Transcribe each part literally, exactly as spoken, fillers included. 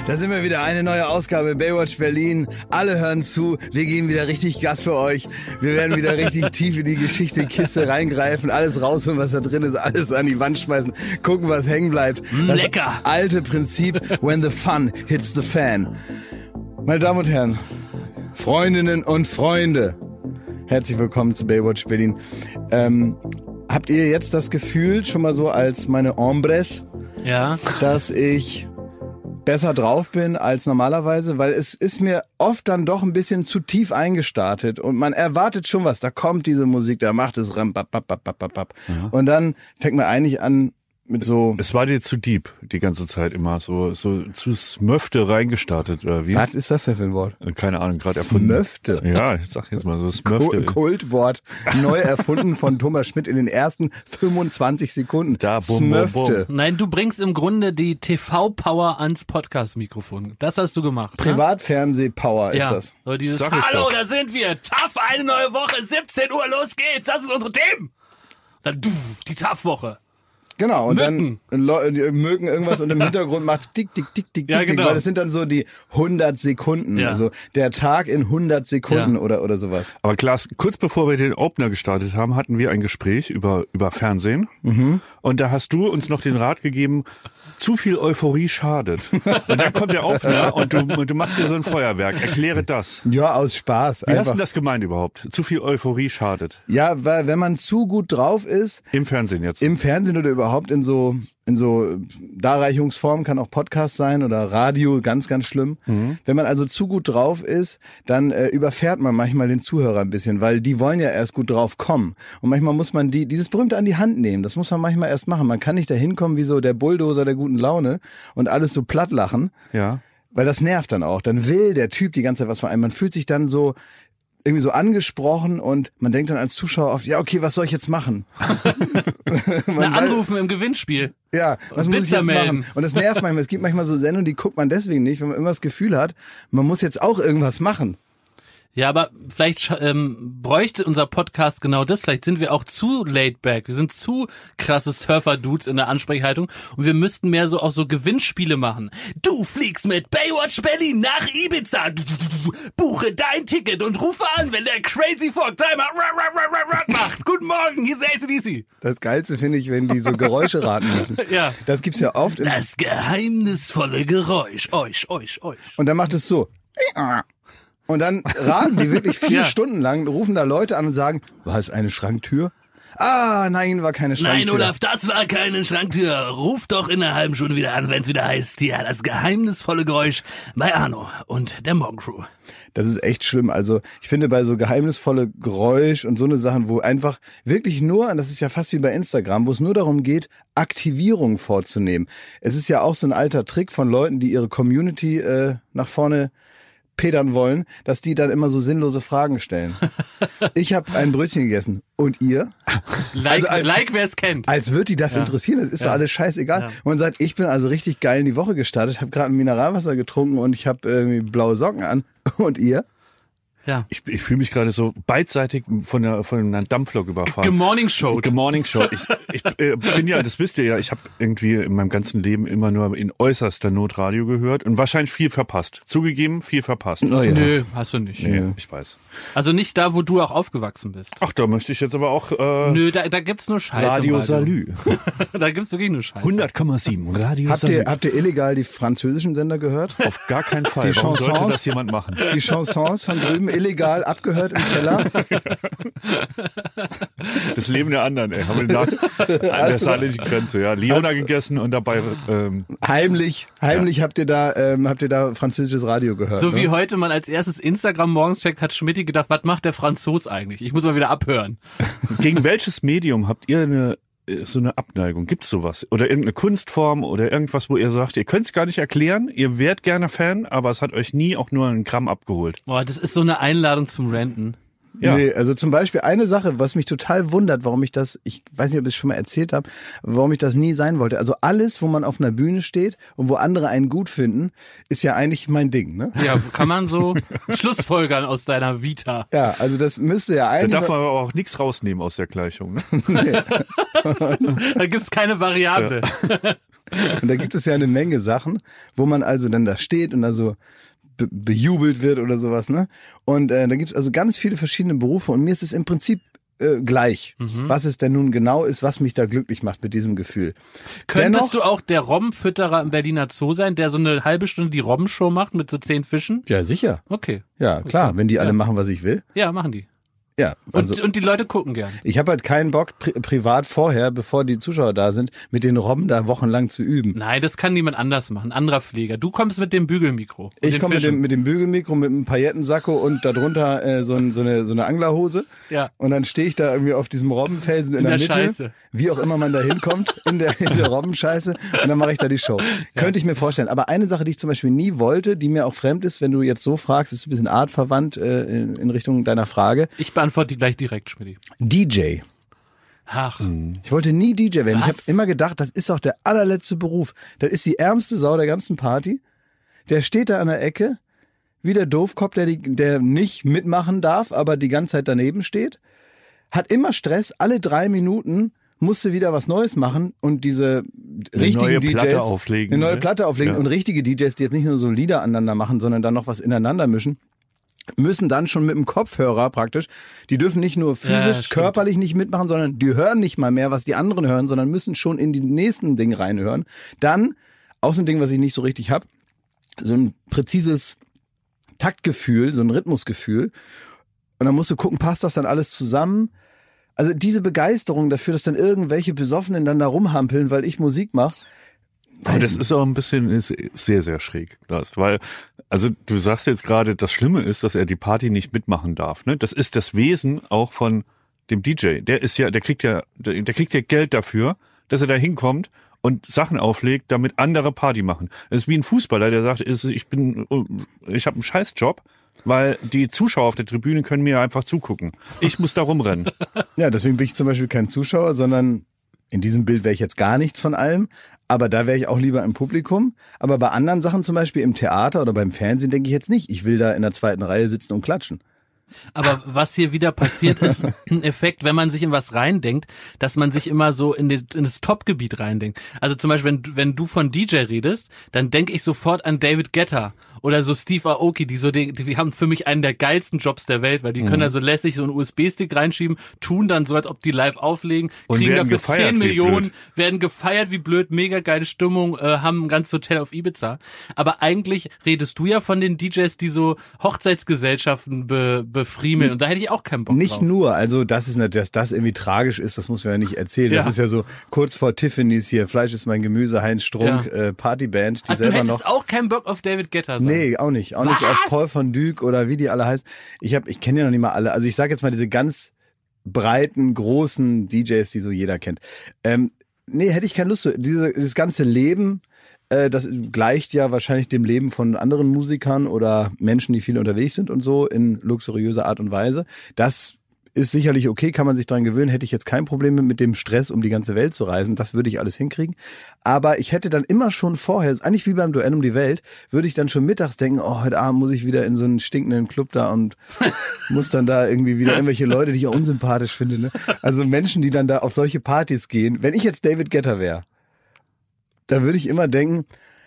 Da sind wir wieder, eine neue Ausgabe Baywatch Berlin. Alle hören zu, wir geben wieder richtig Gas für euch. Wir werden wieder richtig tief in die Geschichte-Kiste reingreifen, alles rausholen, was da drin ist, alles an die Wand schmeißen, gucken, was hängen bleibt. Das Lecker! alte Prinzip, when the fun hits the fan. Meine Damen und Herren, Freundinnen und Freunde, herzlich willkommen zu Baywatch Berlin. Ähm, habt ihr jetzt das Gefühl, schon mal so als meine Hombres, ja, dass ich besser drauf bin als normalerweise, weil es ist mir oft dann doch ein bisschen zu tief eingestartet und man erwartet schon was, da kommt diese Musik, da macht es ram, bap, bap, bap, bap, bap. Ja. Und dann fängt man eigentlich an mit so... Es war dir zu deep die ganze Zeit immer, so so zu Smöfte reingestartet, oder wie? Was ist das denn für ein Wort? Keine Ahnung, gerade erfunden. Smöfte? Ja, ich sag jetzt mal so Smöfte. Kultwort, neu erfunden von Thomas Schmidt in den ersten fünfundzwanzig Sekunden. Da, bum, bum, bum. Nein, du bringst im Grunde die T V-Power ans Podcast-Mikrofon. Das hast du gemacht. Privatfernseh-Power ist ja. das. So dieses, Sag ich hallo, doch. da sind wir. T A F, eine neue Woche, siebzehn Uhr, los geht's. Das sind unsere Themen. Dann du, die T A F-Woche. Genau, und Mücken. dann Le- die mögen irgendwas und im Hintergrund macht's tick, tick, tick, tick, Ja, tick, genau. weil das sind dann so die hundert Sekunden, Ja. also der Tag in hundert Sekunden Ja. oder oder sowas. Aber Klaas, kurz bevor wir den Opener gestartet haben, hatten wir ein Gespräch über über Fernsehen. Mhm. Und da hast du uns noch den Rat gegeben, zu viel Euphorie schadet. Und dann kommt der Opener und du, du machst hier so ein Feuerwerk. Erkläre das. Ja, aus Spaß. Wie hast du Einfach. denn das gemeint überhaupt? Zu viel Euphorie schadet. Ja, weil wenn man zu gut drauf ist, Im Fernsehen jetzt. im Fernsehen oder überhaupt in so in so Darreichungsformen, kann auch Podcast sein oder Radio, ganz, ganz schlimm. Mhm. Wenn man also zu gut drauf ist, dann äh, überfährt man manchmal den Zuhörer ein bisschen, weil die wollen ja erst gut drauf kommen. Und manchmal muss man die dieses berühmte an die Hand nehmen. Das muss man manchmal erst machen. Man kann nicht da hinkommen wie so der Bulldozer der guten Laune und alles so platt lachen. Ja. Weil das nervt dann auch. Dann will der Typ die ganze Zeit was von einem. Man fühlt sich dann so irgendwie so angesprochen und man denkt dann als Zuschauer oft, ja okay, was soll ich jetzt machen? Na, anrufen im Gewinnspiel. Ja, was muss ich Pizza jetzt melden. machen? Und das nervt manchmal. Es gibt manchmal so Sendungen, die guckt man deswegen nicht, wenn man immer das Gefühl hat, man muss jetzt auch irgendwas machen. Ja, aber vielleicht ähm, bräuchte unser Podcast genau das. Vielleicht sind wir auch zu laid back. Wir sind zu krasse Surfer-Dudes in der Ansprechhaltung und wir müssten mehr so auch so Gewinnspiele machen. Du fliegst mit Baywatch Berlin nach Ibiza. Du, du, du, du, buche dein Ticket und rufe an, wenn der Crazy Frog Timer macht. Guten Morgen, hier ist A C D C. Das Geilste finde ich, wenn die so Geräusche raten müssen. Ja. Das gibt's ja oft. Im Das geheimnisvolle Geräusch. Euch, euch, euch. und dann macht es so. Und dann raten die wirklich vier Ja. Stunden lang, rufen da Leute an und sagen, war es eine Schranktür? Ah, nein, war keine Schranktür. Nein, Olaf, das war keine Schranktür. Ruf doch in einer halben Stunde wieder an, wenn es wieder heißt, ja, das geheimnisvolle Geräusch bei Arno und der Morgencrew. Das ist echt schlimm. Also ich finde bei so geheimnisvolle Geräusch und so eine Sachen, wo einfach wirklich nur, und das ist ja fast wie bei Instagram, wo es nur darum geht, Aktivierung vorzunehmen. Es ist ja auch so ein alter Trick von Leuten, die ihre Community äh, nach vorne pedern wollen, dass die dann immer so sinnlose Fragen stellen. Ich habe ein Brötchen gegessen. Und ihr? Like, Also als- like wer es kennt. Als würde die das Ja. interessieren. Das ist Ja. doch alles scheißegal. Ja. Und man sagt, ich bin also richtig geil in die Woche gestartet, habe gerade ein Mineralwasser getrunken und ich habe irgendwie blaue Socken an. Und ihr? Ja. Ich, ich fühle mich gerade so beidseitig von der von einer Dampflok überfahren. Gemorning Show. Good Morning Show. Ich, ich äh, bin ja, das wisst ihr ja, ich habe irgendwie in meinem ganzen Leben immer nur in äußerster Not Radio gehört und wahrscheinlich viel verpasst. Zugegeben, viel verpasst. Oh ja. Nö, hast du nicht. Nee, ich weiß. Also nicht da, wo du auch aufgewachsen bist. Ach, da möchte ich jetzt aber auch äh, Nö, da, da gibt's nur Scheiße. im Radio Salü. Da gibt's wirklich nur Scheiße. hundert Komma sieben Radio Habt Salü. ihr, habt ihr illegal die französischen Sender gehört? Auf gar keinen Fall. Die Warum sollte Chansons? das jemand machen? Die Chansons von drüben illegal abgehört im Keller? Das Leben der anderen, ey. Haben wir nach, an der saarländischen Grenze, ja. Liona gegessen und dabei ähm, Heimlich, heimlich habt ihr da, ähm, habt ihr da französisches Radio gehört? So ne? wie heute man als erstes Instagram morgens checkt, hat Schmidti gedacht, was macht der Franzos eigentlich? Ich muss mal wieder abhören. Gegen welches Medium habt ihr eine so eine Abneigung? Gibt's sowas? Oder irgendeine Kunstform oder irgendwas, wo ihr sagt, ihr könnt's gar nicht erklären, ihr wärt gerne Fan, aber es hat euch nie auch nur einen Gramm abgeholt. Boah, das ist so eine Einladung zum Ranten. Ja. Nee, also zum Beispiel eine Sache, was mich total wundert, warum ich das, ich weiß nicht, ob ich es schon mal erzählt habe, warum ich das nie sein wollte. Also alles, wo man auf einer Bühne steht und wo andere einen gut finden, ist ja eigentlich mein Ding, ne? Ja, kann man so schlussfolgern aus deiner Vita. Ja, also das müsste ja Da eigentlich... darf man aber auch nichts rausnehmen aus der Gleichung. Ne? Da gibt's keine Variable. Und da gibt es ja eine Menge Sachen, wo man also dann da steht und da so be- bejubelt wird oder sowas, ne? Und äh, da gibt es also ganz viele verschiedene Berufe und mir ist es im Prinzip äh, gleich, mhm. was es denn nun genau ist, was mich da glücklich macht mit diesem Gefühl. Könntest Dennoch, du auch der Robbenfütterer im Berliner Zoo sein, der so eine halbe Stunde die Robbenshow macht mit so zehn Fischen? Ja, sicher. Okay. Ja, klar, okay. wenn die alle ja. machen, was ich will. Ja, machen die. Ja, also und, und die Leute gucken gern. Ich habe halt keinen Bock, pri- privat vorher, bevor die Zuschauer da sind, mit den Robben da wochenlang zu üben. Nein, das kann niemand anders machen. Ein anderer Pfleger. Du kommst mit dem Bügelmikro. Ich komme mit dem, mit dem Bügelmikro, mit einem Paillettensacko und darunter äh, so, ein, so, eine, so eine Anglerhose. Ja. Und dann stehe ich da irgendwie auf diesem Robbenfelsen in, In der, der Mitte, Scheiße. wie auch immer man da hinkommt, in der, in der Robbenscheiße. Und dann mache ich da die Show. Ja. Könnte ich mir vorstellen. Aber eine Sache, die ich zum Beispiel nie wollte, die mir auch fremd ist, wenn du jetzt so fragst, ist ein bisschen artverwandt äh, in, in Richtung deiner Frage. Ich beantworte die gleich direkt, Schmidti. D J. Ach. Ich wollte nie D J werden. Was? Ich habe immer gedacht, das ist auch der allerletzte Beruf. Das ist die ärmste Sau der ganzen Party. Der steht da an der Ecke, wie der Doofkopf, der, die, der nicht mitmachen darf, aber die ganze Zeit daneben steht. Hat immer Stress, alle drei Minuten musste wieder was Neues machen und diese eine richtigen neue D Js Platte auflegen, eine neue ne? Platte auflegen Ja. und richtige D Js, die jetzt nicht nur so Lieder aneinander machen, sondern dann noch was ineinander mischen, müssen dann schon mit dem Kopfhörer praktisch, die dürfen nicht nur Ja, physisch, stimmt. körperlich nicht mitmachen, sondern die hören nicht mal mehr, was die anderen hören, sondern müssen schon in die nächsten Dinge reinhören. Dann, auch so ein Ding, was ich nicht so richtig hab, so ein präzises Taktgefühl, so ein Rhythmusgefühl. Und dann musst du gucken, passt das dann alles zusammen? Also diese Begeisterung dafür, dass dann irgendwelche Besoffenen dann da rumhampeln, weil ich Musik mache. Aber das ist auch ein bisschen ist sehr, sehr schräg, Lars, weil, also du sagst jetzt gerade, das Schlimme ist, dass er die Party nicht mitmachen darf, ne? Das ist das Wesen auch von dem D J. Der ist ja, der kriegt ja, der, der kriegt ja Geld dafür, dass er da hinkommt und Sachen auflegt, damit andere Party machen. Das ist wie ein Fußballer, der sagt, ich bin, ich habe einen Scheißjob, weil die Zuschauer auf der Tribüne können mir einfach zugucken. Ich muss da rumrennen. Ja, deswegen bin ich zum Beispiel kein Zuschauer, sondern in diesem Bild wäre ich jetzt gar nichts von allem. Aber da wäre ich auch lieber im Publikum. Aber bei anderen Sachen, zum Beispiel im Theater oder beim Fernsehen, denke ich jetzt nicht, ich will da in der zweiten Reihe sitzen und klatschen. Aber was hier wieder passiert, ist ein Effekt, wenn man sich in was reindenkt, dass man sich immer so in, den, in das Top-Gebiet reindenkt. Also zum Beispiel, wenn, wenn du von D J redest, dann denke ich sofort an David Guetta oder so Steve Aoki, die so die, die haben für mich einen der geilsten Jobs der Welt, weil die können da so lässig so einen U S B-Stick reinschieben, tun dann so, als ob die live auflegen, Und kriegen werden dafür gefeiert zehn wie Millionen, blöd. werden gefeiert wie blöd, mega geile Stimmung, äh, haben ein ganzes Hotel auf Ibiza. Aber eigentlich redest du ja von den D Js, die so Hochzeitsgesellschaften be, befriemeln und da hätte ich auch keinen Bock Nicht drauf. nur, also das ist nicht, dass das irgendwie tragisch ist, das muss man ja nicht erzählen. Das Ja. ist ja so kurz vor Tiffany's hier, Fleisch ist mein Gemüse, Heinz Strunk, Ja. äh, Partyband, die Ach, du selber hättest noch. auch keinen Bock auf David Guetta sein. Nee, auch nicht. Auch nicht auf Paul von Dyk oder wie die alle heißen. Ich hab, ich kenne ja noch nicht mal alle. Also ich sage jetzt mal diese ganz breiten, großen D Js, die so jeder kennt. Ähm, nee, hätte ich keine Lust zu. Diese, dieses ganze Leben, äh, das gleicht ja wahrscheinlich dem Leben von anderen Musikern oder Menschen, die viel unterwegs sind und so in luxuriöser Art und Weise. Das ist sicherlich okay, kann man sich dran gewöhnen, hätte ich jetzt kein Problem mit, mit dem Stress, um die ganze Welt zu reisen. Das würde ich alles hinkriegen. Aber ich hätte dann immer schon vorher, eigentlich wie beim Duell um die Welt, würde ich dann schon mittags denken, oh, heute Abend muss ich wieder in so einen stinkenden Club da und muss dann da irgendwie wieder irgendwelche Leute, die ich auch unsympathisch finde. Ne? Also Menschen, die dann da auf solche Partys gehen. Wenn ich jetzt David Guetta wäre, da würde ich immer denken,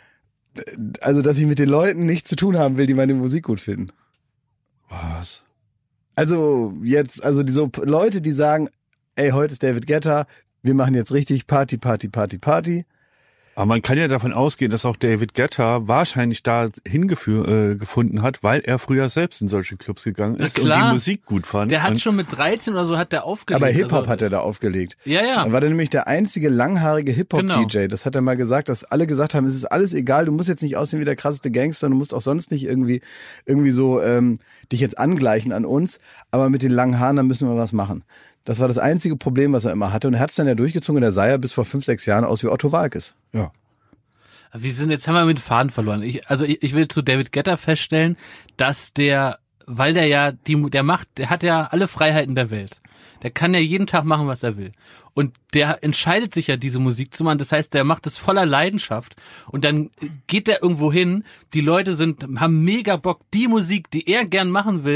also dass ich mit den Leuten nichts zu tun haben will, die meine Musik gut finden. Was? Also jetzt, also die so Leute, die sagen, ey, heute ist David Guetta, wir machen jetzt richtig Party, Party, Party, Party. Aber man kann ja davon ausgehen, dass auch David Guetta wahrscheinlich da hingefunden äh, gefunden hat, weil er früher selbst in solche Clubs gegangen Na ist und klar. die Musik gut fand. Der hat und schon mit dreizehn oder so hat der aufgelegt. Aber Hip-Hop also, hat er da aufgelegt. Ja, ja. Dann war der nämlich der einzige langhaarige Hip-Hop-D J. Genau. Das hat er mal gesagt, dass alle gesagt haben, es ist alles egal, du musst jetzt nicht aussehen wie der krasseste Gangster, du musst auch sonst nicht irgendwie irgendwie so ähm, dich jetzt angleichen an uns, aber mit den langen Haaren, da müssen wir was machen. Das war das einzige Problem, was er immer hatte. Und er hat es dann ja durchgezogen, der sah ja bis vor fünf, sechs Jahren aus wie Otto Walkes. Ja. Wir sind jetzt haben wir mit den Faden verloren. Ich, also ich, ich will zu David Guetta feststellen, dass der, weil der ja die, der macht, der hat ja alle Freiheiten der Welt. Der kann ja jeden Tag machen, was er will. Und der entscheidet sich ja, diese Musik zu machen. Das heißt, der macht es voller Leidenschaft. Und dann geht der irgendwo hin. Die Leute sind, haben mega Bock, die Musik, die er gern machen will,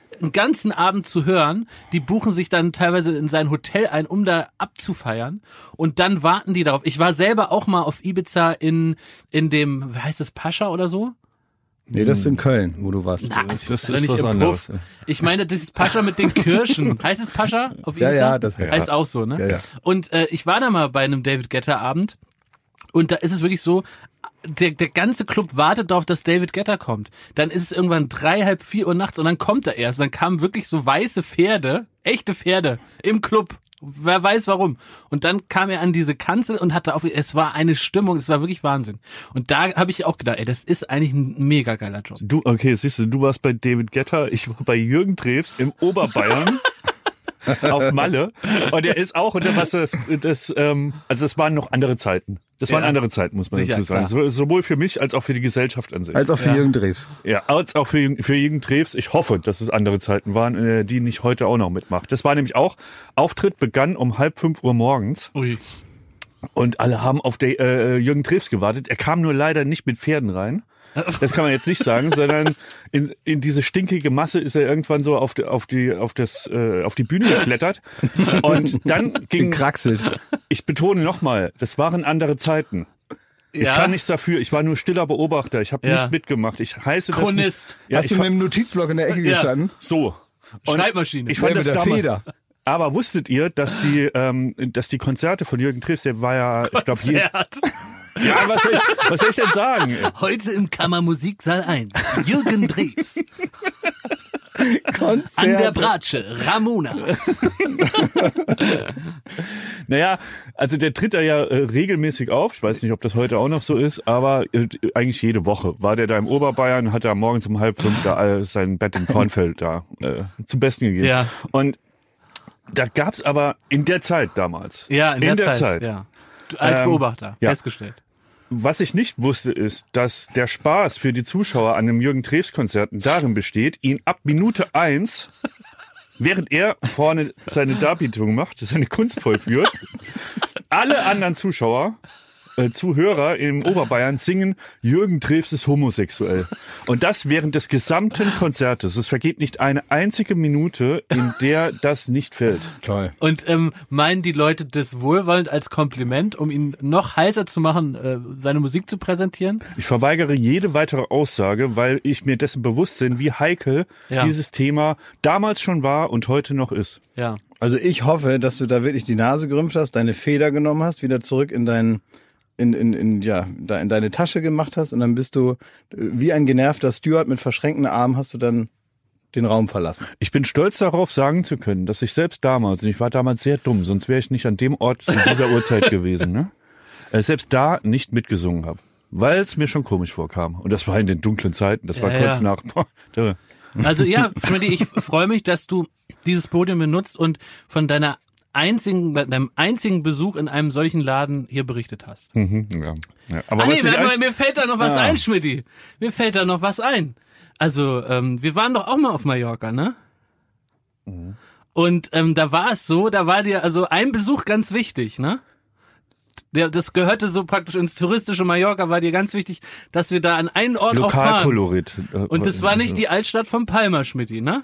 einen ganzen Abend zu hören. Die buchen sich dann teilweise in sein Hotel ein, um da abzufeiern. Und dann warten die darauf. Ich war selber auch mal auf Ibiza in, in dem, wie heißt das, Pascha oder so? Nee, das ist in Köln, wo du warst. Na, Das, das das ist ist nicht was im anderes. Puff. Ich meine, das ist Pascha mit den Kirschen. Heißt es Pascha auf Ibiza? Ja, ja, das heißt heißt auch so, ne? Ja, ja. Und äh, ich war da mal bei einem David Guetta Abend und da ist es wirklich so, der, der ganze Club wartet darauf, dass David Guetta kommt. Dann ist es irgendwann drei, halb vier Uhr nachts und dann kommt er erst. Dann kamen wirklich so weiße Pferde, echte Pferde im Club. Wer weiß warum. Und dann kam er an diese Kanzel und hatte auf, es war eine Stimmung, es war wirklich Wahnsinn. Und da habe ich auch gedacht, ey, das ist eigentlich ein mega geiler Job. Du, okay, siehst du, du warst bei David Guetta, ich war bei Jürgen Drews im Oberbayern. Auf Malle. Und er ist auch, und was das, das, ähm, also es waren noch andere Zeiten. Das waren Ja. andere Zeiten, muss man Sicher, dazu sagen. So, sowohl für mich als auch für die Gesellschaft an sich. Als auch für Ja. Jürgen Drews. Ja, als auch für, für Jürgen Drews. Ich hoffe, dass es andere Zeiten waren, äh, die nicht heute auch noch mitmacht. Das war nämlich auch, Auftritt begann um halb fünf Uhr morgens Ui. und alle haben auf der, äh, Jürgen Drews gewartet. Er kam nur leider nicht mit Pferden rein. Das kann man jetzt nicht sagen, sondern in, in diese stinkige Masse ist er irgendwann so auf die, auf die, auf das, äh, auf die Bühne geklettert. Und dann ging, Gekraxelt. ich betone nochmal, das waren andere Zeiten. Ich Ja. kann nichts dafür. Ich war nur stiller Beobachter. Ich habe Ja. nicht mitgemacht. Ich heiße das Chronist. nicht. Ja, Hast ich du fa- mit dem Notizblock in der Ecke Ja. gestanden? so. Und Schreibmaschine. Ich fand Ja, das mit der damals, Feder. aber wusstet ihr, dass die, ähm, dass die Konzerte von Jürgen Drews, der war ja, ich glaube, je, Konzert. ja, was soll, ich, was soll ich denn sagen? Heute im Kammermusiksaal eins. Jürgen Drews. Konzert. An der Bratsche. Ramona. Naja, also der tritt da ja äh, regelmäßig auf. Ich weiß nicht, ob das heute auch noch so ist, aber äh, eigentlich jede Woche war der da im Oberbayern, hat er morgens um halb fünf da äh, sein Bett in Kornfeld da äh, zum Besten gegeben. Ja. Und da gab's aber in der Zeit damals, Ja, in, in der, der Zeit. Zeit, Ja. Du, als Ähm, Beobachter. ja. Festgestellt. was ich nicht wusste, ist, dass der Spaß für die Zuschauer an einem Jürgen Drews Konzerten darin besteht, ihn ab Minute eins, während er vorne seine Darbietung macht, seine Kunst vollführt, alle anderen Zuschauer, äh, Zuhörer im Oberbayern singen, Jürgen Drews ist homosexuell. Und das während des gesamten Konzertes. Es vergeht nicht eine einzige Minute, in der das nicht fällt. Toll. Und ähm, meinen die Leute das wohlwollend als Kompliment, um ihn noch heißer zu machen, äh, seine Musik zu präsentieren? Ich verweigere jede weitere Aussage, weil ich mir dessen bewusst bin, wie heikel Ja. dieses Thema damals schon war und heute noch ist. Ja. Also ich hoffe, dass du da wirklich die Nase gerümpft hast, deine Feder genommen hast, wieder zurück in deinen in, in, in, ja, da in deine Tasche gemacht hast und dann bist du äh, wie ein genervter Steward mit verschränkten Armen hast du dann den Raum verlassen. Ich bin stolz darauf, sagen zu können, dass ich selbst damals, und ich war damals sehr dumm, sonst wäre ich nicht an dem Ort zu dieser Uhrzeit gewesen, ne? Äh, selbst da nicht mitgesungen habe, weil es mir schon komisch vorkam. Und das war in den dunklen Zeiten, das war Ja, kurz ja. nach... Boah, da. Also ja, Schmidti, ich freue mich, dass du dieses Podium benutzt und von deiner einzigen, deinem einzigen Besuch in einem solchen Laden hier berichtet hast. Mhm, ja. Ja. Aber Ah, nee, was ich mir, ein- mir fällt da noch was Ah. ein, Schmidti. Mir fällt da noch was ein. Also, ähm, wir waren doch auch mal auf Mallorca, ne? Mhm. Und ähm, da war es so, da war dir also ein Besuch ganz wichtig, ne? Der, das gehörte so praktisch ins touristische Mallorca, war dir ganz wichtig, dass wir da an einen Ort auch fahren. Lokalkolorit. Äh, Und das war nicht die Altstadt von Palma, Schmidti, ne?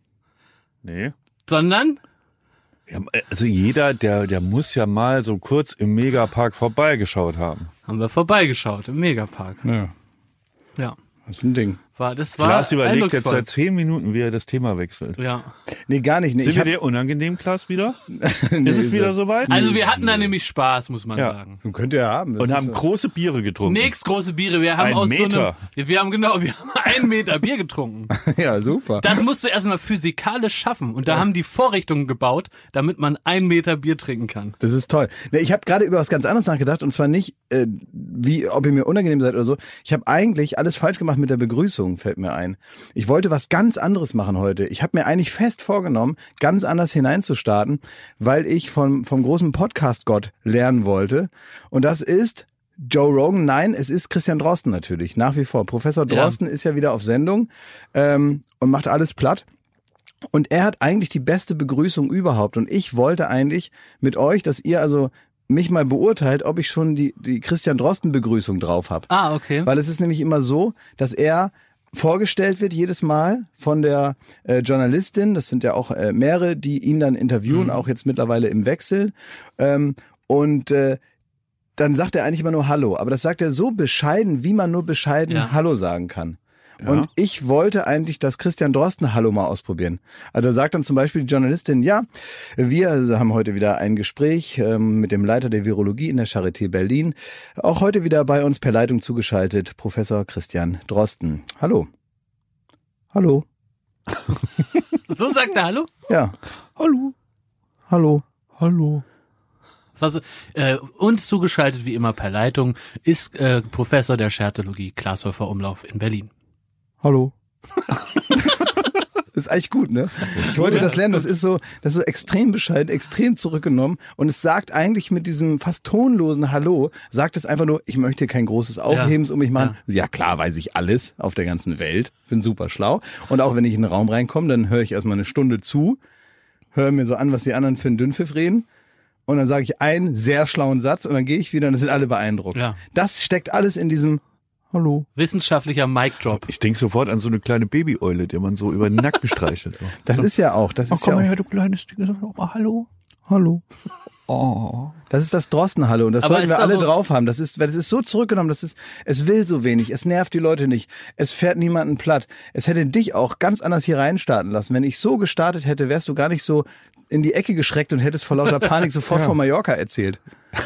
Nee. Sondern Ja, also jeder, der, der muss ja mal so kurz im Megapark vorbeigeschaut haben. haben wir vorbeigeschaut im Megapark. Ja, Ja, das ist ein Ding. war das war Klaas überlegt jetzt eindrucksvoll. seit zehn Minuten, wie er das Thema wechselt. Ja. Nee, gar nicht. Nee, Sind ich wir hab, dir unangenehm, Klaas, wieder? nee, Ist es wieder soweit? Also wir hatten da nämlich Spaß, muss man Ja. sagen. Könnt ihr haben. Das Und ist haben so. große Biere getrunken. Nix große Biere, wir haben Ein aus so Meter. einem, wir, wir haben genau, wir haben einen Meter Bier getrunken. Ja, super. Das musst du erstmal physikalisch schaffen und da haben die Vorrichtungen gebaut, damit man einen Meter Bier trinken kann. Das ist toll. Nee, ich habe gerade über was ganz anderes nachgedacht und zwar nicht, äh, wie ob ihr mir unangenehm seid oder so. Ich habe eigentlich alles falsch gemacht mit der Begrüßung, fällt mir ein. Ich wollte was ganz anderes machen heute. Ich habe mir eigentlich fest vorgenommen, ganz anders hineinzustarten, weil ich vom, vom großen Podcast-Gott lernen wollte. Und das ist Joe Rogan. Nein, es ist Christian Drosten natürlich, nach wie vor. Professor Drosten ja. ist ja wieder auf Sendung ähm, und macht alles platt. Und er hat eigentlich die beste Begrüßung überhaupt. Und ich wollte eigentlich mit euch, dass ihr also mich mal beurteilt, ob ich schon die, die Christian Drosten Begrüßung drauf habe. Ah, okay. Weil es ist nämlich immer so, dass er vorgestellt wird jedes Mal von der äh, Journalistin. Das sind ja auch äh, mehrere, die ihn dann interviewen, mhm. auch jetzt mittlerweile im Wechsel. Ähm, und äh, dann sagt er eigentlich immer nur Hallo. Aber das sagt er so bescheiden, wie man nur bescheiden ja. Hallo sagen kann. Ja. Und ich wollte eigentlich, dass Christian Drosten Hallo mal ausprobieren. Also da sagt dann zum Beispiel die Journalistin, ja, wir haben heute wieder ein Gespräch ähm, mit dem Leiter der Virologie in der Charité Berlin. Auch heute wieder bei uns per Leitung zugeschaltet, Professor Christian Drosten. Hallo. Hallo. So sagt er Hallo? Ja. Hallo. Hallo. Hallo. Also, äh, uns zugeschaltet wie immer per Leitung ist äh, Professor der Charité Glashäufer Umlauf in Berlin. Hallo. Das ist eigentlich gut, ne? Ich wollte das lernen, das ist so, das ist so extrem bescheiden, extrem zurückgenommen und es sagt eigentlich mit diesem fast tonlosen Hallo, sagt es einfach nur, ich möchte kein großes Aufhebens um mich machen. Ja. ja klar, weiß ich alles auf der ganzen Welt, bin super schlau und auch wenn ich in den Raum reinkomme, dann höre ich erstmal eine Stunde zu, höre mir so an, was die anderen für einen Dünnpfiff reden. Und dann sage ich einen sehr schlauen Satz und dann gehe ich wieder und dann sind alle beeindruckt. Ja. Das steckt alles in diesem Hallo. Wissenschaftlicher Mic-Drop. Ich denke sofort an so eine kleine Babyeule, die man so über den Nacken streichelt. Das ist ja auch. Das oh, ist komm ja mal auch. her, du kleines Ding. Sag mal Hallo. Hallo. Oh. Das ist das Drosten-Hallo und das Aber sollten wir da alle so drauf haben. Das ist, das ist so zurückgenommen, das ist, es will so wenig, es nervt die Leute nicht, es fährt niemanden platt. Es hätte dich auch ganz anders hier reinstarten lassen. Wenn ich so gestartet hätte, wärst du gar nicht so in die Ecke geschreckt und hättest vor lauter Panik sofort ja. von Mallorca erzählt.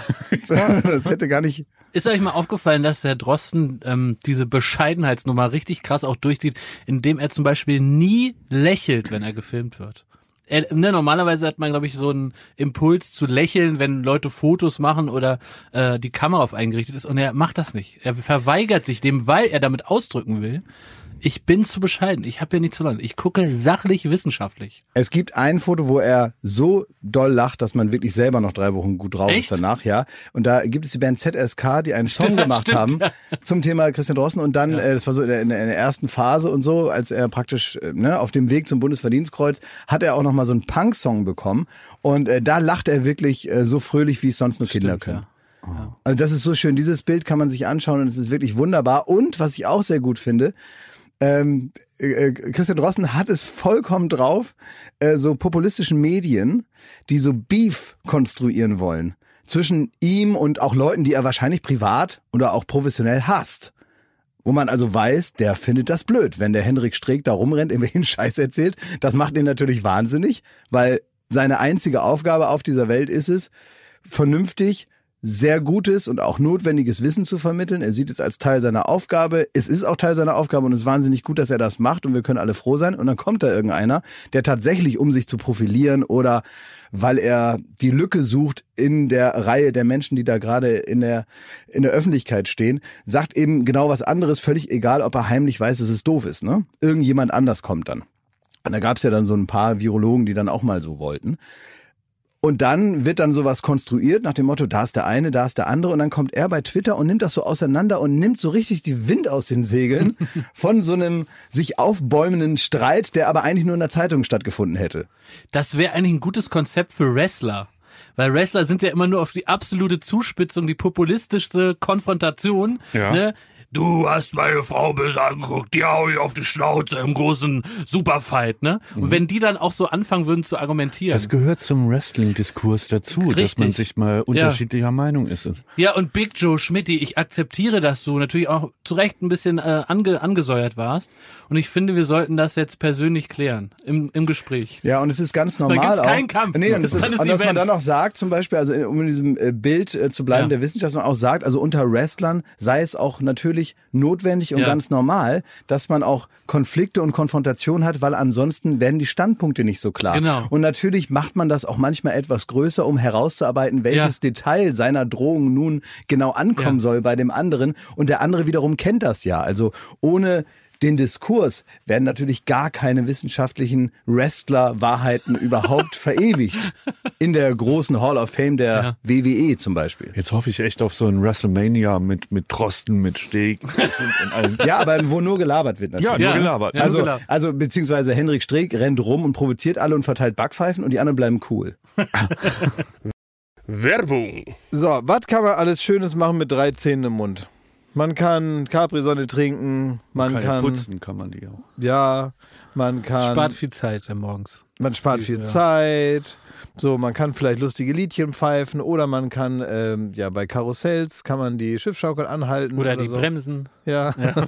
Das hätte gar nicht... Ist euch mal aufgefallen, dass der Drosten ähm, diese Bescheidenheitsnummer richtig krass auch durchzieht, indem er zum Beispiel nie lächelt, wenn er gefilmt wird? Er, ne, normalerweise hat man, glaube ich, so einen Impuls zu lächeln, wenn Leute Fotos machen oder äh, die Kamera auf einen gerichtet ist. Und er macht das nicht. Er verweigert sich dem, weil er damit ausdrücken will, ich bin zu bescheiden, ich habe ja nichts zu lernen. Ich gucke sachlich, wissenschaftlich. Es gibt ein Foto, wo er so doll lacht, dass man wirklich selber noch drei Wochen gut drauf Echt? ist danach, ja. Und da gibt es die Band Z S K, die einen Song Stimmt, gemacht stimmt, haben ja. zum Thema Christian Drosten. Und dann, Ja. äh, das war so in der, in der ersten Phase und so, als er praktisch äh, ne, auf dem Weg zum Bundesverdienstkreuz, hat er auch nochmal so einen Punk-Song bekommen. Und äh, da lacht er wirklich äh, so fröhlich, wie es sonst nur Kinder Stimmt, können. Ja. Ja. Also das ist so schön. Dieses Bild kann man sich anschauen und es ist wirklich wunderbar. Und was ich auch sehr gut finde, ähm, äh, Christian Drosten hat es vollkommen drauf, äh, so populistischen Medien, die so Beef konstruieren wollen zwischen ihm und auch Leuten, die er wahrscheinlich privat oder auch professionell hasst. Wo man also weiß, der findet das blöd, wenn der Hendrik Streeck da rumrennt, irgendwelchen Scheiß erzählt. Das macht ihn natürlich wahnsinnig, weil seine einzige Aufgabe auf dieser Welt ist es, vernünftig sehr gutes und auch notwendiges Wissen zu vermitteln. Er sieht es als Teil seiner Aufgabe. Es ist auch Teil seiner Aufgabe und es ist wahnsinnig gut, dass er das macht und wir können alle froh sein. Und dann kommt da irgendeiner, der tatsächlich, um sich zu profilieren oder weil er die Lücke sucht in der Reihe der Menschen, die da gerade in der, in der Öffentlichkeit stehen, sagt eben genau was anderes, völlig egal, ob er heimlich weiß, dass es doof ist, ne? Irgendjemand anders kommt dann. Und da gab es ja dann so ein paar Virologen, die dann auch mal so wollten. Und dann wird dann sowas konstruiert nach dem Motto, da ist der eine, da ist der andere und dann kommt er bei Twitter und nimmt das so auseinander und nimmt so richtig die Wind aus den Segeln von so einem sich aufbäumenden Streit, der aber eigentlich nur in der Zeitung stattgefunden hätte. Das wäre eigentlich ein gutes Konzept für Wrestler. Weil Wrestler sind ja immer nur auf die absolute Zuspitzung, die populistischste Konfrontation, ja. ne? Du hast meine Frau böse angeguckt, die hau ich auf die Schnauze im großen Superfight, ne? Und Mhm. wenn die dann auch so anfangen würden zu argumentieren. Das gehört zum Wrestling-Diskurs dazu, Richtig. dass man sich mal unterschiedlicher ja. Meinung ist. Ja, und Big Joe Schmidti, ich akzeptiere, dass du natürlich auch zu Recht ein bisschen äh, ange, angesäuert warst. Und ich finde, wir sollten das jetzt persönlich klären, im, im Gespräch. Ja, und es ist ganz normal Da gibt's auch. keinen Kampf. Nee, und, es ist, Dann ist und dass man Event. dann auch sagt, zum Beispiel, also um in diesem äh, Bild äh, zu bleiben, Ja. der Wissenschaft, man auch sagt, also unter Wrestlern sei es auch natürlich notwendig und Ja. ganz normal, dass man auch Konflikte und Konfrontation hat, weil ansonsten werden die Standpunkte nicht so klar. Genau. Und natürlich macht man das auch manchmal etwas größer, um herauszuarbeiten, welches Ja. Detail seiner Drohung nun genau ankommen Ja. soll bei dem anderen. Und der andere wiederum kennt das ja. Also ohne den Diskurs werden natürlich gar keine wissenschaftlichen Wrestler-Wahrheiten überhaupt verewigt. In der großen Hall of Fame der Ja. W W E zum Beispiel. Jetzt hoffe ich echt auf so ein WrestleMania mit, mit Drosten, mit Steg und allem. Ja, aber wo nur gelabert wird natürlich. Ja, nur Ja. gelabert. Ja. Also, gelabert. also beziehungsweise Hendrik Streeck rennt rum und provoziert alle und verteilt Backpfeifen und die anderen bleiben cool. Werbung. So, was kann man alles Schönes machen mit drei Zähnen im Mund? Man kann Capri-Sonne trinken, man kann, kann putzen, kann man die auch. Ja, man kann. Spart viel Zeit ja, morgens. Man spart viel ja. Zeit. So, man kann vielleicht lustige Liedchen pfeifen oder man kann, ähm, ja, bei Karussells kann man die Schiffschaukel anhalten. Oder, oder die so. Bremsen. Ja. ja.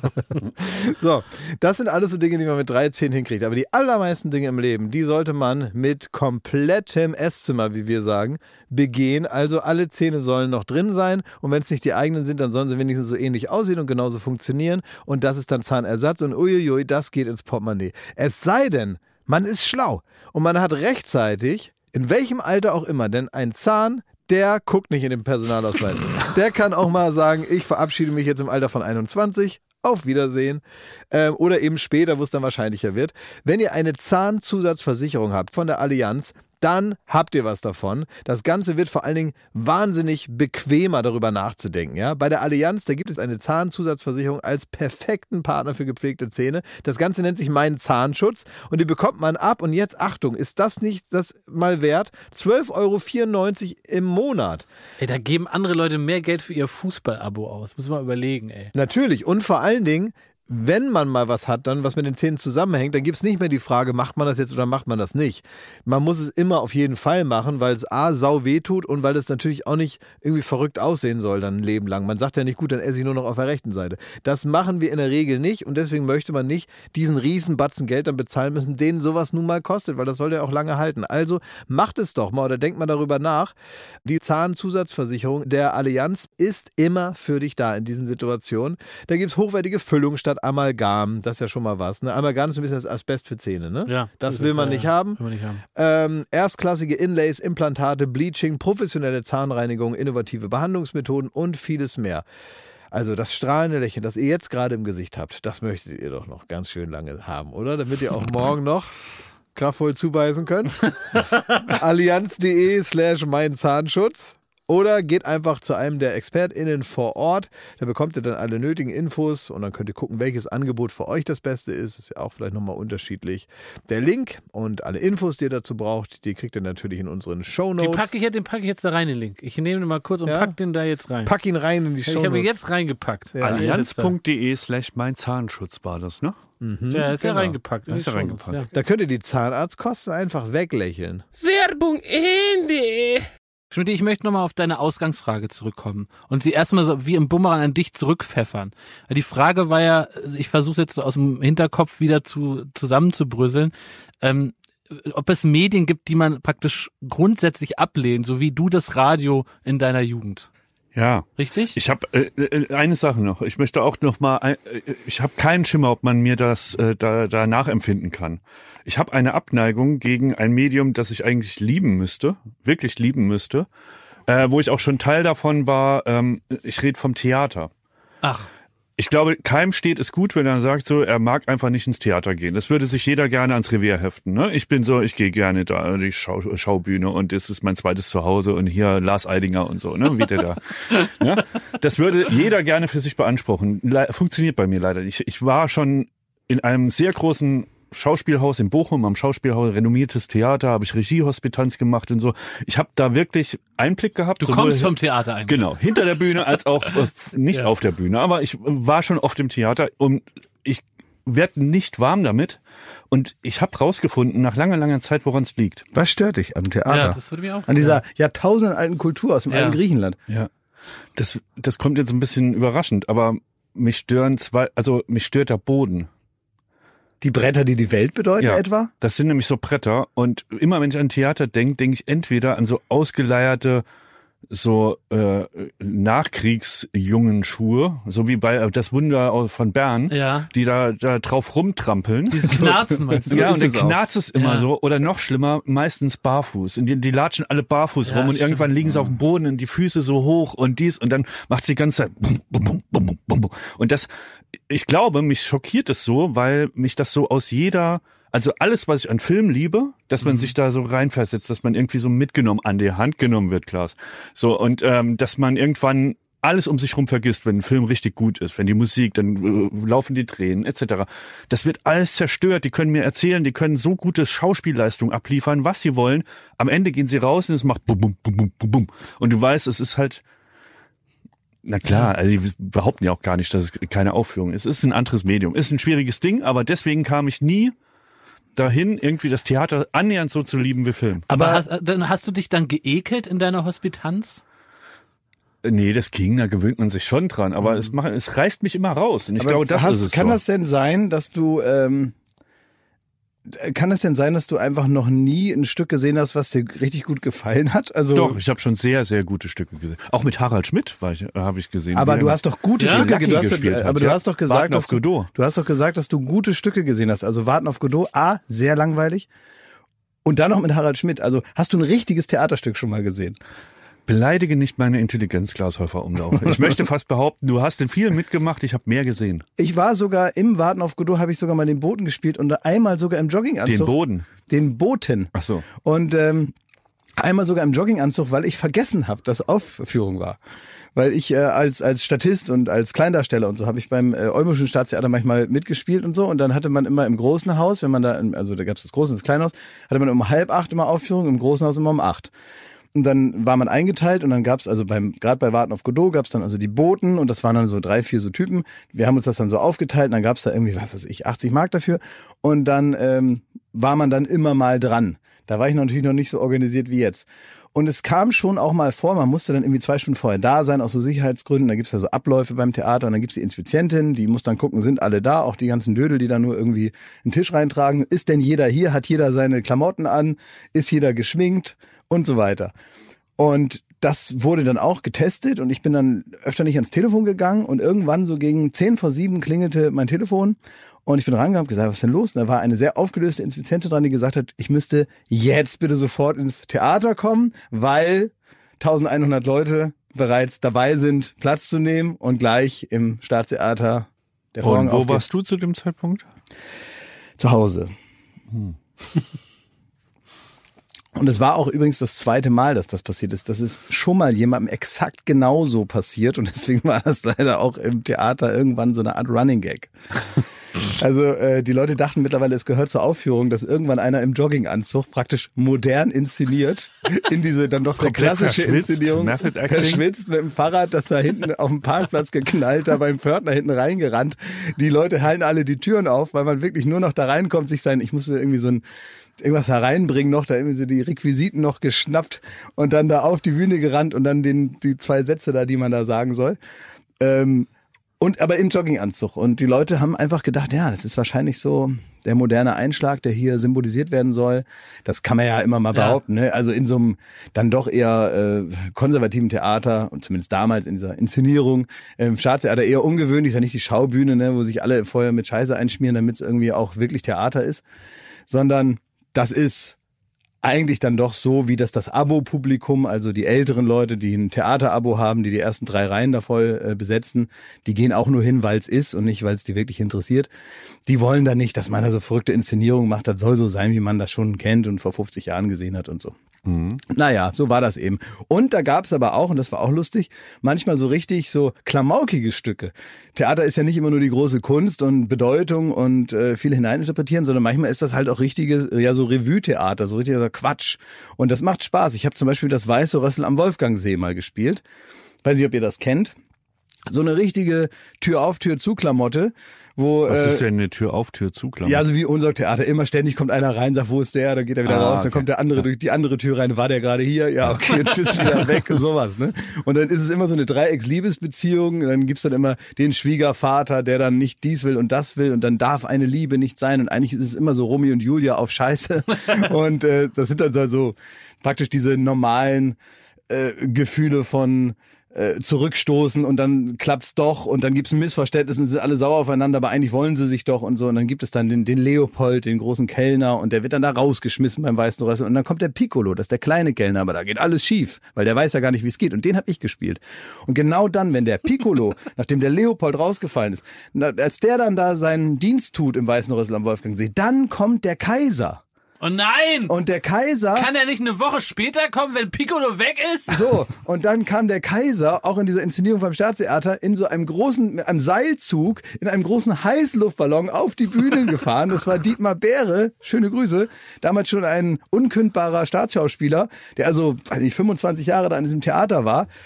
So, das sind alles so Dinge, die man mit dreizehn hinkriegt. Aber die allermeisten Dinge im Leben, die sollte man mit komplettem Esszimmer, wie wir sagen, begehen. Also alle Zähne sollen noch drin sein. Und wenn es nicht die eigenen sind, dann sollen sie wenigstens so ähnlich aussehen und genauso funktionieren. Und das ist dann Zahnersatz. Und uiuiui, das geht ins Portemonnaie. Es sei denn, man ist schlau und man hat rechtzeitig, in welchem Alter auch immer, denn ein Zahn, der guckt nicht in den Personalausweis. Der kann auch mal sagen, ich verabschiede mich jetzt im Alter von einundzwanzig, auf Wiedersehen. Ähm, oder eben später, wo es dann wahrscheinlicher wird. Wenn ihr eine Zahnzusatzversicherung habt von der Allianz, dann habt ihr was davon. Das Ganze wird vor allen Dingen wahnsinnig bequemer, darüber nachzudenken. Ja? Bei der Allianz, da gibt es eine Zahnzusatzversicherung als perfekten Partner für gepflegte Zähne. Das Ganze nennt sich Mein Zahnschutz und die bekommt man ab. Und jetzt, Achtung, ist das nicht das mal wert? zwölf Euro vierundneunzig im Monat. Ey, da geben andere Leute mehr Geld für ihr Fußball-Abo aus. Muss man überlegen, ey. Natürlich. Und vor allen Dingen, wenn man mal was hat, dann was mit den Zähnen zusammenhängt, dann gibt es nicht mehr die Frage, macht man das jetzt oder macht man das nicht. Man muss es immer auf jeden Fall machen, weil es A, sau weh tut und weil es natürlich auch nicht irgendwie verrückt aussehen soll dann ein Leben lang. Man sagt ja nicht, gut, dann esse ich nur noch auf der rechten Seite. Das machen wir in der Regel nicht und deswegen möchte man nicht diesen riesen Batzen Geld dann bezahlen müssen, den sowas nun mal kostet, weil das soll ja auch lange halten. Also macht es doch mal oder denkt mal darüber nach. Die Zahnzusatzversicherung der Allianz ist immer für dich da in diesen Situationen. Da gibt es hochwertige Füllung statt Amalgam, das ist ja schon mal was. Ne? Amalgam ist ein bisschen das Asbest für Zähne, ne? Ja, das will man, ja, nicht haben. will man nicht haben. Ähm, erstklassige Inlays, Implantate, Bleaching, professionelle Zahnreinigung, innovative Behandlungsmethoden und vieles mehr. Also das strahlende Lächeln, das ihr jetzt gerade im Gesicht habt, das möchtet ihr doch noch ganz schön lange haben, oder? Damit ihr auch morgen noch kraftvoll zubeißen könnt. Allianz.de slash mein Zahnschutz. Oder geht einfach zu einem der ExpertInnen vor Ort. Da bekommt ihr dann alle nötigen Infos und dann könnt ihr gucken, welches Angebot für euch das Beste ist. Ist ja auch vielleicht nochmal unterschiedlich. Der Link und alle Infos, die ihr dazu braucht, die kriegt ihr natürlich in unseren Shownotes. Den packe ich, den packe ich jetzt da rein, den Link. Ich nehme den mal kurz und ja? pack den da jetzt rein. Pack ihn rein in die Shownotes. Ich habe ihn jetzt reingepackt. Ja. Allianz.de slash mein Zahnschutz war das, ne? Mhm, ja, ist genau. ja reingepackt. Ist ja reingepackt. Ja. Da könnt ihr die Zahnarztkosten einfach weglächeln. Werbung Ende. Schmidt, ich möchte nochmal auf deine Ausgangsfrage zurückkommen und sie erstmal so wie im Bumerang an dich zurückpfeffern. Die Frage war ja, ich versuche es jetzt so aus dem Hinterkopf wieder zu zusammenzubröseln, ähm, ob es Medien gibt, die man praktisch grundsätzlich ablehnt, so wie du das Radio in deiner Jugend. Ja. Richtig? Ich habe äh, eine Sache noch. Ich möchte auch noch mal, äh, ich habe keinen Schimmer, ob man mir das äh, da, da nachempfinden kann. Ich habe eine Abneigung gegen ein Medium, das ich eigentlich lieben müsste, wirklich lieben müsste, äh, wo ich auch schon Teil davon war. Ähm, ich rede vom Theater. Ach. Ich glaube, keinem steht es gut, wenn er sagt so, er mag einfach nicht ins Theater gehen. Das würde sich jeder gerne ans Revier heften. Ne? Ich bin so, ich gehe gerne da in die Schau, Schaubühne und das ist mein zweites Zuhause und hier Lars Eidinger und so, ne, wie der da. Ne? Das würde jeder gerne für sich beanspruchen. Le- funktioniert bei mir leider nicht. Ich war schon in einem sehr großen Schauspielhaus in Bochum, am Schauspielhaus, renommiertes Theater, habe ich Regiehospitanz gemacht und so. Ich habe da wirklich Einblick gehabt. Du kommst vom Theater eigentlich. Genau, hinter der Bühne als auch äh, nicht ja. auf der Bühne. Aber ich war schon oft im Theater und ich werde nicht warm damit. Und ich habe rausgefunden, nach langer, langer Zeit, woran es liegt. Was stört dich am Theater? Ja, das würde mich auch. An dieser jahrtausendalten Kultur aus dem ja. alten Griechenland. Ja, das, das kommt jetzt ein bisschen überraschend, aber mich stören zwei, also mich stört der Boden. Die Bretter, die die Welt bedeuten ja, etwa? Das sind nämlich so Bretter und immer wenn ich an Theater denke, denke ich entweder an so ausgeleierte so äh, Nachkriegsjungenschuhe, so wie bei Das Wunder von Bern, ja. die da, da drauf rumtrampeln. Dieses Knarzen meinst du? Ja, so und dann es knarzt es immer ja. so. Oder noch schlimmer, meistens barfuß. Und die, die latschen alle barfuß ja, rum und stimmt. irgendwann liegen sie auf dem Boden und die Füße so hoch und dies und dann macht sie die ganze Zeit bum, bum, bum, bum, bum, bum. Und das, ich glaube, mich schockiert es so, weil mich das so aus jeder, also alles, was ich an Film liebe, dass man mhm. sich da so reinversetzt, dass man irgendwie so mitgenommen, an die Hand genommen wird, Klaas. So, und ähm, dass man irgendwann alles um sich rum vergisst, wenn ein Film richtig gut ist, wenn die Musik, dann äh, laufen die Tränen, et cetera. Das wird alles zerstört. Die können mir erzählen, die können so gute Schauspielleistung abliefern, was sie wollen. Am Ende gehen sie raus und es macht bum, bum, bum, bum, bum. Und du weißt, es ist halt Na klar, also die behaupten ja auch gar nicht, dass es keine Aufführung ist. Es ist ein anderes Medium. Ist ein schwieriges Ding, aber deswegen kam ich nie dahin, irgendwie das Theater annähernd so zu lieben wie Film. Aber, aber hast, dann hast du dich dann geekelt in deiner Hospitanz? Nee, das ging, da gewöhnt man sich schon dran, aber mhm. es macht, es reißt mich immer raus. Und ich aber glaube, das hast, ist es Kann so. das denn sein, dass du, ähm, kann es denn sein, dass du einfach noch nie ein Stück gesehen hast, was dir richtig gut gefallen hat? Also doch, ich habe schon sehr, sehr gute Stücke gesehen. Auch mit Harald Schmidt war ich, habe ich gesehen. Aber du hast doch gute ja? Stücke Lucky du hast gespielt doch, hat, Aber du ja? hast doch gesagt, Warten dass auf Godot. Du, du hast doch gesagt, dass du gute Stücke gesehen hast. Also Warten auf Godot, A, sehr langweilig. Und dann noch mit Harald Schmidt. Also hast du ein richtiges Theaterstück schon mal gesehen? Beleidige nicht meine Intelligenz, Glashäufer Umlauf. Ich möchte fast behaupten, du hast in vielen mitgemacht, ich habe mehr gesehen. Ich war sogar im Warten auf Godot, habe ich sogar mal den Boten gespielt und einmal sogar im Jogginganzug. Den Boden? Den Boten. Ach so. Und ähm, einmal sogar im Jogginganzug, weil ich vergessen habe, dass Aufführung war. Weil ich äh, als als Statist und als Kleindarsteller und so habe ich beim äh, Olmischen Staatstheater manchmal mitgespielt und so. Und dann hatte man immer im großen Haus, wenn man da, also da gab es das große und das kleine Haus, hatte man um halb acht immer Aufführung, im großen Haus immer um acht. Und dann war man eingeteilt und dann gab's also beim gerade bei Warten auf Godot gab's dann also die Boten und das waren dann so drei, vier so Typen. Wir haben uns das dann so aufgeteilt und dann gab's da irgendwie, was weiß ich, achtzig Mark dafür und dann ähm, war man dann immer mal dran. Da war ich natürlich noch nicht so organisiert wie jetzt. Und es kam schon auch mal vor, man musste dann irgendwie zwei Stunden vorher da sein, aus so Sicherheitsgründen. Da gibt's ja so Abläufe beim Theater und dann gibt's die Inspizientin, die muss dann gucken, sind alle da, auch die ganzen Dödel, die da nur irgendwie einen Tisch reintragen. Ist denn jeder hier? Hat jeder seine Klamotten an? Ist jeder geschminkt? Und so weiter. Und das wurde dann auch getestet und ich bin dann öfter nicht ans Telefon gegangen und irgendwann so gegen zehn vor sieben klingelte mein Telefon und ich bin rangegangen und gesagt, was ist denn los? Und da war eine sehr aufgelöste Inspizientin dran, die gesagt hat, ich müsste jetzt bitte sofort ins Theater kommen, weil eintausendeinhundert Leute bereits dabei sind, Platz zu nehmen und gleich im Staatstheater der Vorhang aufgeht. Und wo aufgeht. warst du zu dem Zeitpunkt? Zu Hause. Hm. Und es war auch übrigens das zweite Mal, dass das passiert ist. Das ist schon mal jemandem exakt genauso passiert und deswegen war das leider auch im Theater irgendwann so eine Art Running Gag. Also äh, die Leute dachten mittlerweile, es gehört zur Aufführung, dass irgendwann einer im Jogginganzug praktisch modern inszeniert in diese dann doch sehr klassische Inszenierung verschwitzt mit dem Fahrrad, das da hinten auf dem Parkplatz geknallt, da beim Pförtner hinten reingerannt. Die Leute halten alle die Türen auf, weil man wirklich nur noch da reinkommt, sich sein, ich musste irgendwie so ein irgendwas hereinbringen noch, da irgendwie so die Requisiten noch geschnappt und dann da auf die Bühne gerannt und dann den die zwei Sätze da, die man da sagen soll. Ähm, und aber im Jogginganzug. Und die Leute haben einfach gedacht, ja, das ist wahrscheinlich so der moderne Einschlag, der hier symbolisiert werden soll. Das kann man ja immer mal behaupten. Ja. Ne? Also in so einem dann doch eher äh, konservativen Theater und zumindest damals in dieser Inszenierung im Staatstheater eher ungewöhnlich, ist ja nicht die Schaubühne, ne, wo sich alle vorher mit Scheiße einschmieren, damit es irgendwie auch wirklich Theater ist, sondern das ist eigentlich dann doch so, wie das das Abo-Publikum, also die älteren Leute, die ein Theater-Abo haben, die die ersten drei Reihen da voll äh, besetzen, die gehen auch nur hin, weil es ist und nicht, weil es die wirklich interessiert. Die wollen dann nicht, dass man da so verrückte Inszenierungen macht. Das soll so sein, wie man das schon kennt und vor fünfzig Jahren gesehen hat und so. Mhm. Naja, so war das eben. Und da gab's aber auch, und das war auch lustig, manchmal so richtig so klamaukige Stücke. Theater ist ja nicht immer nur die große Kunst und Bedeutung und äh, viel hineininterpretieren, sondern manchmal ist das halt auch richtiges, ja so Revue-Theater, so richtiger Quatsch. Und das macht Spaß. Ich habe zum Beispiel das Weiße Rössel am Wolfgangsee mal gespielt. Weiß nicht, ob ihr das kennt. So eine richtige Tür-auf-Tür-zu-Klamotte. Wo, Was äh, ist denn eine Tür auf, Tür zu, Klammer? Ja, also wie unser Theater. Immer ständig kommt einer rein, sagt, wo ist der? Dann geht er wieder ah, raus, okay. Dann kommt der andere durch die andere Tür rein. War der gerade hier? Ja, okay, tschüss, wieder weg und sowas. Ne? Und dann ist es immer so eine Dreiecks-Liebesbeziehung. Dann gibt's dann immer den Schwiegervater, der dann nicht dies will und das will. Und dann darf eine Liebe nicht sein. Und eigentlich ist es immer so Romy und Julia auf Scheiße. Und äh, das sind dann so praktisch diese normalen äh, Gefühle von Äh, zurückstoßen und dann klappt's doch und dann gibt's ein Missverständnis und sind alle sauer aufeinander, aber eigentlich wollen sie sich doch und so und dann gibt es dann den, den Leopold, den großen Kellner und der wird dann da rausgeschmissen beim Weißen Rössel und dann kommt der Piccolo, das ist der kleine Kellner, aber da geht alles schief, weil der weiß ja gar nicht, wie es geht und den habe ich gespielt. Und genau dann, wenn der Piccolo, nachdem der Leopold rausgefallen ist, als der dann da seinen Dienst tut im Weißen Rössel am Wolfgangsee, dann kommt der Kaiser. Oh nein! Und der Kaiser... Kann er nicht eine Woche später kommen, wenn Piccolo weg ist? So, und dann kam der Kaiser, auch in dieser Inszenierung vom Staatstheater, in so einem großen, mit einem Seilzug, in einem großen Heißluftballon auf die Bühne gefahren. Das war Dietmar Behre, schöne Grüße, damals schon ein unkündbarer Staatsschauspieler, der also, weiß nicht, fünfundzwanzig Jahre da in diesem Theater war.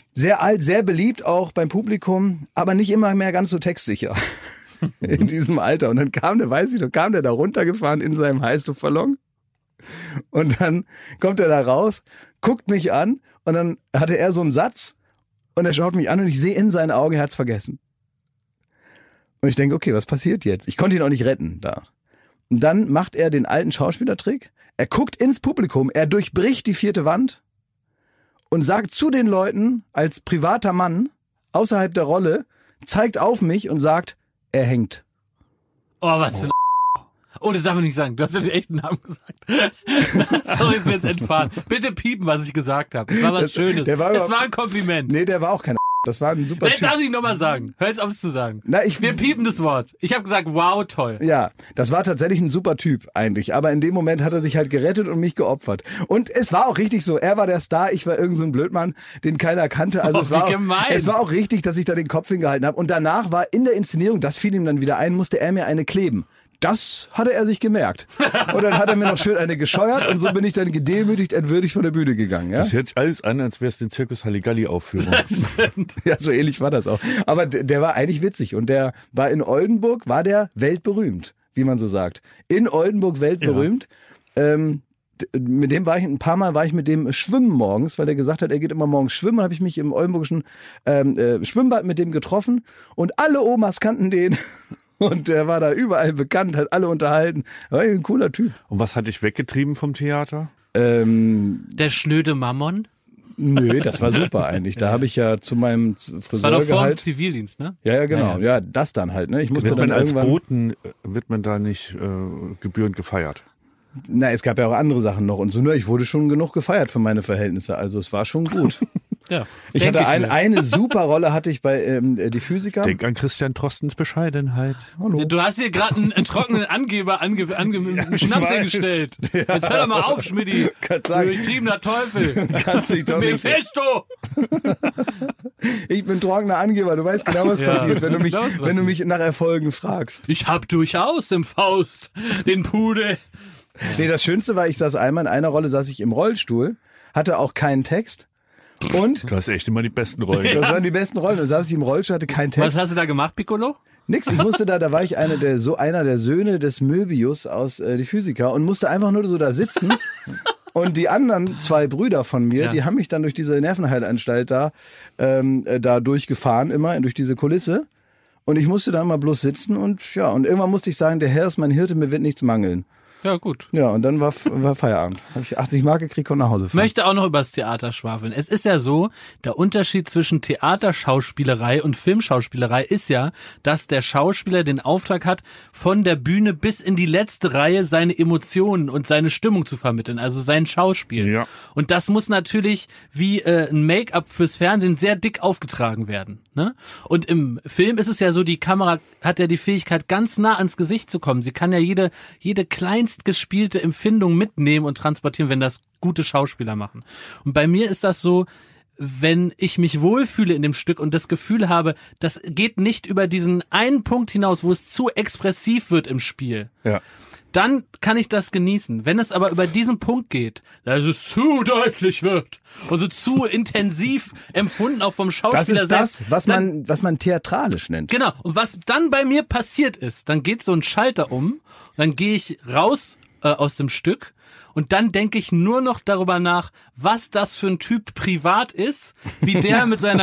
Sehr alt, sehr beliebt auch beim Publikum, aber nicht immer mehr ganz so textsicher in diesem Alter. Und dann kam der, weiß ich noch, kam der da runtergefahren in seinem Heißluftballon. Und dann kommt er da raus, guckt mich an und dann hatte er so einen Satz und er schaut mich an und ich sehe in seinen Augen, er hat's vergessen. Und ich denke, okay, was passiert jetzt? Ich konnte ihn auch nicht retten da. Und dann macht er den alten Schauspielertrick, er guckt ins Publikum, er durchbricht die vierte Wand und sagt zu den Leuten als privater Mann außerhalb der Rolle, zeigt auf mich und sagt, er hängt. Oh, was für ein Oh, das darf man nicht sagen. Du hast ja den echten Namen gesagt. Sorry, ist mir jetzt entfahren. Bitte piepen, was ich gesagt habe. Das war was das, Schönes. Es war ein Kompliment. Nee, der war auch kein Das war ein super Typ. Das darf ich nochmal sagen. Hör jetzt auf, es zu sagen. Na, ich, Wir piepen das Wort. Ich habe gesagt, wow, toll. Ja, das war tatsächlich ein super Typ eigentlich. Aber in dem Moment hat er sich halt gerettet und mich geopfert. Und es war auch richtig so. Er war der Star, ich war irgend so ein Blödmann, den keiner kannte. Also oh, es, war auch, gemein. es war auch richtig, dass ich da den Kopf hingehalten habe. Und danach war in der Inszenierung, das fiel ihm dann wieder ein, musste er mir eine kleben. Das hatte er sich gemerkt. Und dann hat er mir noch schön eine gescheuert und so bin ich dann gedemütigt, entwürdigt von der Bühne gegangen. Ja? Das hört sich alles an, als wäre es den Zirkus Halligalli-Aufführung. Ja, so ähnlich war das auch. Aber der, der war eigentlich witzig und der war in Oldenburg, war der weltberühmt, wie man so sagt. In Oldenburg weltberühmt. Ja. Ähm, mit dem war ich ein paar Mal war ich mit dem schwimmen morgens, weil er gesagt hat, er geht immer morgens schwimmen. Habe ich mich im oldenburgischen ähm, äh, Schwimmbad mit dem getroffen und alle Omas kannten den. Und der war da überall bekannt, hat alle unterhalten. War ein cooler Typ. Und was hat dich weggetrieben vom Theater? Ähm, Der schnöde Mammon? Nö, das war super eigentlich. Da habe ich ja zu meinem Friseur Das war doch vor dem Gehalt- Zivildienst, ne? Ja, ja, genau. Ja, Ja, ja. das dann halt. Ne? Ich musste Wird dann man als irgendwann. Boten, äh, wird man da nicht äh, gebührend gefeiert? Na, es gab ja auch andere Sachen noch und so. Nur ich wurde schon genug gefeiert für meine Verhältnisse. Also es war schon gut. Ja, Ich denk hatte ein, mir. eine super Rolle hatte ich bei ähm, die Physiker. Denk an Christian Trostens Bescheidenheit. Hallo. Du hast hier gerade einen, einen trockenen Angeber ange, ange, einen ich Schnaps weiß. hingestellt. Jetzt hör doch mal auf, Schmidti. Kann Du sagen. durchtriebener Teufel. Kannst dich doch nicht. Mephisto! Ich bin trockener Angeber. Du weißt genau, was Ja, passiert, wenn du mich, ich weiß, was wenn du passiert. mich nach Erfolgen fragst. Ich hab durchaus im Faust den Pudel. Nee, das Schönste war, ich saß einmal in einer Rolle, saß ich im Rollstuhl, hatte auch keinen Text. Und Du hast echt immer die besten Rollen. das waren die besten Rollen. Da saß ich im Rollstuhl, hatte keinen Text. Was hast du da gemacht, Piccolo? Nix, ich musste da, da war ich einer der, so einer der Söhne des Möbius aus äh, die Physiker und musste einfach nur so da sitzen. Und die anderen zwei Brüder von mir, Ja. die haben mich dann durch diese Nervenheilanstalt da, ähm, äh, da durchgefahren, immer durch diese Kulisse. Und ich musste da mal bloß sitzen und ja, und irgendwann musste ich sagen, der Herr ist mein Hirte, mir wird nichts mangeln. Ja, gut. Ja, und dann war, war Feierabend. Habe ich achtzig Mark gekriegt, konnte nach Hause Ich fahren. möchte auch noch über das Theater schwafeln. Es ist ja so, der Unterschied zwischen Theaterschauspielerei und Filmschauspielerei ist ja, dass der Schauspieler den Auftrag hat, von der Bühne bis in die letzte Reihe seine Emotionen und seine Stimmung zu vermitteln, also sein Schauspiel. Ja. Und das muss natürlich wie äh, ein Make-up fürs Fernsehen sehr dick aufgetragen werden. Ne? Und im Film ist es ja so, die Kamera hat ja die Fähigkeit, ganz nah ans Gesicht zu kommen. Sie kann ja jede, jede kleinst gespielte Empfindung mitnehmen und transportieren, wenn das gute Schauspieler machen. Und bei mir ist das so, wenn ich mich wohlfühle in dem Stück und das Gefühl habe, das geht nicht über diesen einen Punkt hinaus, wo es zu expressiv wird im Spiel. Ja. Dann kann ich das genießen. Wenn es aber über diesen Punkt geht, dass es zu deutlich wird und so zu intensiv empfunden auch vom Das Schauspieler ist das, selbst, was dann, man, was man theatralisch nennt. Genau. Und was dann bei mir passiert ist, dann geht so ein Schalter um, dann gehe ich raus äh, aus dem Stück und dann denke ich nur noch darüber nach, was das für ein Typ privat ist, wie der mit seiner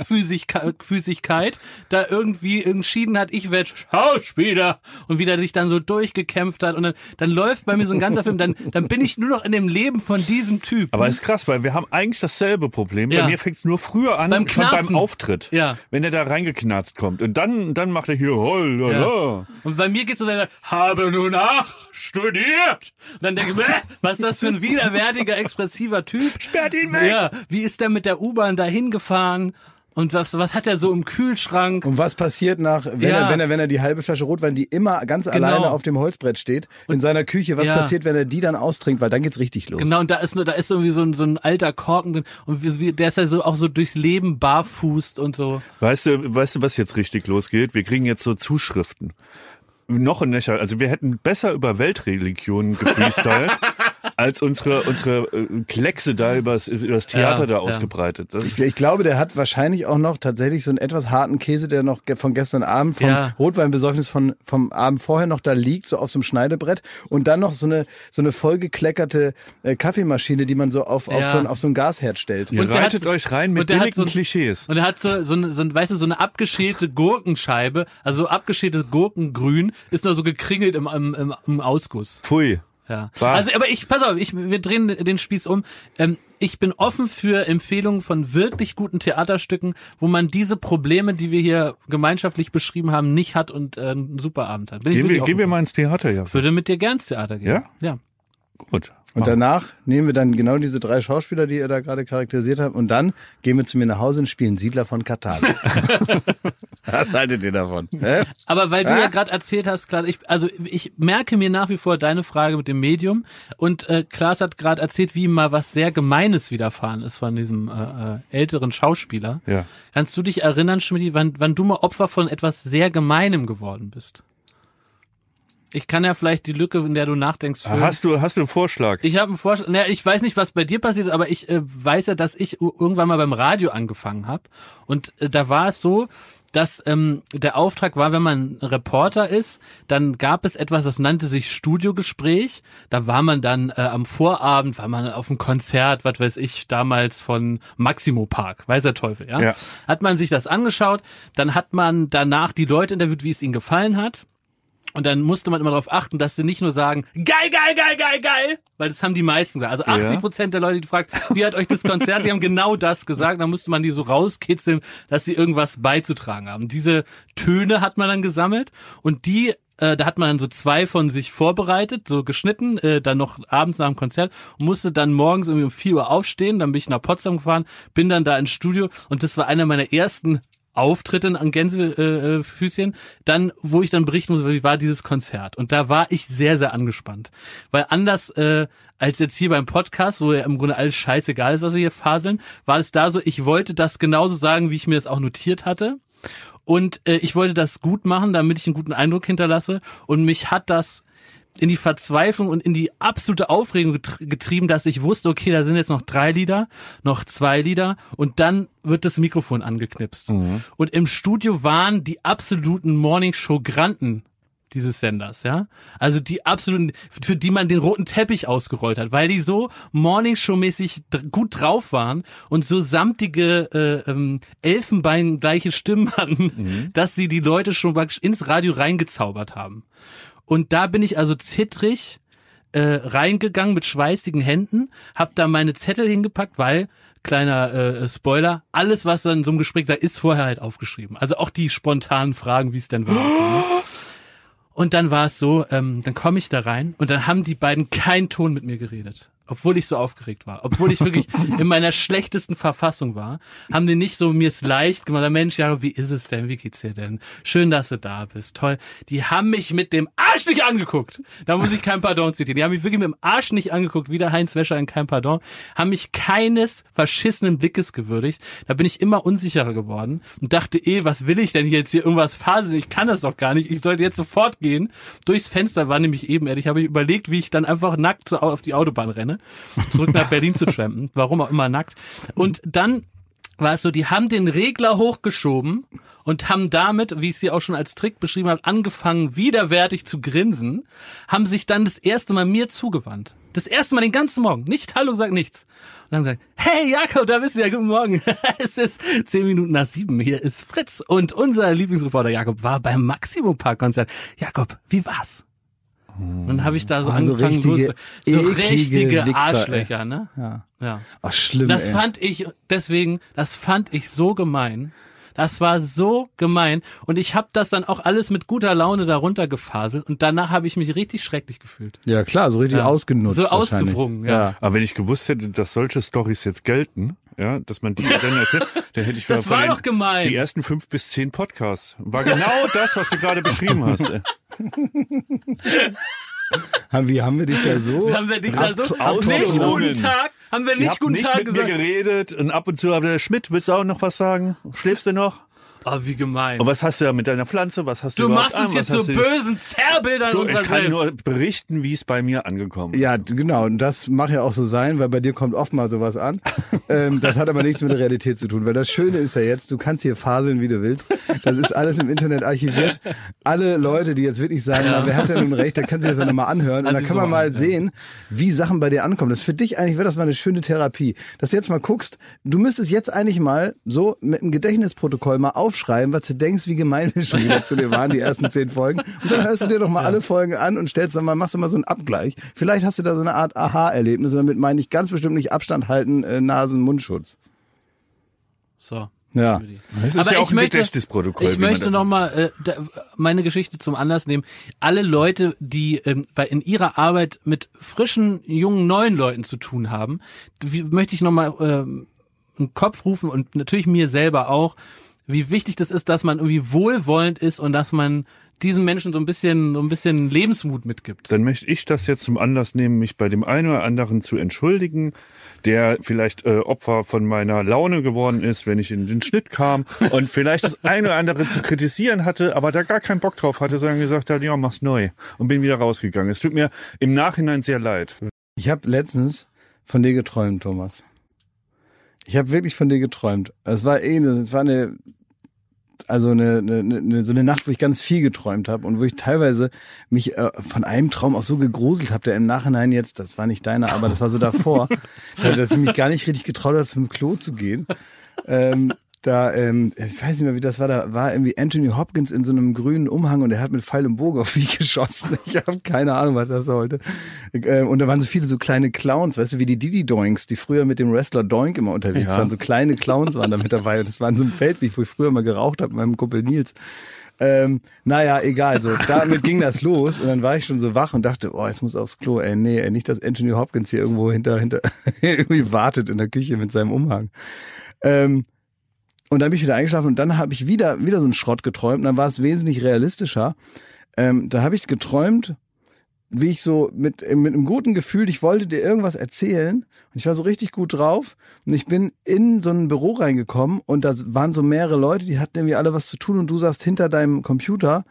Käsefüßigkeit da irgendwie entschieden hat, ich werde Schauspieler und wie der sich dann so durchgekämpft hat und dann, dann läuft bei mir so ein ganzer Film, dann, dann bin ich nur noch in dem Leben von diesem Typ. Aber ist krass, weil wir haben eigentlich dasselbe Problem. Ja. Bei mir fängt es nur früher an, Beim schon Knarzen. beim Auftritt. Ja. Wenn er da reingeknarzt kommt. Und dann, dann macht er hier, hol, hol, Ja. hol. Und bei mir geht's so, wenn er, habe nun ach studiert. Und dann denke ich, bäh, was ist das für ein widerwärtiger, expressiver Typ? Sperrt ihn weg! Ja, wie ist der mit der U-Bahn dahin gefahren? Und was, was hat er so im Kühlschrank? Und was passiert nach, wenn, Ja. er, wenn er, wenn er die halbe Flasche Rotwein, die immer ganz Genau. alleine auf dem Holzbrett steht, in seiner Küche, was Ja. passiert, wenn er die dann austrinkt, weil dann geht's richtig los. Genau, und da ist nur, da ist irgendwie so ein, so ein alter Korken drin. Und wie, wie- der ist ja so auch so durchs Leben barfußt und so. Weißt du, weißt du, was jetzt richtig losgeht? Wir kriegen jetzt so Zuschriften. Noch ein Lächer. Also wir hätten besser über Weltreligionen gefreestylt. als unsere unsere äh, Kleckse da übers, übers Theater Ja, da ja. ausgebreitet. Das Ich, ich glaube, der hat wahrscheinlich auch noch tatsächlich so einen etwas harten Käse, der noch ge- von gestern Abend vom Ja. Rotweinbesäufnis von vom Abend vorher noch da liegt, so auf so einem Schneidebrett und dann noch so eine so eine vollgekleckerte äh, Kaffeemaschine, die man so auf auf Ja. so ein auf so ein Gasherd stellt. Ihr Und der reitet hat- euch rein mit und der hat billigen so ein- Klischees. Und er hat so, so, eine, so, ein, weißt du, so eine abgeschälte Gurkenscheibe, also abgeschältes Gurkengrün, ist nur so gekringelt im, im, im, im Ausguss. Pfui. Ja. Bah. Also, aber ich, pass auf, ich, wir drehen den Spieß um. Ähm, ich bin offen für Empfehlungen von wirklich guten Theaterstücken, wo man diese Probleme, die wir hier gemeinschaftlich beschrieben haben, nicht hat und äh, einen super Abend hat. Bin ich Gehen wir, wirklich gehen wir offen mal ins Theater, ja. für. Würde mit dir gern ins Theater gehen. Ja? Ja. Gut. Und danach nehmen wir dann genau diese drei Schauspieler, die ihr da gerade charakterisiert habt, und dann gehen wir zu mir nach Hause und spielen Siedler von Katan. Was haltet ihr davon? Hä? Aber weil du Ah? ja gerade erzählt hast, Klaas, ich, also ich merke mir nach wie vor deine Frage mit dem Medium und äh, Klaas hat gerade erzählt, wie ihm mal was sehr Gemeines widerfahren ist von diesem äh, äh, älteren Schauspieler. Ja. Kannst du dich erinnern, Schmidt, wann, wann du mal Opfer von etwas sehr Gemeinem geworden bist? Ich kann ja vielleicht die Lücke, in der du nachdenkst, füllen. Hast du hast du einen Vorschlag? Ich habe einen Vorschlag. Naja, ich weiß nicht, was bei dir passiert ist, aber ich äh, weiß ja, dass ich u- irgendwann mal beim Radio angefangen habe. Und äh, da war es so, dass ähm, der Auftrag war, wenn man Reporter ist, dann gab es etwas, das nannte sich Studiogespräch. Da war man dann äh, am Vorabend, war man auf einem Konzert, was weiß ich, damals von Maximo Park, weiß der Teufel, ja? Ja. Hat man sich das angeschaut, dann hat man danach die Leute interviewt, wie es ihnen gefallen hat. Und dann musste man immer darauf achten, dass sie nicht nur sagen, geil, geil, geil, geil, geil, weil das haben die meisten gesagt. Also achtzig Prozent der Leute, die du fragst, wie hat euch das Konzert, die haben genau das gesagt. Dann musste man die so rauskitzeln, dass sie irgendwas beizutragen haben. Diese Töne hat man dann gesammelt und die, äh, da hat man dann so zwei von sich vorbereitet, so geschnitten, äh, dann noch abends nach dem Konzert und musste dann morgens irgendwie um vier Uhr aufstehen. Dann bin ich nach Potsdam gefahren, bin dann da ins Studio und das war einer meiner ersten Auftritten an Gänsefüßchen, dann, wo ich dann berichten muss, wie war dieses Konzert. Und da war ich sehr, sehr angespannt. Weil anders äh, als jetzt hier beim Podcast, wo ja im Grunde alles scheißegal ist, was wir hier faseln, war es da so, ich wollte das genauso sagen, wie ich mir das auch notiert hatte. Und äh, ich wollte das gut machen, damit ich einen guten Eindruck hinterlasse. Und mich hat das in die Verzweiflung und in die absolute Aufregung getr- getrieben, dass ich wusste, okay, da sind jetzt noch drei Lieder, noch zwei Lieder und dann wird das Mikrofon angeknipst. Mhm. Und im Studio waren die absoluten Morningshow-Granten dieses Senders, ja. Also die absoluten, für die man den roten Teppich ausgerollt hat, weil die so Morningshow-mäßig dr- gut drauf waren und so samtige, äh, ähm, Elfenbein-gleiche Stimmen hatten, Mhm. dass sie die Leute schon praktisch ins Radio reingezaubert haben. Und da bin ich also zittrig äh, reingegangen mit schweißigen Händen, hab da meine Zettel hingepackt, weil, kleiner äh, Spoiler, alles, was dann in so einem Gespräch sagt, ist vorher halt aufgeschrieben. Also auch die spontanen Fragen, wie es denn war. Und so, ne? Und dann war es so, ähm, dann komme ich da rein und dann haben die beiden keinen Ton mit mir geredet. Obwohl ich so aufgeregt war, obwohl ich wirklich in meiner schlechtesten Verfassung war, haben die nicht so mir es leicht gemacht. Mensch, ja, wie ist es denn? Wie geht's dir denn? Schön, dass du da bist. Toll. Die haben mich mit dem Arsch nicht angeguckt. Da muss ich kein Pardon zitieren. Die haben mich wirklich mit dem Arsch nicht angeguckt, wie der Heinz Wäscher in kein Pardon. Haben mich keines verschissenen Blickes gewürdigt. Da bin ich immer unsicherer geworden und dachte, eh, was will ich denn jetzt hier irgendwas faseln? Ich kann das doch gar nicht. Ich sollte jetzt sofort gehen. Durchs Fenster war nämlich eben, ehrlich, habe ich überlegt, wie ich dann einfach nackt zu- auf die Autobahn renne. Zurück nach Berlin zu trampen, warum auch immer nackt. Und dann war es so, die haben den Regler hochgeschoben und haben damit, wie ich sie auch schon als Trick beschrieben habe, angefangen, widerwärtig zu grinsen, haben sich dann das erste Mal mir zugewandt. Das erste Mal den ganzen Morgen. Nicht Hallo, sagt nichts. Und dann gesagt, hey Jakob, da bist du ja, guten Morgen. Es ist zehn Minuten nach sieben. Hier ist Fritz und unser Lieblingsreporter Jakob war beim Maximo Park Konzert. Jakob, wie war's? Und dann habe ich da so Also angefangen, richtige, so, so eklige richtige Wichser, Arschlöcher, ey. ne? Ja. Ja. Ach, schlimm, Das ey. fand ich, deswegen, das fand ich so gemein. Das war so gemein. Und ich habe das dann auch alles mit guter Laune darunter gefaselt. Und danach habe ich mich richtig schrecklich gefühlt. Ja, klar, so richtig Ja. ausgenutzt. So wahrscheinlich. ausgewrungen, ja. Aber wenn ich gewusst hätte, dass solche Storys jetzt gelten, ja, dass man die dann erzählt, dann hätte ich Das von war den- doch gemein. Die ersten fünf bis zehn Podcasts. War genau das, was du gerade beschrieben hast. ey. Haben wir, haben wir dich da so? Haben wir dich da so, ab- nicht ausgerungen. guten Tag, haben wir Ihr nicht habt guten nicht Tag mit mir gesagt. geredet und ab und zu hat der Schmidt, willst du auch noch was sagen? Schläfst du noch? Oh, wie gemein. Und was hast du da mit deiner Pflanze? Was hast du Du überhaupt machst uns an? jetzt Was so hast du- bösen Zerrbildern Du, unserer ich kann selbst. nur berichten, wie es bei mir angekommen ist. Ja, genau. Und das mag ja auch so sein, weil bei dir kommt oft mal sowas an. ähm, das hat aber nichts mit der Realität zu tun. Weil das Schöne ist ja jetzt, du kannst hier faseln, wie du willst. Das ist alles im Internet archiviert. Alle Leute, die jetzt wirklich sagen, na, wer hat denn nun recht, der kann sich das ja nochmal anhören. Und dann kann man mal sehen, wie Sachen bei dir ankommen. Das ist für dich eigentlich, wäre das mal eine schöne Therapie. Dass du jetzt mal guckst, du müsstest jetzt eigentlich mal so mit einem Gedächtnisprotokoll mal aufschreiben, was du denkst, wie gemein wir schon wieder zu dir waren, die ersten zehn Folgen. Und dann hörst du dir doch mal alle Folgen an und stellst dann mal, machst du mal so einen Abgleich. Vielleicht hast du da so eine Art Aha-Erlebnis. Und damit meine ich ganz bestimmt nicht Abstand halten, äh, Nasen-Mundschutz. So. Ja. Das ist Aber ja auch ich ein möchte, Gedächtnisprotokoll. ich wie man möchte das- nochmal äh, da- meine Geschichte zum Anlass nehmen. Alle Leute, die ähm, bei in ihrer Arbeit mit frischen, jungen, neuen Leuten zu tun haben, wie, möchte ich nochmal ähm, einen Kopf rufen und natürlich mir selber auch, wie wichtig das ist, dass man irgendwie wohlwollend ist und dass man diesen Menschen so ein bisschen, so ein bisschen Lebensmut mitgibt. Dann möchte ich das jetzt zum Anlass nehmen, mich bei dem einen oder anderen zu entschuldigen, der vielleicht äh, Opfer von meiner Laune geworden ist, wenn ich in den Schnitt kam und vielleicht das eine oder andere zu kritisieren hatte, aber da gar keinen Bock drauf hatte, sondern gesagt hat, ja, mach's neu und bin wieder rausgegangen. Es tut mir im Nachhinein sehr leid. Ich habe letztens von dir geträumt, Thomas. Ich habe wirklich von dir geträumt. Es war eh eine, es war eine, also eine, eine, eine so eine Nacht, wo ich ganz viel geträumt habe und wo ich teilweise mich äh, von einem Traum auch so gegruselt habe, der im Nachhinein jetzt, das war nicht deiner, aber das war so davor, dass ich mich gar nicht richtig getraut habe, zum Klo zu gehen. Ähm, da, ähm, ich weiß nicht mehr, wie das war, da war irgendwie Anthony Hopkins in so einem grünen Umhang und er hat mit Pfeil und Bogen auf mich geschossen. Ich habe keine Ahnung, was das sollte. Ähm, und da waren so viele so kleine Clowns, weißt du, wie die Didi Doinks, die früher mit dem Wrestler Doink immer unterwegs Ja. waren. So kleine Clowns waren da mit dabei und das war in so einem Feldweg, wo ich früher mal geraucht habe mit meinem Kumpel Nils. Ähm, naja, egal, so, damit ging das los und dann war ich schon so wach und dachte, oh, jetzt muss aufs Klo, ey, nee, ey, nicht, dass Anthony Hopkins hier irgendwo hinter, hinter, irgendwie wartet in der Küche mit seinem Umhang. Ähm, Und dann bin ich wieder eingeschlafen und dann habe ich wieder wieder so einen Schrott geträumt. Und dann war es wesentlich realistischer. Ähm, da habe ich geträumt, wie ich so mit mit einem guten Gefühl, ich wollte dir irgendwas erzählen und ich war so richtig gut drauf und ich bin in so ein Büro reingekommen und da waren so mehrere Leute, die hatten irgendwie alle was zu tun und du saßt hinter deinem Computer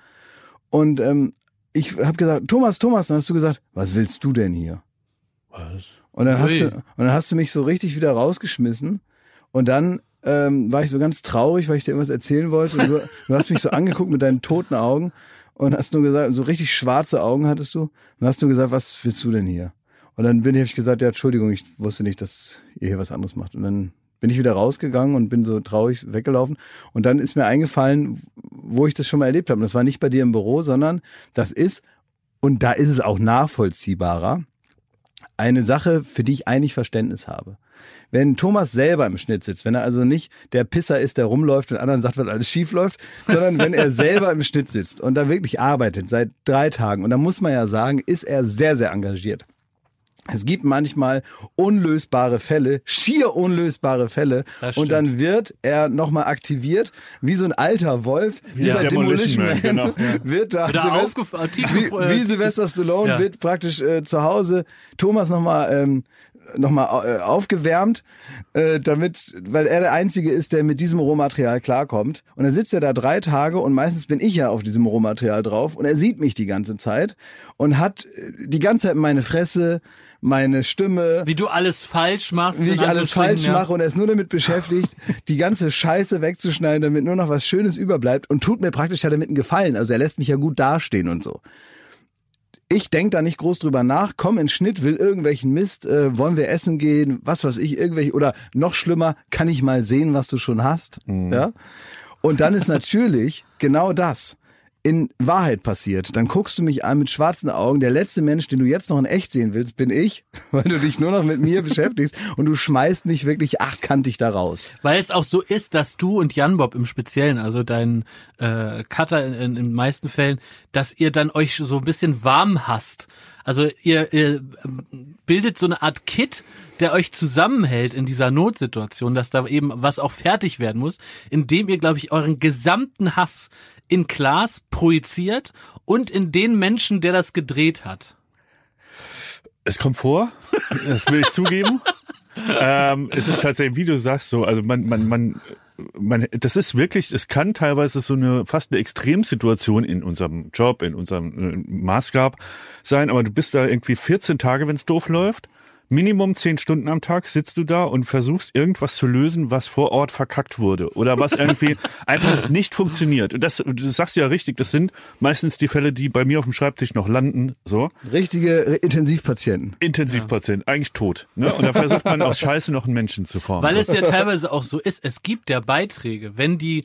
und ähm, ich habe gesagt, Thomas, Thomas, dann hast du gesagt, was willst du denn hier? Was? Und dann hast Ui. du und dann hast du mich so richtig wieder rausgeschmissen und dann ähm, war ich so ganz traurig, weil ich dir irgendwas erzählen wollte. Und du, du hast mich so angeguckt mit deinen toten Augen und hast nur gesagt, so richtig schwarze Augen hattest du. Und hast du gesagt, was willst du denn hier? Und dann bin ich, hab ich gesagt, ja, Entschuldigung, ich wusste nicht, dass ihr hier was anderes macht. Und dann bin ich wieder rausgegangen und bin so traurig weggelaufen. Und dann ist mir eingefallen, wo ich das schon mal erlebt habe. Und das war nicht bei dir im Büro, sondern das ist, und da ist es auch nachvollziehbarer, eine Sache, für die ich eigentlich Verständnis habe. Wenn Thomas selber im Schnitt sitzt, wenn er also nicht der Pisser ist, der rumläuft und anderen sagt, was alles schief läuft, sondern wenn er selber im Schnitt sitzt und da wirklich arbeitet seit drei Tagen, und da muss man ja sagen, ist er sehr, sehr engagiert. Es gibt manchmal unlösbare Fälle, schier unlösbare Fälle, Das und stimmt. dann wird er nochmal aktiviert, wie so ein alter Wolf, wie Ja, bei Demolition Demolition Man, Man, genau. wird da Wieder Silvester- aufgef- tief wie, gefro- wie Sylvester Stallone Ja. wird praktisch äh, zu Hause Thomas nochmal ähm, nochmal äh, aufgewärmt, äh, damit, weil er der Einzige ist, der mit diesem Rohmaterial klarkommt. Und dann sitzt er da drei Tage und meistens bin ich ja auf diesem Rohmaterial drauf und er sieht mich die ganze Zeit und hat äh, die ganze Zeit meine Fresse, meine Stimme, Wie du alles falsch machst. wie in ich alles falsch Anführungsstrichen, ja. mache, und er ist nur damit beschäftigt, die ganze Scheiße wegzuschneiden, damit nur noch was Schönes überbleibt, und tut mir praktisch ja damit einen Gefallen. Also er lässt mich ja gut dastehen und so. Ich denk da nicht groß drüber nach, komm in Schnitt, will irgendwelchen Mist, äh, wollen wir essen gehen, was weiß ich, irgendwelche, oder noch schlimmer, kann ich mal sehen, was du schon hast, ja? Und dann ist natürlich genau das in Wahrheit passiert. Dann guckst du mich an mit schwarzen Augen. Der letzte Mensch, den du jetzt noch in echt sehen willst, bin ich, weil du dich nur noch mit mir beschäftigst, und du schmeißt mich wirklich achtkantig da raus. Weil es auch so ist, dass du und Jan Bob im Speziellen, also dein äh, Cutter in, in, in den meisten Fällen, dass ihr dann euch so ein bisschen warm hasst. Also ihr, ihr ähm, bildet so eine Art Kit, der euch zusammenhält in dieser Notsituation, dass da eben was auch fertig werden muss, indem ihr, glaube ich, euren gesamten Hass in Klaas projiziert und in den Menschen, der das gedreht hat. Es kommt vor, das will ich zugeben. ähm, es ist tatsächlich, wie du sagst, so, also man, man, man man, das ist wirklich, es kann teilweise so eine fast eine Extremsituation in unserem Job, in unserem äh, Maßgab sein, aber du bist da irgendwie vierzehn Tage, wenn es doof läuft. Minimum zehn Stunden am Tag sitzt du da und versuchst irgendwas zu lösen, was vor Ort verkackt wurde oder was irgendwie einfach nicht funktioniert. Und das, das sagst du ja richtig, das sind meistens die Fälle, die bei mir auf dem Schreibtisch noch landen. So Richtige Intensivpatienten. Intensivpatienten, ja. Eigentlich tot. Ne? Und da versucht man aus Scheiße noch einen Menschen zu formen. Weil es ja teilweise auch so ist, es gibt ja Beiträge, wenn die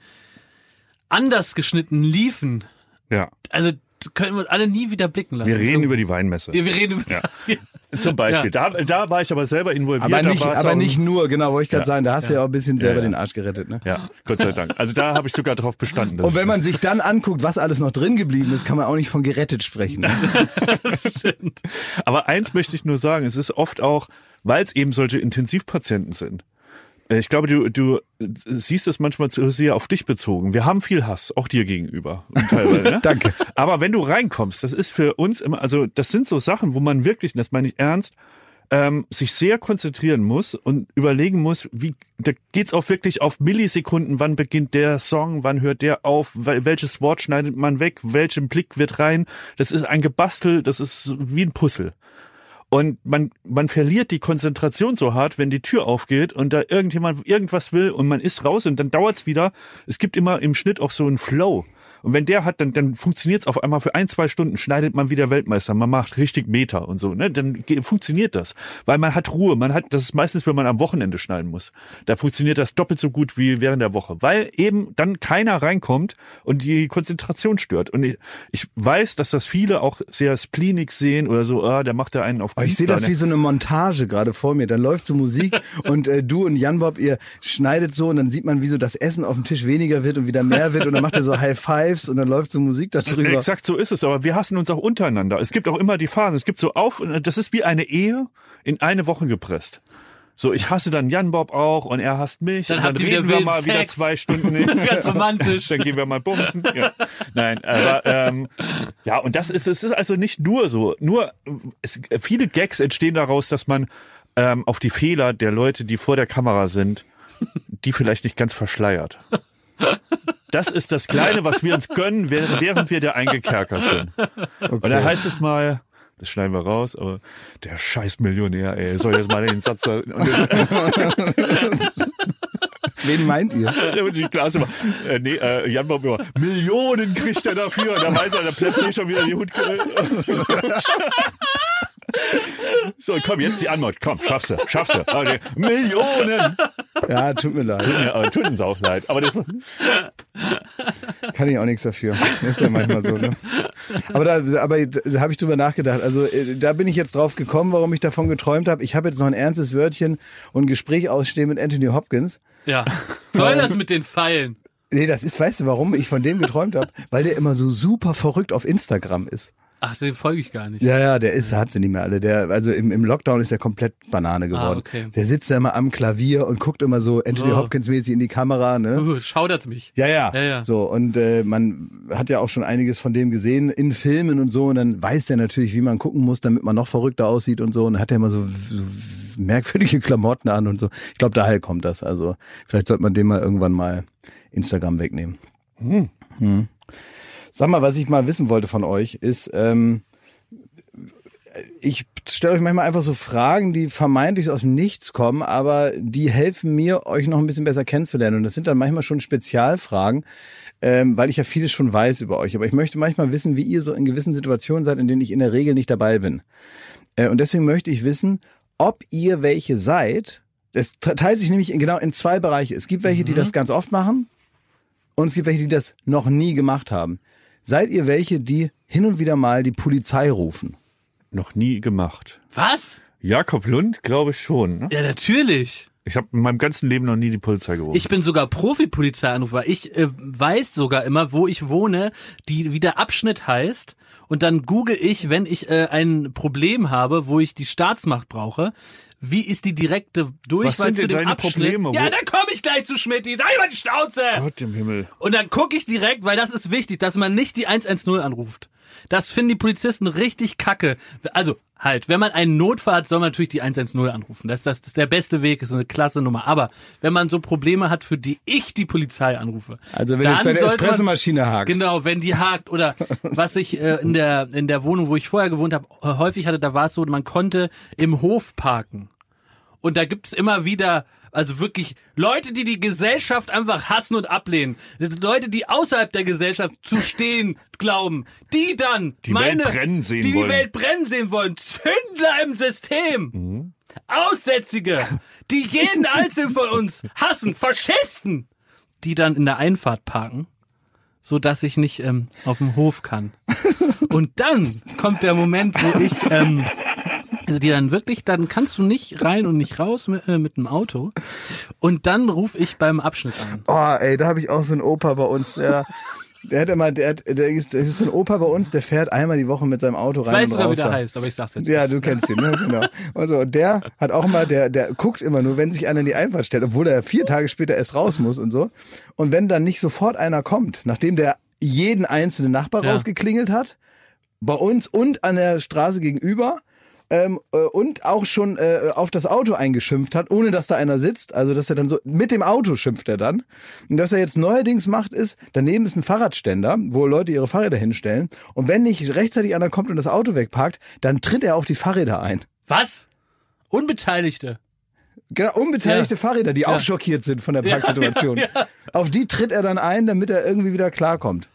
anders geschnitten liefen, ja. also können wir uns alle nie wieder blicken lassen. Wir reden über die Weinmesse. Ja, wir reden über ja. Zum Beispiel. Ja. Da, da war ich aber selber involviert. Aber nicht, da aber nicht nur, genau, wollte ich gerade ja. sagen. Da hast ja. du ja auch ein bisschen selber ja, ja. den Arsch gerettet. Ne? Ja, Gott sei Dank. Also da habe ich sogar drauf bestanden. Und wenn man sich dann anguckt, was alles noch drin geblieben ist, kann man auch nicht von gerettet sprechen. Ne? Das stimmt. Aber eins möchte ich nur sagen, es ist oft auch, weil es eben solche Intensivpatienten sind. Ich glaube, du, du siehst es manchmal zu sehr auf dich bezogen. Wir haben viel Hass, auch dir gegenüber. Teilweise, ne? Danke. Aber wenn du reinkommst, das ist für uns immer, also das sind so Sachen, wo man wirklich, das meine ich ernst, ähm, sich sehr konzentrieren muss und überlegen muss, wie, da geht's auch wirklich auf Millisekunden, wann beginnt der Song, wann hört der auf, welches Wort schneidet man weg, welchen Blick wird rein. Das ist ein Gebastel, das ist wie ein Puzzle. Und man, man verliert die Konzentration so hart, wenn die Tür aufgeht und da irgendjemand irgendwas will und man ist raus und dann dauert's wieder. Es gibt immer im Schnitt auch so einen Flow. Und wenn der hat, dann, dann funktioniert's auf einmal für ein, zwei Stunden, schneidet man wieder Weltmeister, man macht richtig Meter und so, ne? Dann funktioniert das. Weil man hat Ruhe, man hat, das ist meistens, wenn man am Wochenende schneiden muss. Da funktioniert das doppelt so gut wie während der Woche. Weil eben dann keiner reinkommt und die Konzentration stört. Und ich, ich weiß, dass das viele auch sehr spleenig sehen oder so, ah, der macht da einen auf Künstler. Ich sehe das wie so eine Montage gerade vor mir. Dann läuft so Musik und äh, du und Jan Bob, ihr schneidet so und dann sieht man, wie so das Essen auf dem Tisch weniger wird und wieder mehr wird und dann macht er so High Five und dann läuft so Musik da drüber. Exakt, so ist es, aber wir hassen uns auch untereinander. Es gibt auch immer die Phasen, es gibt so auf, das ist wie eine Ehe in eine Woche gepresst. So, ich hasse dann Jan Bob auch und er hasst mich dann und dann reden wir mal Sex. wieder zwei Stunden. Ganz romantisch. Dann gehen wir mal bumsen. Ja. Nein, aber ähm, ja, und das ist, es ist also nicht nur so, nur es, viele Gags entstehen daraus, dass man ähm, auf die Fehler der Leute, die vor der Kamera sind, die vielleicht nicht ganz verschleiert. Das ist das Kleine, was wir uns gönnen, während wir da eingekerkert sind. Okay. Und da heißt es mal, das schneiden wir raus, aber der scheiß Millionär, ey, soll jetzt mal den Satz da... Wen meint ihr? Die Klasse immer, äh, nee, äh, Jan Bob immer, Millionen kriegt er dafür. Und da weiß er, der plötzlich schon wieder die Hut... So, komm, jetzt die Antwort. Komm, schaffst du, schaffst du. Okay. Millionen! Ja, tut mir leid. Tut, mir, aber tut uns auch leid. Aber das kann ich auch nichts dafür. Das ist ja manchmal so, ne? Aber da, aber da habe ich drüber nachgedacht. Also da bin ich jetzt drauf gekommen, warum ich davon geträumt habe. Ich habe jetzt noch ein ernstes Wörtchen und ein Gespräch ausstehen mit Anthony Hopkins. Ja. Soll das mit den Pfeilen? Nee, das ist, weißt du, warum ich von dem geträumt habe? Weil der immer so super verrückt auf Instagram ist. Ach, den folge ich gar nicht. Ja, ja, der ist, hat sie nicht mehr alle. Der, also im, im Lockdown ist er komplett Banane geworden. Ah, okay. Der sitzt da immer am Klavier und guckt immer so Anthony oh. Hopkins mäßig in die Kamera, ne? Uh, schaudert's mich. Ja, ja. ja, ja. So, und äh, man hat ja auch schon einiges von dem gesehen in Filmen und so. Und dann weiß der natürlich, wie man gucken muss, damit man noch verrückter aussieht und so. Und dann hat er immer so, so merkwürdige Klamotten an und so. Ich glaube, daher kommt das. Also vielleicht sollte man dem mal irgendwann mal Instagram wegnehmen. Hm. Hm. Sag mal, was ich mal wissen wollte von euch, ist, ähm, ich stelle euch manchmal einfach so Fragen, die vermeintlich aus dem Nichts kommen, aber die helfen mir, euch noch ein bisschen besser kennenzulernen. Und das sind dann manchmal schon Spezialfragen, ähm, weil ich ja vieles schon weiß über euch. Aber ich möchte manchmal wissen, wie ihr so in gewissen Situationen seid, in denen ich in der Regel nicht dabei bin. Äh, und deswegen möchte ich wissen, ob ihr welche seid. Es teilt sich nämlich in, genau in zwei Bereiche. Es gibt welche, mhm. die das ganz oft machen und es gibt welche, die das noch nie gemacht haben. Seid ihr welche, die hin und wieder mal die Polizei rufen? Noch nie gemacht. Was? Jakob Lund, glaube ich schon. Ne? Ja, natürlich. Ich habe in meinem ganzen Leben noch nie die Polizei gerufen. Ich bin sogar Profi-Polizeianrufer. Ich äh, weiß sogar immer, wo ich wohne, die, wie der Abschnitt heißt. Und dann google ich, wenn ich äh, ein Problem habe, wo ich die Staatsmacht brauche, wie ist die direkte Durchwahl zu dem Abschnitt? Probleme? Ja, dann komme ich gleich zu Schmidt. Sag mal die Schnauze! Gott im Himmel. Und dann gucke ich direkt, weil das ist wichtig, dass man nicht die eins eins null anruft. Das finden die Polizisten richtig kacke. Also halt, wenn man einen Notfall hat, soll man natürlich die eins eins null anrufen. Das, das, das ist der beste Weg, das ist eine klasse Nummer. Aber wenn man so Probleme hat, für die ich die Polizei anrufe. Also wenn jetzt deine Espressomaschine hakt. Genau, wenn die hakt. Oder was ich äh, in der in der Wohnung, wo ich vorher gewohnt habe, häufig hatte, da war es so, man konnte im Hof parken. Und da gibt's immer wieder... Also wirklich Leute, die die Gesellschaft einfach hassen und ablehnen. Das sind Leute, die außerhalb der Gesellschaft zu stehen glauben. Die dann die meine, Welt brennen sehen die wollen. die Welt brennen sehen wollen. Zündler im System. Mhm. Aussätzige. Die jeden Einzelnen von uns hassen. Faschisten. Die dann in der Einfahrt parken, so dass ich nicht ähm, auf dem Hof kann. Und dann kommt der Moment, wo ich... Ähm, Also die dann wirklich, dann kannst du nicht rein und nicht raus mit, äh, mit dem Auto. Und dann rufe ich beim Abschnitt an. Oh, ey, da habe ich auch so einen Opa bei uns, der, der hat immer, der, der ist so ein Opa bei uns, der fährt einmal die Woche mit seinem Auto rein. Ich weiß und sogar, raus wie der da. heißt, aber ich sag's jetzt Ja, nicht. du kennst ihn, ne? Genau. Also, und der hat auch immer, der, der guckt immer nur, wenn sich einer in die Einfahrt stellt, obwohl er vier Tage später erst raus muss und so. Und wenn dann nicht sofort einer kommt, nachdem der jeden einzelnen Nachbar Ja. rausgeklingelt hat, bei uns und an der Straße gegenüber, Ähm, äh, und auch schon äh, auf das Auto eingeschimpft hat, ohne dass da einer sitzt. Also dass er dann so, mit dem Auto schimpft er dann. Und was er jetzt neuerdings macht ist, daneben ist ein Fahrradständer, wo Leute ihre Fahrräder hinstellen. Und wenn nicht rechtzeitig einer kommt und das Auto wegparkt, dann tritt er auf die Fahrräder ein. Was? Unbeteiligte? Genau, unbeteiligte Ja. Fahrräder, die Ja. auch schockiert sind von der Parksituation. Ja, ja. Auf die tritt er dann ein, damit er irgendwie wieder klarkommt.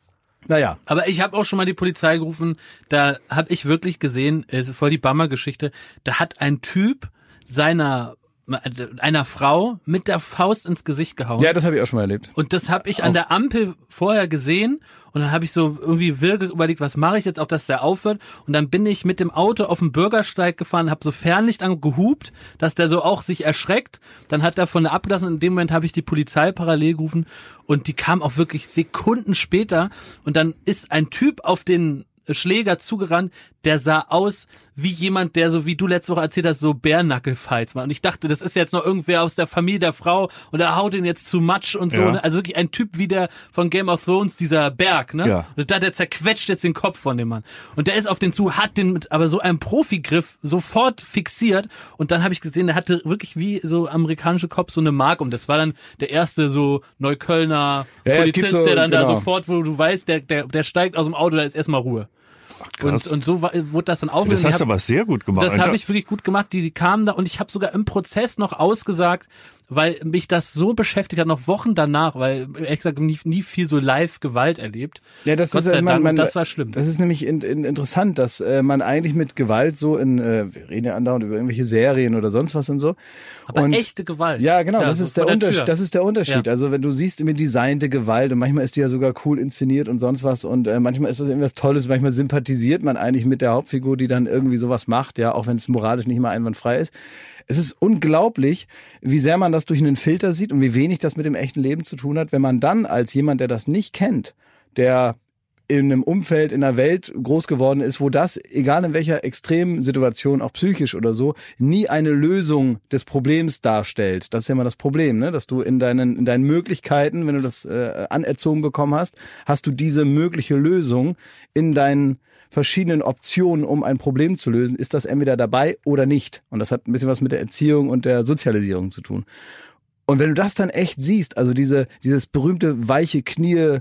Naja. Aber ich habe auch schon mal die Polizei gerufen, da habe ich wirklich gesehen, es ist voll die Bammer-Geschichte, da hat ein Typ seiner einer Frau mit der Faust ins Gesicht gehauen. Ja, das habe ich auch schon mal erlebt. Und das habe ich an der Ampel vorher gesehen und dann habe ich so irgendwie wirre überlegt, was mache ich jetzt, auch dass der aufhört. Und dann bin ich mit dem Auto auf den Bürgersteig gefahren, habe so Fernlicht angehupt, dass der so auch sich erschreckt. Dann hat er von der abgelassen. In dem Moment habe ich die Polizei parallel gerufen und die kam auch wirklich Sekunden später. Und dann ist ein Typ auf den Schläger zugerannt, der sah aus wie jemand, der so, wie du letzte Woche erzählt hast, so Bärnackel-Fights macht. Und ich dachte, das ist jetzt noch irgendwer aus der Familie der Frau und er haut ihn jetzt zu Matsch und so. Ja. Ne? Also wirklich ein Typ wie der von Game of Thrones, dieser Berg, ne? Ja. Und da der zerquetscht jetzt den Kopf von dem Mann. Und der ist auf den zu, hat den mit aber so einem Profigriff sofort fixiert. Und dann habe ich gesehen, der hatte wirklich wie so amerikanische Cops so eine Mark. Und das war dann der erste so Neuköllner Ja, es gibt Polizist, so, der dann da genau. sofort, wo du weißt, der, der, der steigt aus dem Auto, da ist erstmal Ruhe. Und, und so war, wurde das dann aufgenommen. Das hast du aber sehr gut gemacht. Das habe ich wirklich gut gemacht. Die, die kamen da und ich habe sogar im Prozess noch ausgesagt, weil mich das so beschäftigt hat, noch Wochen danach, weil ehrlich gesagt nie, nie viel so Live-Gewalt erlebt. Ja, das Gott ist sei äh, man, Dank, man, das war schlimm. Das ist nämlich in, in, interessant, dass äh, man eigentlich mit Gewalt so in, äh, wir reden ja andauernd über irgendwelche Serien oder sonst was und so. Aber und, echte Gewalt. Ja, genau, das so ist der vor Unterschied. Tür. Das ist der Unterschied. Ja. Also wenn du siehst immer designte Gewalt und manchmal ist die ja sogar cool inszeniert und sonst was und äh, manchmal ist das irgendwas Tolles, manchmal sympathisiert man eigentlich mit der Hauptfigur, die dann irgendwie sowas macht, ja, auch wenn es moralisch nicht mal einwandfrei ist. Es ist unglaublich, wie sehr man das durch einen Filter sieht und wie wenig das mit dem echten Leben zu tun hat, wenn man dann als jemand, der das nicht kennt, der in einem Umfeld, in einer Welt groß geworden ist, wo das, egal in welcher extremen Situation, auch psychisch oder so, nie eine Lösung des Problems darstellt. Das ist ja immer das Problem, ne? Dass du in deinen, in deinen Möglichkeiten, wenn du das äh, anerzogen bekommen hast, hast du diese mögliche Lösung in deinen verschiedenen Optionen, um ein Problem zu lösen, ist das entweder dabei oder nicht. Und das hat ein bisschen was mit der Erziehung und der Sozialisierung zu tun. Und wenn du das dann echt siehst, also diese, dieses berühmte weiche Knie,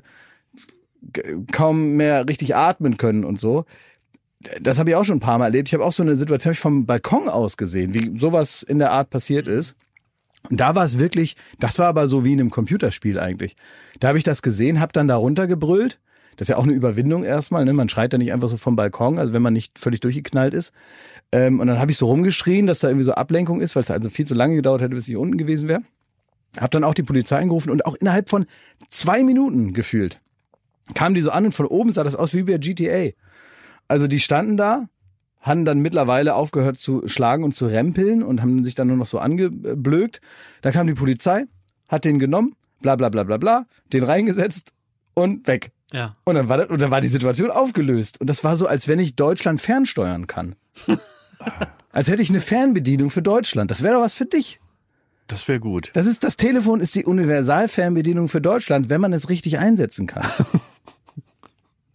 kaum mehr richtig atmen können und so, das habe ich auch schon ein paar Mal erlebt. Ich habe auch so eine Situation, hab ich vom Balkon aus gesehen, wie sowas in der Art passiert ist. Und da war es wirklich, das war aber so wie in einem Computerspiel eigentlich. Da habe ich das gesehen, habe dann da runtergebrüllt. Das ist ja auch eine Überwindung erstmal, ne? Man schreit da nicht einfach so vom Balkon, also wenn man nicht völlig durchgeknallt ist. Ähm, und dann habe ich so rumgeschrien, dass da irgendwie so Ablenkung ist, weil es also viel zu lange gedauert hätte, bis ich unten gewesen wäre. Hab dann auch die Polizei angerufen und auch innerhalb von zwei Minuten gefühlt kamen die so an und von oben sah das aus wie bei G T A. Also die standen da, haben dann mittlerweile aufgehört zu schlagen und zu rempeln und haben sich dann nur noch so angeblökt. Da kam die Polizei, hat den genommen, bla bla bla bla bla, den reingesetzt und weg. Ja. Und dann war das, und dann war die Situation aufgelöst. Und das war so, als wenn ich Deutschland fernsteuern kann. Als hätte ich eine Fernbedienung für Deutschland. Das wäre doch was für dich. Das wäre gut. Das ist, das Telefon ist die Universalfernbedienung für Deutschland, wenn man es richtig einsetzen kann.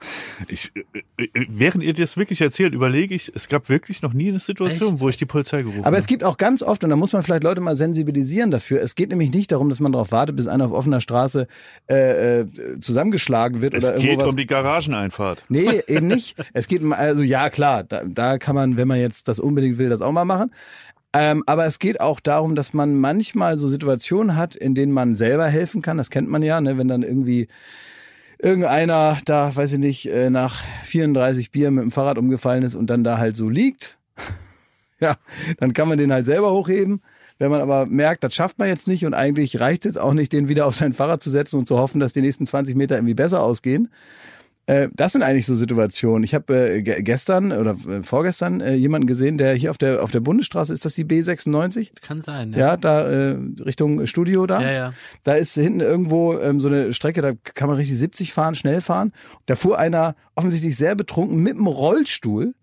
Ich, äh, während ihr das wirklich erzählt, überlege ich, es gab wirklich noch nie eine Situation, Echt? wo ich die Polizei gerufen habe. Aber es gibt auch ganz oft, und da muss man vielleicht Leute mal sensibilisieren dafür, es geht nämlich nicht darum, dass man darauf wartet, bis einer auf offener Straße äh, äh, zusammengeschlagen wird. Es oder geht irgendwo was. um die Garageneinfahrt. Nee, eben nicht. Es geht, also ja klar, da, da kann man, wenn man jetzt das unbedingt will, das auch mal machen. Ähm, aber es geht auch darum, dass man manchmal so Situationen hat, in denen man selber helfen kann. Das kennt man ja, ne? Wenn dann irgendwie irgendeiner da, weiß ich nicht, nach vierunddreißig Bier mit dem Fahrrad umgefallen ist und dann da halt so liegt. Ja, dann kann man den halt selber hochheben. Wenn man aber merkt, das schafft man jetzt nicht und eigentlich reicht es jetzt auch nicht, den wieder auf sein Fahrrad zu setzen und zu hoffen, dass die nächsten zwanzig Meter irgendwie besser ausgehen. Äh, das sind eigentlich so Situationen. Ich habe äh, gestern oder äh, vorgestern äh, jemanden gesehen, der hier auf der auf der Bundesstraße, ist das die B sechsundneunzig? Kann sein, Ja, ja. ja da äh, Richtung Studio da. Ja, ja. Da ist hinten irgendwo ähm, so eine Strecke, da kann man richtig siebzig fahren, schnell fahren. Da fuhr einer offensichtlich sehr betrunken mit dem Rollstuhl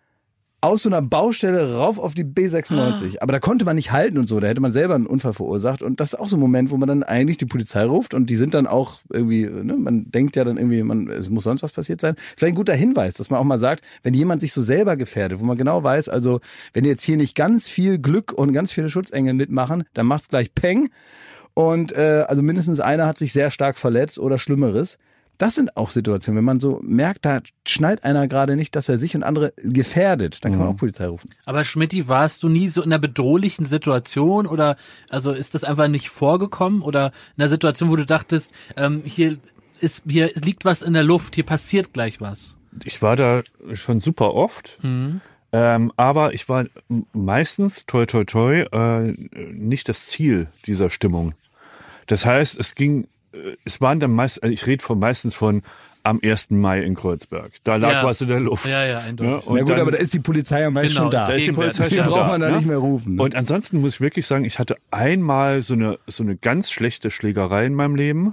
aus so einer Baustelle rauf auf die B sechsundneunzig. Aber da konnte man nicht halten und so, da hätte man selber einen Unfall verursacht. Und das ist auch so ein Moment, wo man dann eigentlich die Polizei ruft und die sind dann auch irgendwie, ne, man denkt ja dann irgendwie, man, es muss sonst was passiert sein. Vielleicht ein guter Hinweis, dass man auch mal sagt, wenn jemand sich so selber gefährdet, wo man genau weiß, also wenn jetzt hier nicht ganz viel Glück und ganz viele Schutzengel mitmachen, dann macht's gleich Peng. Und äh, also mindestens einer hat sich sehr stark verletzt oder Schlimmeres. Das sind auch Situationen, wenn man so merkt, da schnallt einer gerade nicht, dass er sich und andere gefährdet, dann kann man auch Polizei rufen. Aber Schmidti, warst du nie so in einer bedrohlichen Situation oder also ist das einfach nicht vorgekommen oder in einer Situation, wo du dachtest, ähm, hier ist hier liegt was in der Luft, hier passiert gleich was? Ich war da schon super oft, mhm. ähm, aber ich war meistens, toi toi toi, äh, nicht das Ziel dieser Stimmung. Das heißt, es ging Es waren dann meist, ich rede von meistens von am ersten Mai in Kreuzberg. Da lag ja. was in der Luft. Ja, ja, eindeutig. Na gut, dann, aber da ist die Polizei ja meist genau, schon da. Da ist die Polizei Die schon braucht da, man da ne? nicht mehr rufen. Ne? Und ansonsten muss ich wirklich sagen, ich hatte einmal so eine so eine ganz schlechte Schlägerei in meinem Leben.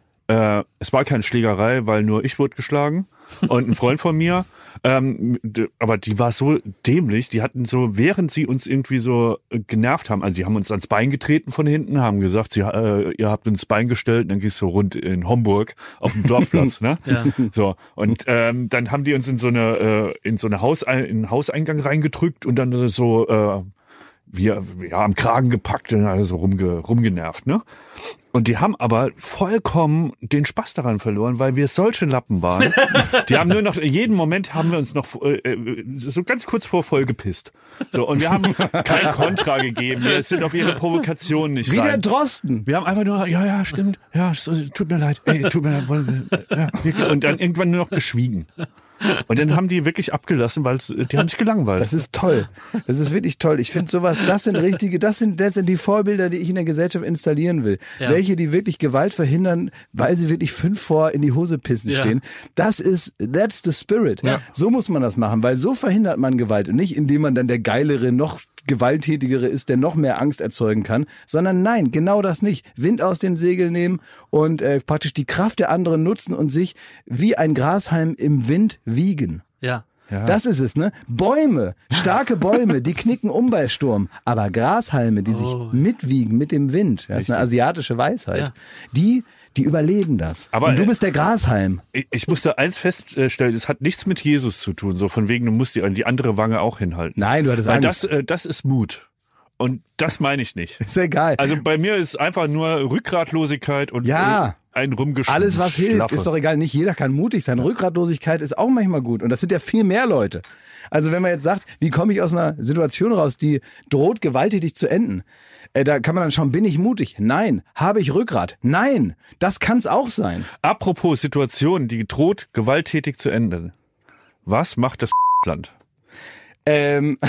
Äh, es war keine Schlägerei, weil nur ich wurde geschlagen und ein Freund von mir. Ähm, aber die war so dämlich, die hatten so, während sie uns irgendwie so genervt haben, also die haben uns ans Bein getreten von hinten, haben gesagt, sie, äh, ihr habt uns Bein gestellt und dann gehst du rund in Homburg auf dem Dorfplatz, ne? Ja. So, und ähm, dann haben die uns in so eine, äh, in so eine Haus, in einen Hauseingang reingedrückt und dann so, äh, wir, ja, am Kragen gepackt und also rumge, rumgenervt, ne? Und die haben aber vollkommen den Spaß daran verloren, weil wir solche Lappen waren. Die haben nur noch, jeden Moment haben wir uns noch äh, so ganz kurz vor voll gepisst. So, und wir haben kein Kontra gegeben. Wir sind auf ihre Provokation nicht Wie rein. der Drosten. Wir haben einfach nur, ja, ja, stimmt, ja, so, tut mir leid, ey, tut mir leid, wollen wir, ja, wir, und dann irgendwann nur noch geschwiegen. Und dann haben die wirklich abgelassen, weil die haben sich gelangweilt. Das ist toll. Das ist wirklich toll. Ich finde sowas, das sind richtige, das sind, das sind die Vorbilder, die ich in der Gesellschaft installieren will. Ja. Welche, die wirklich Gewalt verhindern, weil sie wirklich fünf vor in die Hose pissen Ja. stehen. Das ist, that's the spirit. Ja. So muss man das machen, weil so verhindert man Gewalt und nicht, indem man dann der geilere, noch gewalttätigere ist, der noch mehr Angst erzeugen kann, sondern nein, genau das nicht. Wind aus den Segeln nehmen und äh, praktisch die Kraft der anderen nutzen und sich wie ein Grashalm im Wind wiegen. Ja. Ja. Das ist es, ne? Bäume, starke Bäume, die knicken um bei Sturm. Aber Grashalme, die sich Oh. mitwiegen mit dem Wind, das ist eine asiatische Weisheit, Ja. die, die überleben das. Aber, und du äh, bist der Grashalm. Ich, ich musste eins feststellen, es hat nichts mit Jesus zu tun, so von wegen, du musst die, die andere Wange auch hinhalten. Nein, du hattest Weil Angst. das, äh, das ist Mut. Und das meine ich nicht. Ist egal. Also bei mir ist einfach nur Rückgratlosigkeit und Ja. ein Rumgeschlafe. Alles, was hilft, ist doch egal. Nicht jeder kann mutig sein. Rückgratlosigkeit ist auch manchmal gut. Und das sind ja viel mehr Leute. Also wenn man jetzt sagt, wie komme ich aus einer Situation raus, die droht gewalttätig zu enden? Äh, da kann man dann schauen, bin ich mutig? Nein. Habe ich Rückgrat? Nein. Das kann es auch sein. Apropos Situation, die droht gewalttätig zu enden. Was macht das Land? Ähm,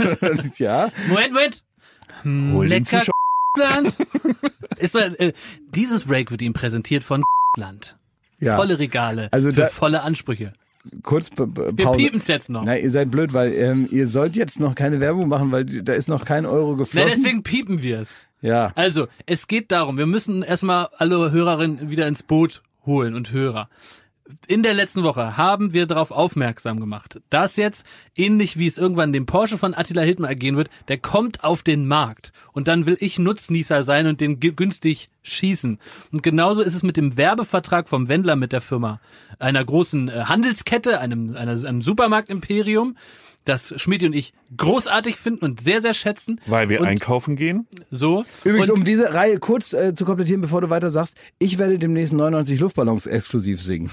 ja. Moment, Moment. Hm, Hol den lecker Zuschauer- Land. Ist, äh, dieses Break wird Ihnen präsentiert von Land. Ja. Volle Regale Also für da- volle Ansprüche. Kurz p- p- Wir Pause. piepen's jetzt noch. Nein, ihr seid blöd, weil ähm, ihr sollt jetzt noch keine Werbung machen, weil da ist noch kein Euro Nein, geflossen. deswegen piepen wir es. Ja. Also, es geht darum, wir müssen erstmal alle Hörerinnen wieder ins Boot holen und Hörer. In der letzten Woche haben wir darauf aufmerksam gemacht, dass jetzt, ähnlich wie es irgendwann dem Porsche von Attila Hildmann ergehen wird, der kommt auf den Markt. Und dann will ich Nutznießer sein und den g- günstig schießen. Und genauso ist es mit dem Werbevertrag vom Wendler mit der Firma, einer großen äh, Handelskette, einem, einer, einem Supermarktimperium, das Schmidti und ich großartig finden und sehr, sehr schätzen. Weil wir und einkaufen gehen. So. Übrigens, und um diese Reihe kurz äh, zu komplettieren, bevor du weiter sagst, ich werde demnächst neunundneunzig Luftballons exklusiv singen.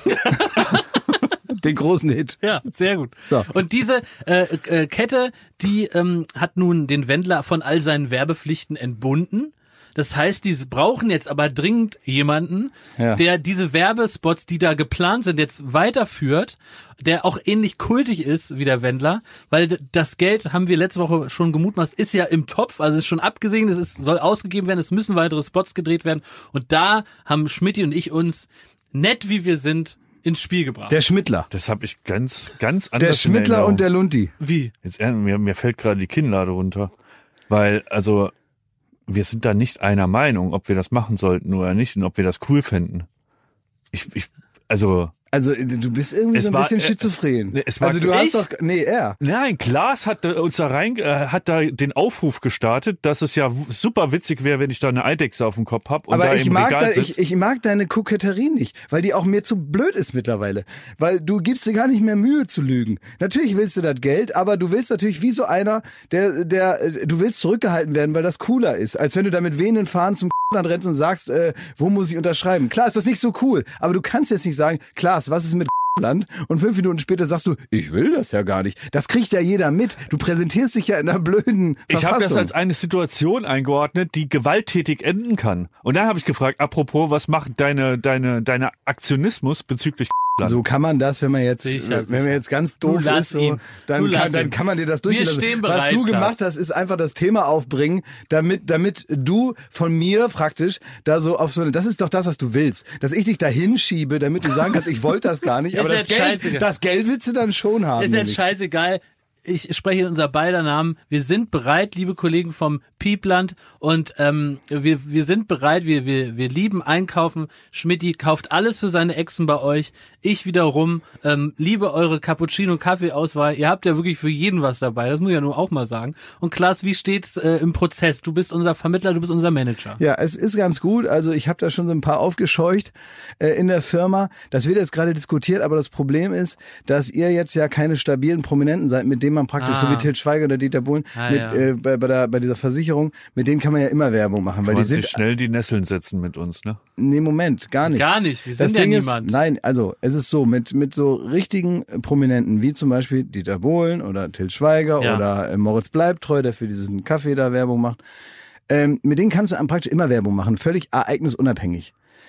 Den großen Hit. Ja, sehr gut. So. Und diese äh, äh, Kette, die ähm, hat nun den Wendler von all seinen Werbepflichten entbunden. Das heißt, die brauchen jetzt aber dringend jemanden, Ja. der diese Werbespots, die da geplant sind, jetzt weiterführt, der auch ähnlich kultig ist wie der Wendler, weil d- das Geld, haben wir letzte Woche schon gemutmaßt, ist ja im Topf, also ist schon abgesegnet, es ist, soll ausgegeben werden, es müssen weitere Spots gedreht werden und da haben Schmidti und ich uns, nett wie wir sind, ins Spiel gebracht. Der Schmittler. Das habe ich ganz, ganz Der anders in Schmittler Erinnerung. und der Lunti. Wie? Jetzt, äh, mir, mir fällt gerade die Kinnlade runter. Weil, also, wir sind da nicht einer Meinung, ob wir das machen sollten oder nicht und ob wir das cool fänden. Ich, ich, also, Also du bist irgendwie Es so ein war, bisschen äh, schizophren. nee, es war- also du Ich? hast doch, nee, er. nein, Klaas hat äh, uns da rein, äh, hat da den Aufruf gestartet, dass es ja w- super witzig wäre, wenn ich da eine Eidechse auf dem Kopf hab und Aber da ich im mag, Regal da, sitz. ich, ich mag deine Koketterie nicht, weil die auch mir zu blöd ist mittlerweile. Weil du gibst dir gar nicht mehr Mühe zu lügen. Natürlich willst du das Geld, aber du willst natürlich wie so einer, der, der, äh, du willst zurückgehalten werden, weil das cooler ist, als wenn du da mit wehenden Fahnen zum dann rennst und sagst, äh, wo muss ich unterschreiben? Klar ist das nicht so cool, aber du kannst jetzt nicht sagen, Klaas, was ist mit Land? Und fünf Minuten später sagst du, ich will das ja gar nicht. Das kriegt ja jeder mit. Du präsentierst dich ja in einer blöden Verfassung. Ich habe das als eine Situation eingeordnet, die gewalttätig enden kann. Und dann habe ich gefragt, apropos, was macht deine deine deine Aktionismus bezüglich Land? So kann man das, wenn man jetzt, Sicher, wenn sicher. man jetzt ganz doof Du lass ist, so, ihn. dann, Du lass kann, dann ihn. kann man dir das Wir durchlassen. stehen Was bereit, du Klaas. gemacht hast, ist einfach das Thema aufbringen, damit, damit du von mir praktisch da so auf so eine, das ist doch das, was du willst, dass ich dich da hinschiebe, damit du sagen kannst, ich wollte das gar nicht, Ist aber das jetzt Geld, scheißegal. das Geld willst du dann schon haben. Ist jetzt nämlich. scheißegal. Ich spreche in unser beider Namen. Wir sind bereit, liebe Kollegen vom Piepland, und ähm, wir wir sind bereit. Wir wir wir lieben Einkaufen. Schmidti kauft alles für seine Exen bei euch. Ich wiederum ähm, liebe eure Cappuccino-Kaffee-Auswahl. Ihr habt ja wirklich für jeden was dabei. Das muss ich ja nur auch mal sagen. Und Klaas, wie steht's äh, im Prozess? Du bist unser Vermittler, du bist unser Manager. Ja, es ist ganz gut. Also ich habe da schon so ein paar aufgescheucht äh, in der Firma. Das wird jetzt gerade diskutiert, aber das Problem ist, dass ihr jetzt ja keine stabilen Prominenten seid, mit denen man praktisch, Ah. so wie Til Schweiger oder Dieter Bohlen, Ah, mit, ja. äh, bei, bei, der, bei dieser Versicherung, mit denen kann man ja immer Werbung machen, weil Kann die man sind... sich schnell die Nesseln setzen mit uns, ne? Nee, Moment, gar nicht. Gar nicht. Wir Das sind ja Ding niemand. ist, nein, also es ist so, mit mit so richtigen Prominenten, wie zum Beispiel Dieter Bohlen oder Til Schweiger Ja. oder äh, Moritz Bleibtreu, der für diesen Kaffee da Werbung macht, ähm, mit denen kannst du am praktisch immer Werbung machen, völlig ereignisunabhängig.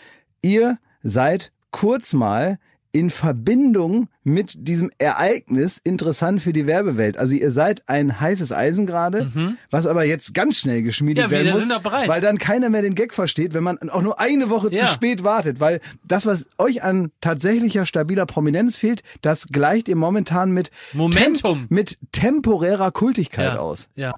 Ihr seid kurz mal in Verbindung mit diesem Ereignis interessant für die Werbewelt. Also ihr seid ein heißes Eisen gerade, was aber jetzt ganz schnell geschmiedet Ja, wir werden muss, sind auch bereit. weil dann keiner mehr den Gag versteht, wenn man auch nur eine Woche Ja. zu spät wartet, weil das, was euch an tatsächlicher stabiler Prominenz fehlt, das gleicht ihr momentan mit Momentum. Tem mit temporärer Kultigkeit Ja. aus. Ja.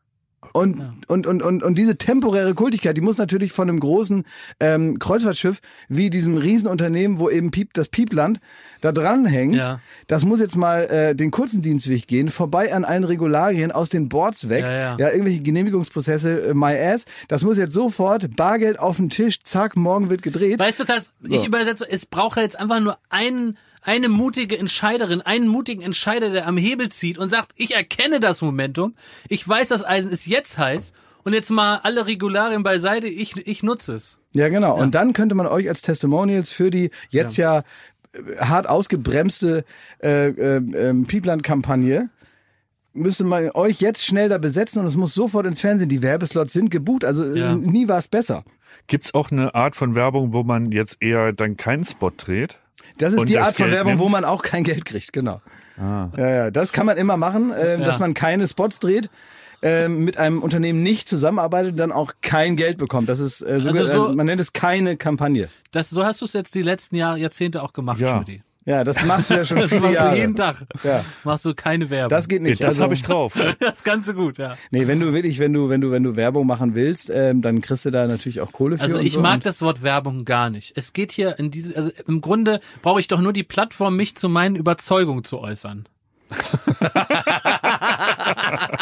Und, und, und, und, und diese temporäre Kultigkeit, die muss natürlich von einem großen ähm, Kreuzfahrtschiff wie diesem Riesenunternehmen, wo eben Piep, das Piepland da dranhängt, Ja. das muss jetzt mal äh, den kurzen Dienstweg gehen, vorbei an allen Regularien, aus den Boards weg, Ja, ja. irgendwelche Genehmigungsprozesse, äh, my ass, das muss jetzt sofort, Bargeld auf den Tisch, zack, morgen wird gedreht. Weißt du, das, ich So. übersetze, es braucht jetzt einfach nur einen, eine mutige Entscheiderin, einen mutigen Entscheider, der am Hebel zieht und sagt, ich erkenne das Momentum, ich weiß, das Eisen ist jetzt heiß und jetzt mal alle Regularien beiseite, ich, ich nutze es. Ja, genau. Und dann könnte man euch als Testimonials für die jetzt ja, äh, hart ausgebremste äh, äh, äh, Piepland-Kampagne müsste man euch jetzt schnell da besetzen und es muss sofort ins Fernsehen. Die Werbeslots sind gebucht, also äh, Ja. nie war es besser. Gibt's auch eine Art von Werbung, wo man jetzt eher dann keinen Spot dreht? Das ist Und die das Art von Geld Werbung, wo nimmt? man auch kein Geld kriegt, genau. Ja, ja, das kann man immer machen, äh, Ja. dass man keine Spots dreht, äh, mit einem Unternehmen nicht zusammenarbeitet, dann auch kein Geld bekommt. Das ist äh, sogar, Also so- äh, man nennt es keine Kampagne. Das, so hast du es jetzt die letzten Jahr, Jahrzehnte auch gemacht, Ja. Schmidti. Ja, das machst du ja schon Das viele machst Jahre. du jeden Tag. Ja. Machst du keine Werbung. Das geht nicht. das Also- habe ich drauf. das kannst du gut, ja. Nee, wenn du wirklich, wenn du, wenn du, wenn du Werbung machen willst, ähm, dann kriegst du da natürlich auch Kohle für. Also und ich so. mag Und das Wort Werbung gar nicht. Es geht hier in diese, also im Grunde brauche ich doch nur die Plattform, mich zu meinen Überzeugungen zu äußern.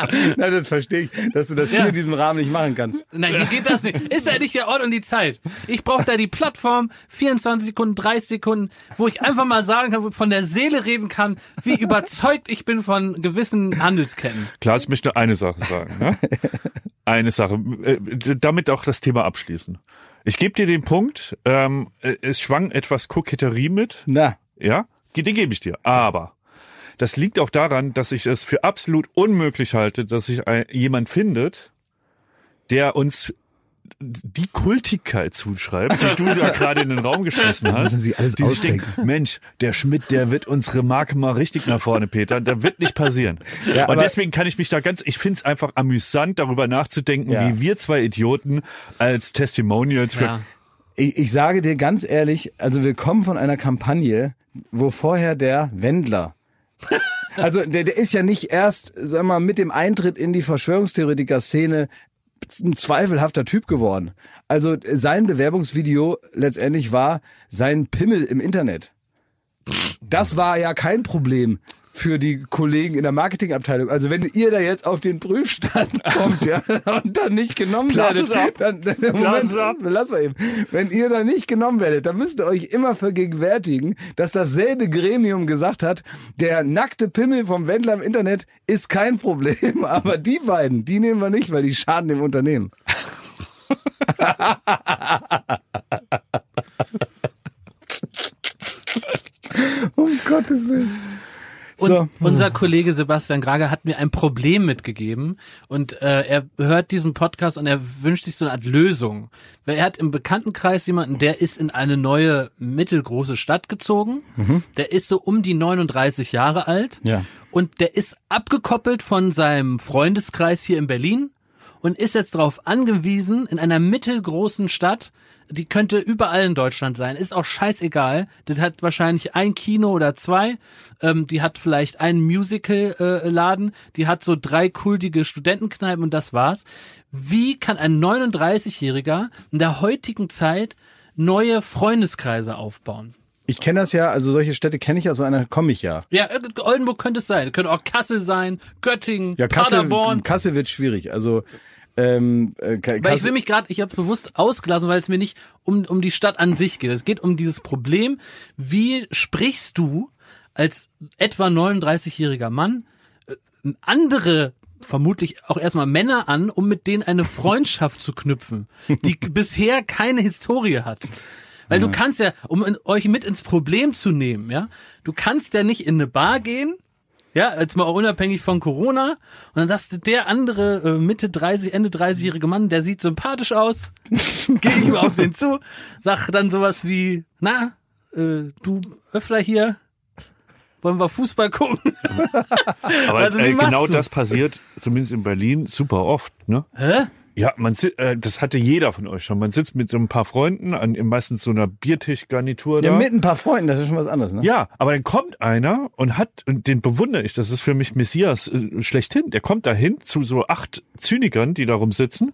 Na, das verstehe ich, dass du das Ja. hier in diesem Rahmen nicht machen kannst. Nein, hier geht das nicht. Ist ja nicht der Ort und die Zeit. Ich brauche da die Plattform, vierundzwanzig Sekunden, dreißig Sekunden, wo ich einfach mal sagen kann, von der Seele reden kann, wie überzeugt ich bin von gewissen Handelsketten. Klar, ich möchte nur eine Sache sagen. Ne? Eine Sache, äh, damit auch das Thema abschließen. Ich gebe dir den Punkt, ähm, es schwang etwas Koketterie mit, Na, ja, den gebe ich dir. Aber das liegt auch daran, dass ich es für absolut unmöglich halte, dass sich ein, jemand findet, der uns die Kultigkeit zuschreibt, die du da gerade in den Raum geschmissen hast. Müssen Sie alles die sich ausdenken. denken, Mensch, der Schmidt, der wird unsere Marke mal richtig nach vorne, Peter. Das wird nicht passieren. Ja, und aber- deswegen kann ich mich da ganz, ich find's einfach amüsant, darüber nachzudenken, Ja. wie wir zwei Idioten als Testimonials für... Ja. ich, ich sage dir ganz ehrlich, also wir kommen von einer Kampagne, wo vorher der Wendler, also der, der ist ja nicht erst, sag mal, mit dem Eintritt in die Verschwörungstheoretiker-Szene ein zweifelhafter Typ geworden. Also sein Bewerbungsvideo letztendlich war sein Pimmel im Internet. Das war ja kein Problem für die Kollegen in der Marketingabteilung. Also wenn ihr da jetzt auf den Prüfstand kommt, ja, und dann nicht genommen Lass werdet, es ab. dann, dann Lass Moment, es ab. lass mal eben. Wenn ihr da nicht genommen werdet, dann müsst ihr euch immer vergegenwärtigen, dass dasselbe Gremium gesagt hat, der nackte Pimmel vom Wendler im Internet ist kein Problem, aber die beiden, die nehmen wir nicht, weil die schaden dem Unternehmen. Um Gottes Willen. Und So. unser Kollege Sebastian Grage hat mir ein Problem mitgegeben und äh, er hört diesen Podcast und er wünscht sich so eine Art Lösung. Weil er hat im Bekanntenkreis jemanden, der ist in eine neue mittelgroße Stadt gezogen. Mhm. Der ist so um die neununddreißig Jahre alt. Ja. Und der ist abgekoppelt von seinem Freundeskreis hier in Berlin und ist jetzt darauf angewiesen, in einer mittelgroßen Stadt, die könnte überall in Deutschland sein, ist auch scheißegal. Das hat wahrscheinlich ein Kino oder zwei, ähm, die hat vielleicht einen Musical-Laden, äh, die hat so drei kultige Studentenkneipen und das war's. Wie kann ein neununddreißigjähriger in der heutigen Zeit neue Freundeskreise aufbauen? Ich kenne das ja, also solche Städte kenne ich, aus so einer komme ich ja. Ja, Oldenburg könnte es sein, könnte auch Kassel sein, Göttingen, Ja, Kassel, Paderborn. Kassel wird schwierig. Also ähm, äh, Ka- Weil ich Kassel, will mich gerade, ich habe es bewusst ausgelassen, weil es mir nicht um um die Stadt an sich geht. Es geht um dieses Problem, wie sprichst du als etwa neununddreißigjähriger Mann äh, andere vermutlich auch erstmal Männer an, um mit denen eine Freundschaft zu knüpfen, die bisher keine Historie hat. Weil du kannst ja, um in, euch mit ins Problem zu nehmen, ja, du kannst ja nicht in eine Bar gehen, ja, jetzt mal auch unabhängig von Corona, und dann sagst du, der andere äh, Mitte dreißig, Ende dreißigjährige Mann, der sieht sympathisch aus, geh ich mal auf den zu, sag dann sowas wie, na, äh, du Öffler hier, wollen wir Fußball gucken? Aber Also, wie äh, machst genau du's? das passiert, zumindest in Berlin, super oft, ne? Hä? Ja, man si- äh, das hatte jeder von euch schon. Man sitzt mit so ein paar Freunden an meistens so einer Biertischgarnitur ja, da. mit ein paar Freunden, das ist schon was anderes, ne? Ja, aber dann kommt einer und hat, und den bewundere ich, das ist für mich Messias äh, schlechthin, der kommt dahin zu so acht Zynikern, die da rumsitzen,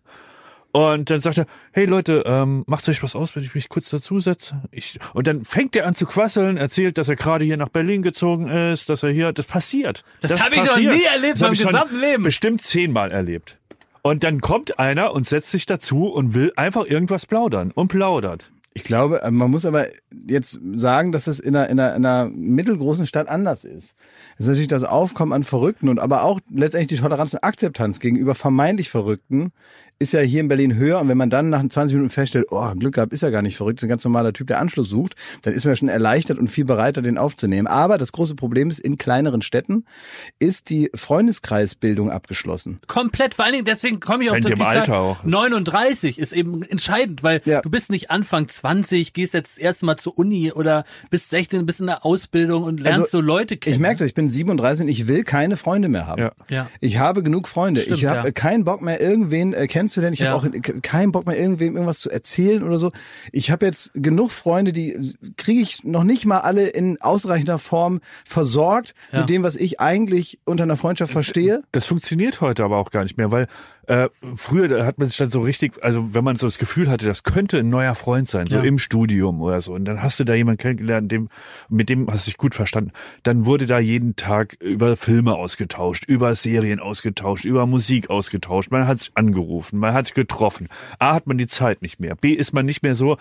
und dann sagt er, hey Leute, ähm, macht euch was aus, wenn ich mich kurz dazusetze? Ich, und dann fängt er an zu quasseln, erzählt, dass er gerade hier nach Berlin gezogen ist, dass er hier, das passiert. Das hab ich noch nie erlebt Das hab in ich meinem schon gesamten Leben. Bestimmt zehnmal erlebt. Und dann kommt einer und setzt sich dazu und will einfach irgendwas plaudern und plaudert. Ich glaube, man muss aber jetzt sagen, dass es in einer, in einer, in einer mittelgroßen Stadt anders ist. Es ist natürlich das Aufkommen an Verrückten und aber auch letztendlich die Toleranz und Akzeptanz gegenüber vermeintlich Verrückten ist ja hier in Berlin höher. Und wenn man dann nach zwanzig Minuten feststellt, oh, Glück gehabt, ist ja gar nicht verrückt, ist ein ganz normaler Typ, der Anschluss sucht, dann ist man ja schon erleichtert und viel bereiter, den aufzunehmen. Aber das große Problem ist, in kleineren Städten ist die Freundeskreisbildung abgeschlossen. Komplett, vor allen Dingen, deswegen komme ich auf In die dem Zahl. Alter auch. neununddreißig ist eben entscheidend, weil Ja. du bist nicht Anfang zwanzig, gehst jetzt das erste Mal zur Uni oder bist sechzehn, bist in der Ausbildung und lernst Also, so Leute kennen. Ich merke das, ich bin siebenunddreißig und ich will keine Freunde mehr haben. Ja. Ja. Ich habe genug Freunde. Stimmt, ich habe ja. keinen Bock mehr, irgendwen äh, kennenzulernen. Ich Ja. habe auch keinen Bock mehr, irgendwem irgendwas zu erzählen oder so. Ich habe jetzt genug Freunde, die kriege ich noch nicht mal alle in ausreichender Form versorgt Ja. mit dem, was ich eigentlich unter einer Freundschaft verstehe. Das funktioniert heute aber auch gar nicht mehr, weil Äh, früher da hat man sich dann so richtig, also wenn man so das Gefühl hatte, das könnte ein neuer Freund sein, so Ja. im Studium oder so. Und dann hast du da jemanden kennengelernt, dem, mit dem hast du dich gut verstanden. Dann wurde da jeden Tag über Filme ausgetauscht, über Serien ausgetauscht, über Musik ausgetauscht. Man hat sich angerufen, man hat sich getroffen. A, hat man die Zeit nicht mehr. B, ist man nicht mehr so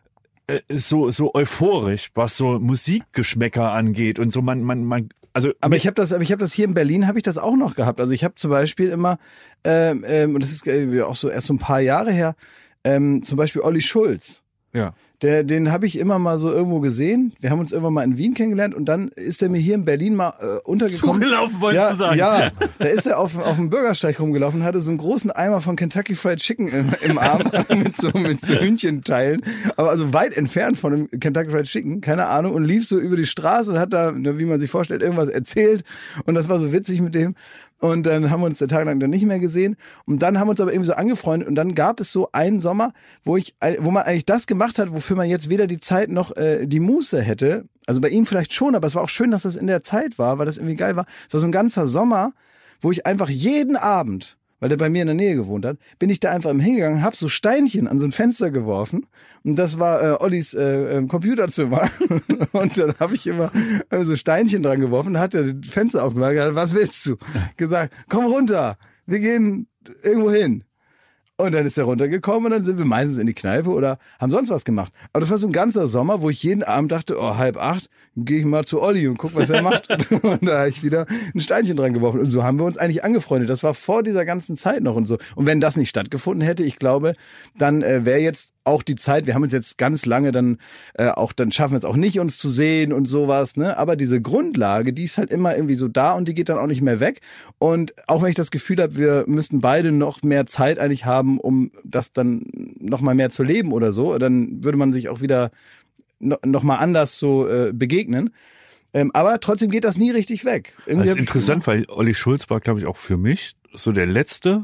so so euphorisch, was so Musikgeschmäcker angeht und so man man man also Aber ich habe das, aber ich habe das hier in Berlin habe ich das auch noch gehabt. Also ich habe zum Beispiel immer ähm, ähm, und das ist äh, auch so erst so ein paar Jahre her, ähm, zum Beispiel Olli Schulz. ja. Der, den habe ich immer mal so irgendwo gesehen. Wir haben uns irgendwann mal in Wien kennengelernt und dann ist er mir hier in Berlin mal äh, untergekommen. Zugelaufen, wolltest ja, du sagen. Ja, da ist er auf, auf dem Bürgersteig rumgelaufen und hatte so einen großen Eimer von Kentucky Fried Chicken im, im Arm mit so, mit so Hühnchenteilen. Aber also weit entfernt von dem Kentucky Fried Chicken, keine Ahnung, und lief so über die Straße und hat da, wie man sich vorstellt, irgendwas erzählt. Und das war so witzig mit dem. Und dann haben wir uns den Tag lang dann nicht mehr gesehen. Und dann haben wir uns aber irgendwie so angefreundet. Und dann gab es so einen Sommer, wo ich, wo man eigentlich das gemacht hat, wofür man jetzt weder die Zeit noch äh, die Muße hätte. Also bei ihm vielleicht schon, aber es war auch schön, dass das in der Zeit war, weil das irgendwie geil war. Es war so ein ganzer Sommer, wo ich einfach jeden Abend, weil der bei mir in der Nähe gewohnt hat, bin ich da einfach hingegangen, hab so Steinchen an so ein Fenster geworfen. Und das war äh, Ollis äh, Computerzimmer. Und dann habe ich immer äh, so Steinchen dran geworfen, hat er das Fenster aufgemacht und gesagt, was willst du? Gesagt, komm runter, wir gehen irgendwo hin. Und dann ist er runtergekommen und dann sind wir meistens in die Kneipe oder haben sonst was gemacht. Aber das war so ein ganzer Sommer, wo ich jeden Abend dachte, oh, halb acht, gehe ich mal zu Olli und guck, was er macht. Und da habe ich wieder ein Steinchen dran geworfen. Und so haben wir uns eigentlich angefreundet. Das war vor dieser ganzen Zeit noch und so. Und wenn das nicht stattgefunden hätte, ich glaube, dann äh, wäre jetzt auch die Zeit, wir haben uns jetzt ganz lange dann äh, auch, dann schaffen wir es auch nicht, uns zu sehen und sowas, ne? Aber diese Grundlage, die ist halt immer irgendwie so da und die geht dann auch nicht mehr weg. Und auch wenn ich das Gefühl habe, wir müssten beide noch mehr Zeit eigentlich haben, um das dann noch mal mehr zu leben oder so, dann würde man sich auch wieder no, noch mal anders so äh, begegnen. Ähm, aber trotzdem geht das nie richtig weg. Irgendwie Das ist interessant, weil Olli Schulz war, glaube ich, auch für mich so der letzte,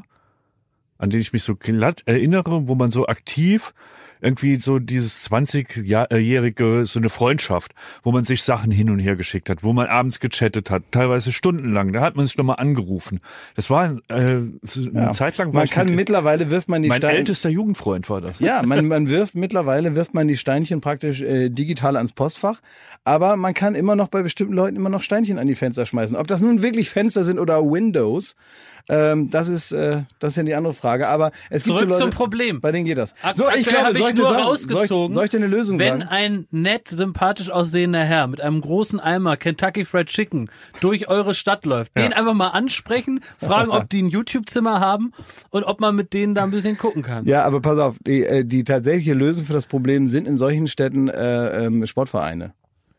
an den ich mich so glatt erinnere, wo man so aktiv irgendwie so dieses zwanzigjährige, so eine Freundschaft, wo man sich Sachen hin und her geschickt hat, wo man abends gechattet hat, teilweise stundenlang, da hat man sich nochmal angerufen. Das war äh, eine ja. Zeit lang. War man ich kann mit, mittlerweile wirft man die mein Steine. ältester Jugendfreund war das. Ja, man, man wirft mittlerweile wirft man die Steinchen praktisch äh, digital ans Postfach, aber man kann immer noch bei bestimmten Leuten immer noch Steinchen an die Fenster schmeißen. Ob das nun wirklich Fenster sind oder Windows, ähm, das ist äh, das ist ja die andere Frage. Aber es gibt Zurück so Leute, zum Problem. bei denen geht das. Ak So, ich aktuell glaube, habe soll ich ich dir nur sagen, rausgezogen, soll ich, soll ich dir eine Lösung wenn sagen? ein nett, sympathisch aussehender Herr mit einem großen Eimer Kentucky Fried Chicken durch eure Stadt läuft, ja. den einfach mal ansprechen, fragen, ob die ein YouTube-Zimmer haben und ob man mit denen da ein bisschen gucken kann. Ja, aber pass auf, die, äh, die tatsächliche Lösung für das Problem sind in solchen Städten äh, ähm, Sportvereine.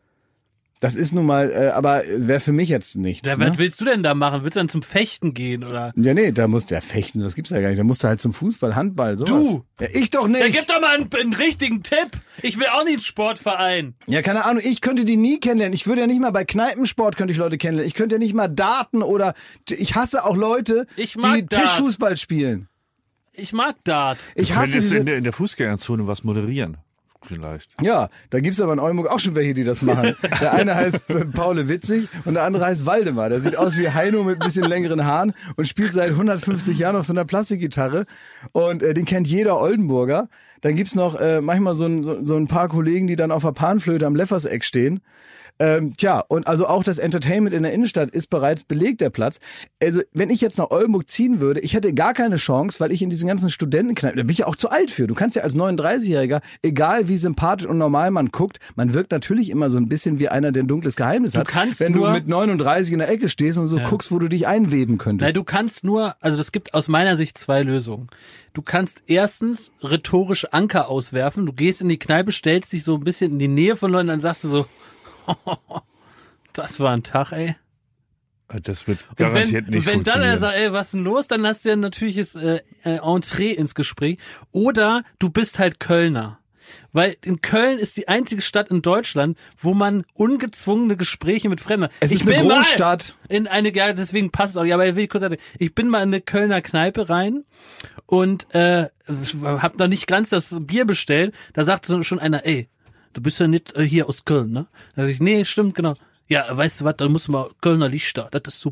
Das ist nun mal, äh, aber wäre für mich jetzt nichts. Ja, ne? was willst du denn da machen? Willst du dann zum Fechten gehen, oder? Ja, nee, da musst du ja fechten, das gibt's ja gar nicht. Da musst du halt zum Fußball, Handball, sowas. Du! Ja, ich doch nicht. Dann gib doch mal einen, einen richtigen Tipp. Ich will auch nicht einen Sportverein. Ja, keine Ahnung, ich könnte die nie kennenlernen. Ich würde ja nicht mal bei Kneipensport könnte ich Leute kennenlernen. Ich könnte ja nicht mal Daten oder, ich hasse auch Leute, Ich mag die Dart. Tischfußball spielen. Ich mag Dart. Ich Du hasse könntest diese... in der, in der Fußgängerzone was moderieren. Vielleicht. Ja, da gibt's aber in Oldenburg auch schon welche, die das machen. Der eine heißt Paul Witzig und der andere heißt Waldemar. Der sieht aus wie Heino mit ein bisschen längeren Haaren und spielt seit hundertfünfzig Jahren auf so einer Plastikgitarre. Und äh, den kennt jeder Oldenburger. Dann gibt's noch äh, manchmal so ein, so, so ein paar Kollegen, die dann auf der Panflöte am Lefferseck stehen. Ähm, tja, und also auch das Entertainment in der Innenstadt ist bereits belegt, der Platz. Also, wenn ich jetzt nach Oldenburg ziehen würde, ich hätte gar keine Chance, weil ich in diesen ganzen Studentenkneipen, da bin ich ja auch zu alt für. Du kannst ja als neununddreißigjähriger, egal wie sympathisch und normal man guckt, man wirkt natürlich immer so ein bisschen wie einer, der ein dunkles Geheimnis Du hat. kannst wenn nur- du mit neununddreißig in der Ecke stehst und so Ja. guckst, wo du dich einweben könntest. Nein, du kannst nur, also es gibt aus meiner Sicht zwei Lösungen. Du kannst erstens rhetorisch Anker auswerfen. Du gehst in die Kneipe, stellst dich so ein bisschen in die Nähe von Leuten, dann sagst du so, das war ein Tag, ey. Das wird Und garantiert wenn, nicht wenn dann funktionieren. er sagt, ey, was ist denn los, dann hast du ja natürlich das äh, äh, Entree ins Gespräch. Oder du bist halt Kölner. Weil in Köln ist die einzige Stadt in Deutschland, wo man ungezwungene Gespräche mit Fremden. Es ist ich eine bin mal Großstadt. in eine, ja, deswegen passt es auch. Ja, aber will ich kurz sagen, ich bin mal in eine Kölner Kneipe rein und äh, hab noch nicht ganz das Bier bestellt. Da sagte so schon einer, ey, du bist ja nicht äh, hier aus Köln, ne? Da sag ich, nee, stimmt, genau. Ja, weißt du was, da muss man Kölner Lichter, das ist super.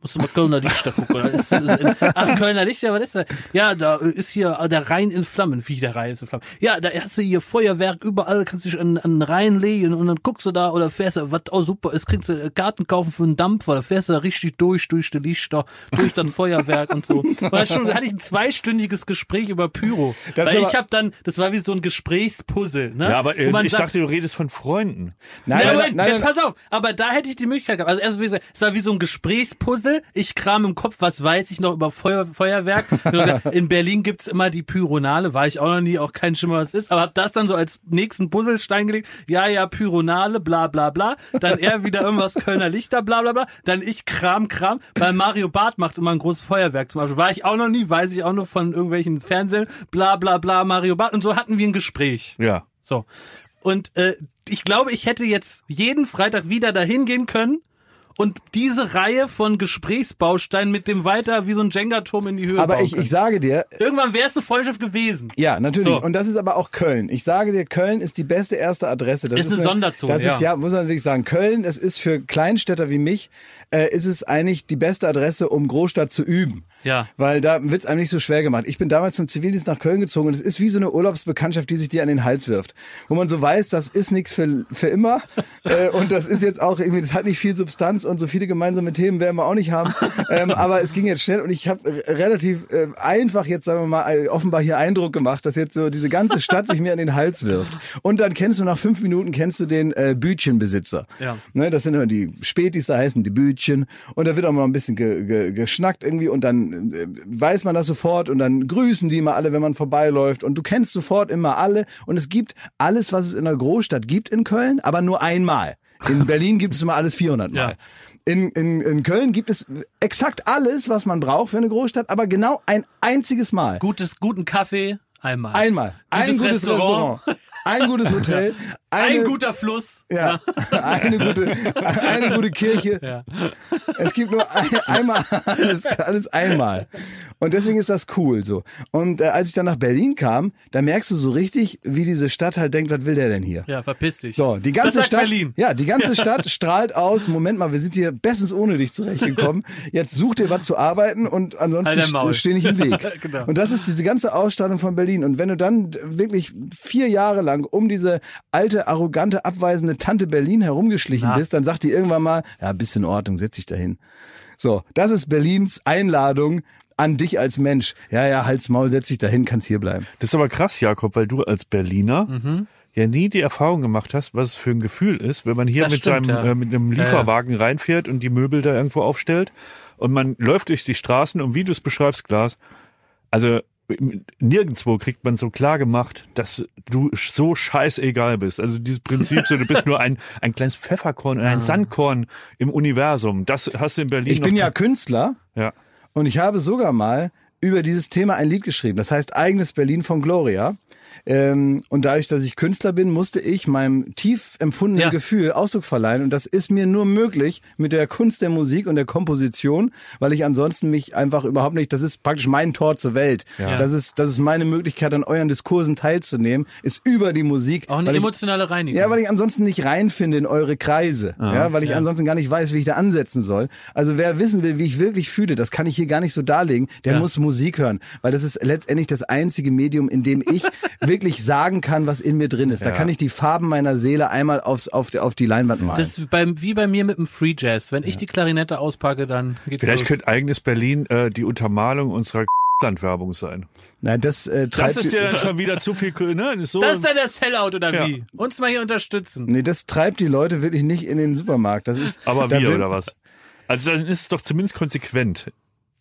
musst du mal Kölner Lichter gucken. Da ist, ist in, ach, Kölner Lichter, was ist da? Ja, da ist hier der Rhein in Flammen. Wie der Rhein ist in Flammen. Ja, da hast du hier Feuerwerk überall, kannst dich an, an den Rhein legen und dann guckst du da oder fährst du, was auch super ist, kriegst du Karten kaufen für einen Dampfer, da fährst du da richtig durch, durch die Lichter, durch das Feuerwerk und so. Weil schon, da hatte ich ein zweistündiges Gespräch über Pyro. Das Weil aber, ich habe dann, das war wie so ein Gesprächspuzzle. Ne? Ja, aber äh, ich sagt, dachte, du redest von Freunden. Nein, ja, nein, Moment, nein, jetzt nein, pass auf, aber da hätte ich die Möglichkeit gehabt. Also erst wie gesagt, es war wie so ein Gesprächspuzzle. Ich kram im Kopf, was weiß ich noch über Feuer, Feuerwerk. In Berlin gibt's immer die Pyronale, war ich auch noch nie, auch kein Schimmer, was ist. Aber hab das dann so als nächsten Puzzlestein gelegt. Ja, ja, Pyronale, bla bla bla. Dann er wieder irgendwas Kölner Lichter, bla bla bla. Dann ich Kram, Kram. Weil Mario Barth macht immer ein großes Feuerwerk zum Beispiel. War ich auch noch nie, weiß ich auch nur von irgendwelchen Fernsehen, bla bla bla, Mario Barth. Und so hatten wir ein Gespräch. Ja. So. Und äh, ich glaube, ich hätte jetzt jeden Freitag wieder dahin gehen können und diese Reihe von Gesprächsbausteinen mit dem weiter wie so ein Jenga-Turm in die Höhe aber bauen ich, können. ich sage dir, Irgendwann wäre es eine Freundschaft gewesen. ja, natürlich. So. Und das ist aber auch Köln. Ich sage dir, Köln ist die beste erste Adresse. Das Ist eine Sonderzone, Das ist, ja. ja, muss man wirklich sagen. Köln, das ist für Kleinstädter wie mich, äh, ist es eigentlich die beste Adresse, um Großstadt zu üben. Ja. Weil da wird's einem nicht so schwer gemacht. Ich bin damals zum Zivildienst nach Köln gezogen und es ist wie so eine Urlaubsbekanntschaft, die sich dir an den Hals wirft. Wo man so weiß, das ist nichts für, für immer äh, und das ist jetzt auch irgendwie, das hat nicht viel Substanz und so viele gemeinsame Themen werden wir auch nicht haben. ähm, aber es ging jetzt schnell und ich habe relativ äh, einfach jetzt, sagen wir mal, äh, offenbar hier Eindruck gemacht, dass jetzt so diese ganze Stadt sich mir an den Hals wirft. Und dann kennst du nach fünf Minuten, kennst du den äh, Bütchenbesitzer. Ja. Ne, das sind immer die Spätis, da heißen die Bütchen und da wird auch mal ein bisschen ge, ge, geschnackt irgendwie und dann weiß man das sofort und dann grüßen die immer alle, wenn man vorbeiläuft und du kennst sofort immer alle und es gibt alles, was es in einer Großstadt gibt in Köln, aber nur einmal. In Berlin gibt es immer alles vierhundert Mal. Ja. In, in, in Köln gibt es exakt alles, was man braucht für eine Großstadt, aber genau ein einziges Mal. Gutes, guten Kaffee, einmal. Einmal. Gutes ein gutes Restaurant. Restaurant. Ein gutes Hotel. Eine, ein guter Fluss. Ja. Eine gute, eine gute Kirche. Ja. Es gibt nur ein, einmal, alles, alles einmal. Und deswegen ist das cool so. Und äh, als ich dann nach Berlin kam, da merkst du so richtig, wie diese Stadt halt denkt, was will der denn hier? Ja, verpiss dich. So, die ganze das Stadt. Berlin. Ja, die ganze Stadt strahlt aus. Moment mal, wir sind hier bestens ohne dich zurechtgekommen. Jetzt such dir was zu arbeiten und ansonsten halt steh nicht im Weg. Genau. Und das ist diese ganze Ausstattung von Berlin. Und wenn du dann wirklich vier Jahre lang um diese alte, arrogante, abweisende Tante Berlin herumgeschlichen Na. bist, dann sagt die irgendwann mal, ja, bist in Ordnung, setz dich dahin. So, das ist Berlins Einladung an dich als Mensch. Ja, ja, halt's Maul, setz dich dahin, kannst hier bleiben. Das ist aber krass, Jakob, weil du als Berliner mhm. ja nie die Erfahrung gemacht hast, was es für ein Gefühl ist, wenn man hier das mit stimmt, seinem ja. äh, mit einem Lieferwagen ja, ja. reinfährt und die Möbel da irgendwo aufstellt und man läuft durch die Straßen und wie du es beschreibst, Glas, also nirgendwo kriegt man so klar gemacht, dass du so scheißegal bist. Also dieses Prinzip, so du bist nur ein ein kleines Pfefferkorn, ein Sandkorn im Universum. Das hast du in Berlin. Ich bin ja Künstler. Ja. Und ich habe sogar mal über dieses Thema ein Lied geschrieben. Das heißt Eigenes Berlin von Gloria. Ähm, und dadurch, dass ich Künstler bin, musste ich meinem tief empfundenen ja. Gefühl Ausdruck verleihen. Und das ist mir nur möglich mit der Kunst der Musik und der Komposition, weil ich ansonsten mich einfach überhaupt nicht, das ist praktisch mein Tor zur Welt. Ja. Das ist, das ist meine Möglichkeit, an euren Diskursen teilzunehmen, ist über die Musik. Auch eine emotionale Reinigung. Ja, weil ich ansonsten nicht reinfinde in eure Kreise. Aha, ja, weil ich ja. ansonsten gar nicht weiß, wie ich da ansetzen soll. Also wer wissen will, wie ich wirklich fühle, das kann ich hier gar nicht so darlegen, der ja. muss Musik hören. Weil das ist letztendlich das einzige Medium, in dem ich wirklich sagen kann, was in mir drin ist. Da ja. kann ich die Farben meiner Seele einmal aufs, auf, die, auf die Leinwand malen. Das ist beim, wie bei mir mit dem Free Jazz. Wenn ja. ich die Klarinette auspacke, dann geht's Vielleicht los. könnte Eigenes Berlin äh, die Untermalung unserer Landwerbung sein. Nein, das äh, treibt... Das ist ja dann schon wieder zu viel... Ne? Das ist, so das ist dann der Sellout, oder ja. wie? Uns mal hier unterstützen. Nee, das treibt die Leute wirklich nicht in den Supermarkt. Das ist, Aber wir, will, oder was? Also dann ist es doch zumindest konsequent.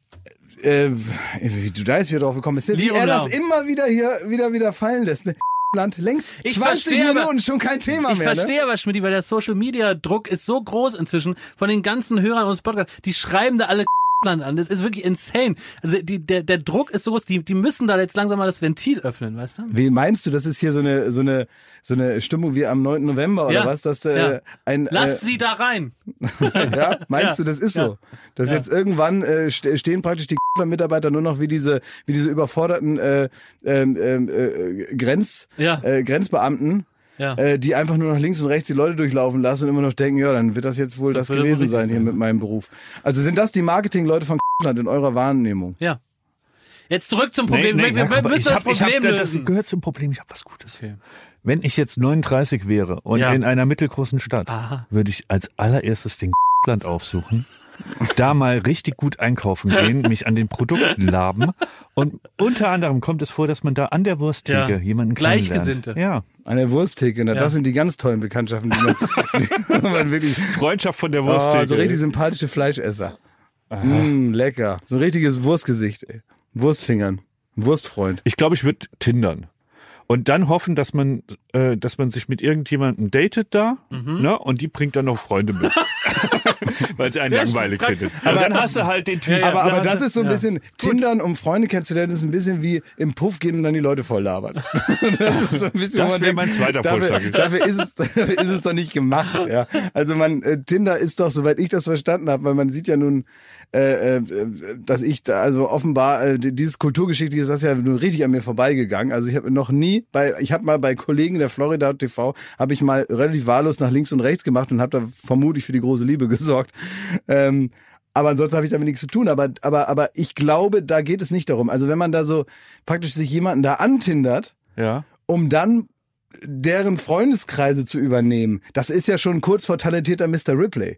Äh, wie du da jetzt wieder drauf gekommen bist, wie er das immer wieder hier wieder wieder fallen lässt. Ne? Land längst ich zwanzig Minuten aber, schon kein Thema ich mehr. Ich verstehe ne? aber, Schmidt, weil der Social Media Druck ist so groß inzwischen von den ganzen Hörern unseres Podcasts. Die schreiben da alle Land an. Das ist wirklich insane. Also die, der, der Druck ist so groß, die, die müssen da jetzt langsam mal das Ventil öffnen, weißt du? Wie meinst du, das ist hier so eine, so eine, so eine Stimmung wie am neunten November oder ja, was? Dass, äh, ja. ein, Lass äh, sie da rein. ja, meinst ja. du, das ist ja. so? Dass ja. jetzt irgendwann äh, stehen praktisch die Mitarbeiter nur noch wie diese, wie diese überforderten äh, äh, äh, Grenz, ja. äh, Grenzbeamten. Ja. äh, die einfach nur nach links und rechts die Leute durchlaufen lassen und immer noch denken, ja, dann wird das jetzt wohl das, das gewesen wohl sein hier sein. mit meinem Beruf. Also sind das die Marketingleute von Land in eurer Wahrnehmung? Ja. Jetzt zurück zum Problem. Nee, nee, wir, wir Jakob, müssen ich das hab, ich Problem hab, das lösen. gehört zum Problem. Ich habe was Gutes. Okay. Wenn ich jetzt neununddreißig wäre und Ja. in einer mittelgroßen Stadt, Aha. würde ich als allererstes den Land aufsuchen, da mal richtig gut einkaufen gehen, mich an den Produkten laben und unter anderem kommt es vor, dass man da an der Wursttheke Ja. jemanden kennenlernt. Gleichgesinnte. Ja. An der Wursttheke, na, Ja. das sind die ganz tollen Bekanntschaften, die man, die man wirklich, Freundschaft von der oh, Wursttheke. so richtig sympathische Fleischesser. Mm, lecker. So ein richtiges Wurstgesicht, ey. Wurstfingern. Wurstfreund. Ich glaube, ich würde tindern. Und dann hoffen, dass man, äh, dass man sich mit irgendjemandem datet da, Mhm. ne? Und die bringt dann noch Freunde mit. Weil sie einen langweilig findet. Aber dann hast du halt den Typ. Aber, aber dann hast das du- ist so ein ja. bisschen, Tindern, um Freunde kennenzulernen, ist ein bisschen wie im Puff gehen und dann die Leute voll labern. Das ist so ein bisschen, Das wo man wäre mein zweiter dafür, Vorschlag. Dafür ist es, dafür ist es doch nicht gemacht. Ja. Also man, äh, Tinder ist doch, soweit ich das verstanden habe, weil man sieht ja nun, äh, äh, dass ich da, also offenbar, äh, dieses Kulturgeschichtliche ist das ja nun richtig an mir vorbeigegangen. Also ich habe noch nie bei, ich habe mal bei Kollegen der Florida T V, habe ich mal relativ wahllos nach links und rechts gemacht und habe da vermutlich für die große Liebe gesorgt. Ähm, aber ansonsten habe ich damit nichts zu tun. Aber, aber, aber ich glaube, da geht es nicht darum. Also wenn man da so praktisch sich jemanden da antindert, Ja. um dann deren Freundeskreise zu übernehmen, das ist ja schon kurz vor talentierter Mister Ripley.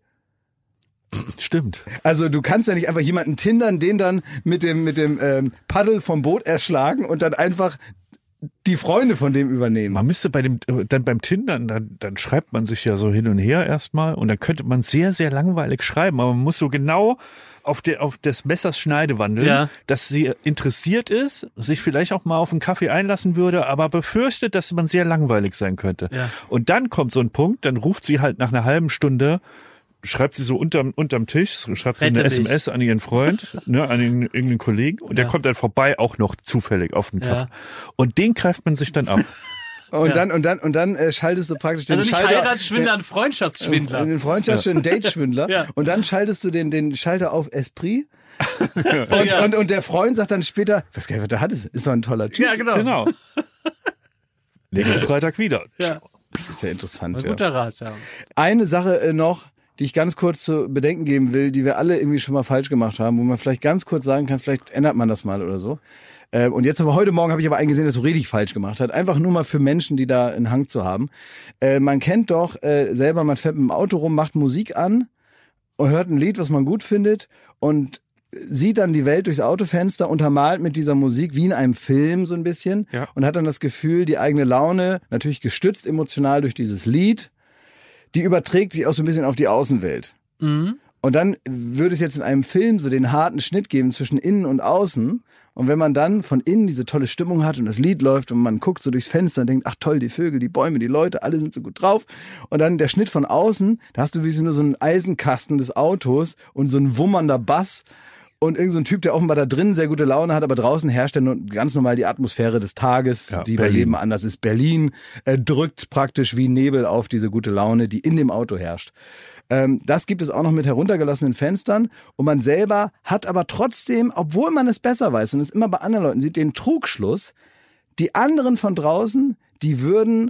Stimmt. Also du kannst ja nicht einfach jemanden tindern, den dann mit dem, mit dem ähm, Paddel vom Boot erschlagen und dann einfach die Freunde von dem übernehmen. Man müsste bei dem, dann beim Tindern, dann, dann schreibt man sich ja so hin und her erstmal und dann könnte man sehr, sehr langweilig schreiben, aber man muss so genau auf der, auf des Messers Schneide wandeln, Ja. dass sie interessiert ist, sich vielleicht auch mal auf einen Kaffee einlassen würde, aber befürchtet, dass man sehr langweilig sein könnte. Ja. Und dann kommt so ein Punkt, dann ruft sie halt nach einer halben Stunde, schreibt sie so unterm, unterm Tisch, schreibt sie eine Rette S M mich. S an ihren Freund, ne, an den, irgendeinen Kollegen und der Ja. kommt dann vorbei, auch noch zufällig auf den Kaffee. Ja. Und den greift man sich dann ab. Und Ja. dann, und dann, und dann äh, schaltest du praktisch den Also nicht Schalter. Heiratsschwindler, ein Freundschaftsschwindler. Den Freundschaftsschwindler, den Dateschwindler. Ja. Und dann schaltest du den, den Schalter auf Esprit. Und, Ja. und, und der Freund sagt dann später, ich weiß gar nicht, was der hat, ist, ist doch ein toller Typ. Ja, genau. Genau. Nächsten Freitag wieder. Ja. Das ist ja interessant. Ein Ja. guter Rat, ja. Eine Sache äh, noch, die ich ganz kurz zu bedenken geben will, die wir alle irgendwie schon mal falsch gemacht haben, wo man vielleicht ganz kurz sagen kann, vielleicht ändert man das mal oder so. Äh, und jetzt aber heute Morgen habe ich aber eingesehen, dass du richtig falsch gemacht hat. Einfach nur mal für Menschen, die da einen Hang zu haben. Äh, man kennt doch äh, selber, man fährt mit dem Auto rum, macht Musik an und hört ein Lied, was man gut findet und sieht dann die Welt durchs Autofenster, untermalt mit dieser Musik wie in einem Film so ein bisschen Ja. und hat dann das Gefühl, die eigene Laune, natürlich gestützt emotional durch dieses Lied, die überträgt sich auch so ein bisschen auf die Außenwelt. Mhm. Und dann würde es jetzt in einem Film so den harten Schnitt geben zwischen innen und außen. Und wenn man dann von innen diese tolle Stimmung hat und das Lied läuft und man guckt so durchs Fenster und denkt, ach toll, die Vögel, die Bäume, die Leute, alle sind so gut drauf. Und dann der Schnitt von außen, da hast du wie so nur so einen Eisenkasten des Autos und so ein wummernder Bass. Und irgend so ein Typ, der offenbar da drin sehr gute Laune hat, aber draußen herrscht dann ganz normal die Atmosphäre des Tages, Ja, die bei Berlin. jedem anders ist. Berlin äh, drückt praktisch wie Nebel auf diese gute Laune, die in dem Auto herrscht. Ähm, das gibt es auch noch mit heruntergelassenen Fenstern. Und man selber hat aber trotzdem, obwohl man es besser weiß und es immer bei anderen Leuten sieht, den Trugschluss, die anderen von draußen, die würden,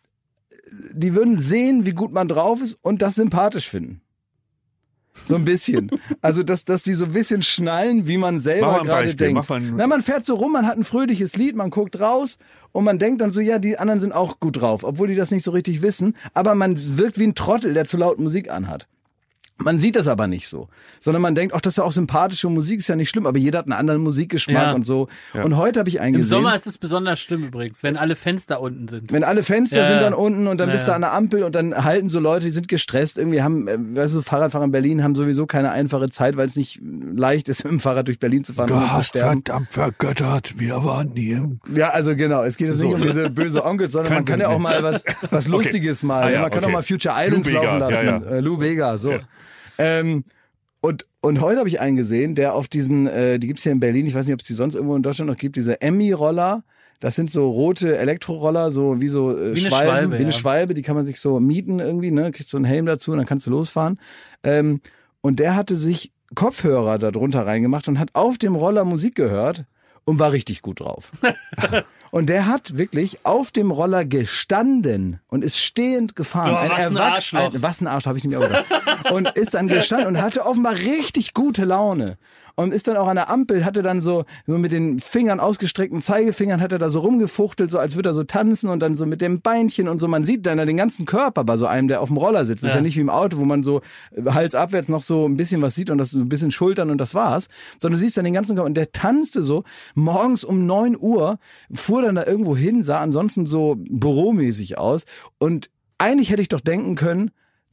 die würden sehen, wie gut man drauf ist und das sympathisch finden. So ein bisschen. Also, dass, dass die so ein bisschen schnallen, wie man Mach selber mal ein gerade Beispiel, denkt. mach mal ein- Na, man fährt so rum, man hat ein fröhliches Lied, man guckt raus und man denkt dann so, ja, die anderen sind auch gut drauf, obwohl die das nicht so richtig wissen. Aber man wirkt wie ein Trottel, der zu laut Musik anhat. Man sieht das aber nicht so, sondern man denkt, ach, das ist ja auch sympathische Musik, ist ja nicht schlimm, aber jeder hat einen anderen Musikgeschmack Ja. und so. Ja. Und heute habe ich Im eingesehen, Sommer ist es besonders schlimm übrigens, wenn alle Fenster unten sind. wenn alle Fenster Ja, sind ja. dann unten und dann Ja, bist du ja. an der Ampel und dann halten so Leute, die sind gestresst, irgendwie haben, äh, weißt du, Fahrradfahrer in Berlin haben sowieso keine einfache Zeit, weil es nicht leicht ist, mit dem Fahrrad durch Berlin zu fahren, ohne zu sterben. verdammt vergöttert, wir waren nie im... Ja, also genau, es geht jetzt So. nicht um diese böse Onkels, sondern Kein man kann ja auch Ding. mal was, was Lustiges mal, Ah, ja, man kann okay. auch mal Future Islands Lou Bega, laufen lassen, ja, ja. Äh, Lou Bega, so. Ja. Ähm, und, und heute habe ich einen gesehen, der auf diesen, äh, die gibt's hier in Berlin, ich weiß nicht, ob es die sonst irgendwo in Deutschland noch gibt, diese Emmy-Roller. Das sind so rote Elektroroller, so wie so äh, Wie eine Schwalben, Schwalbe, wie eine ja. Schwalbe, die kann man sich so mieten irgendwie, ne? Kriegst so einen Helm dazu und dann kannst du losfahren. Ähm, und der hatte sich Kopfhörer da drunter reingemacht und hat auf dem Roller Musik gehört und war richtig gut drauf. Und der hat wirklich auf dem Roller gestanden und ist stehend gefahren. Oh, ein was ein Erwachs- Arschloch. ein, was ein Arsch, habe ich nicht mehr gedacht. Und ist dann gestanden und hatte offenbar richtig gute Laune. Und ist dann auch an der Ampel, hatte dann so, so mit den Fingern, ausgestreckten Zeigefingern, hat er da so rumgefuchtelt, so als würde er so tanzen und dann so mit dem Beinchen und so. Man sieht dann den ganzen Körper bei so einem, der auf dem Roller sitzt. Das ist Ja. ja nicht wie im Auto, wo man so Hals abwärts noch so ein bisschen was sieht und das so ein bisschen Schultern und das war's. Sondern du siehst dann den ganzen Körper und der tanzte so morgens um neun Uhr, fuhr dann da irgendwo hin, sah ansonsten so büromäßig aus und eigentlich hätte ich doch denken können,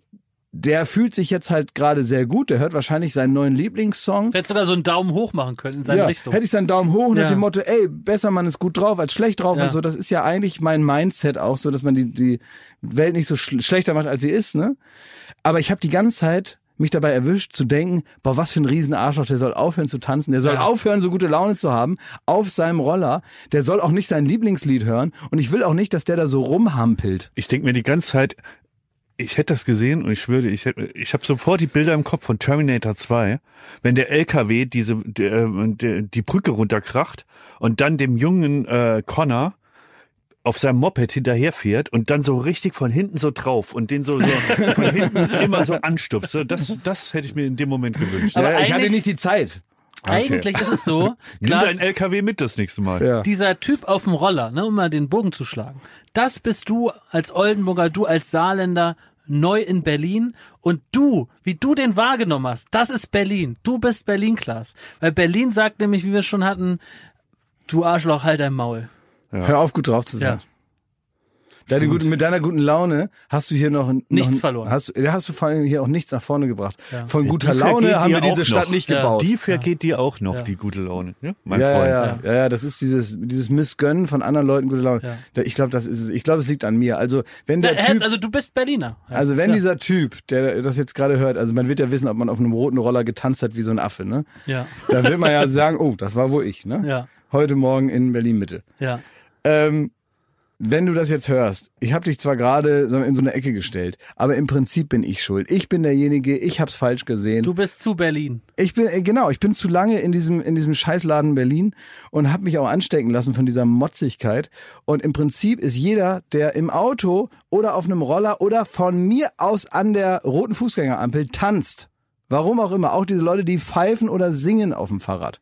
der fühlt sich jetzt halt gerade sehr gut, der hört wahrscheinlich seinen neuen Lieblingssong. Du hättest sogar so einen Daumen hoch machen können in seine Ja, Richtung. hätte ich seinen Daumen hoch nach Ja. dem Motto, ey, besser man ist gut drauf als schlecht drauf Ja. und so. Das ist ja eigentlich mein Mindset auch so, dass man die, die Welt nicht so sch- schlechter macht, als sie ist, ne? Aber ich habe die ganze Zeit mich dabei erwischt zu denken, boah, was für ein riesen Arschloch, der soll aufhören zu tanzen, der soll Ja. aufhören, so gute Laune zu haben, auf seinem Roller, der soll auch nicht sein Lieblingslied hören und ich will auch nicht, dass der da so rumhampelt. Ich denke mir die ganze Zeit, ich hätte das gesehen und ich schwöre, ich hätte, ich habe sofort die Bilder im Kopf von Terminator zwei, wenn der L K W diese der, der, die Brücke runterkracht und dann dem jungen äh, Connor auf seinem Moped hinterherfährt und dann so richtig von hinten so drauf und den so, so von hinten immer so anstupst. So, Das, das hätte ich mir in dem Moment gewünscht. Aber ja, ich hatte eigentlich- nicht die Zeit. Eigentlich ist es so, Nimm Klaas, deinen L K W mit das nächste Mal. Ja. dieser Typ auf dem Roller, ne, um mal den Bogen zu schlagen, das bist du als Oldenburger, du als Saarländer, neu in Berlin und du, wie du den wahrgenommen hast, das ist Berlin. Du bist Berlin, Klaas. Weil Berlin sagt nämlich, wie wir schon hatten, du Arschloch, halt dein Maul. Ja. Hör auf, gut drauf zu sein. Ja. Deine gute, mit deiner guten Laune hast du hier noch, noch Nichts verloren. Hast, ja, hast du vor allem hier auch nichts nach vorne gebracht. Ja. Von guter Die Laune vergeht haben wir dir diese auch Stadt noch. nicht Ja. gebaut. Die vergeht dir auch noch, Ja. die gute Laune. Ja, mein ja, Freund. ja, ja, ja, ja, das ist dieses, dieses Missgönnen von anderen Leuten gute Laune. Ja. Da- Ich glaube, das ist es. Ich glaube, es liegt an mir. Also, wenn der Ja, Typ, also du bist Berliner. also wenn ja. dieser Typ, der das jetzt gerade hört, also man wird ja wissen, ob man auf einem roten Roller getanzt hat wie so ein Affe, ne? Ja, Dann wird man ja sagen, oh, das war wohl ich, ne? ja, Heute Morgen in Berlin-Mitte. ja. Ähm, wenn du das jetzt hörst, ich habe dich zwar gerade so in so eine Ecke gestellt, aber im Prinzip bin ich schuld. Ich bin derjenige, ich hab's falsch gesehen. Du bist zu Berlin. Ich bin äh, genau, ich bin zu lange in diesem in diesem Scheißladen Berlin und habe mich auch anstecken lassen von dieser Motzigkeit. Und im Prinzip ist jeder, der im Auto oder auf einem Roller oder von mir aus an der roten Fußgängerampel tanzt, warum auch immer, auch diese Leute, die pfeifen oder singen auf dem Fahrrad.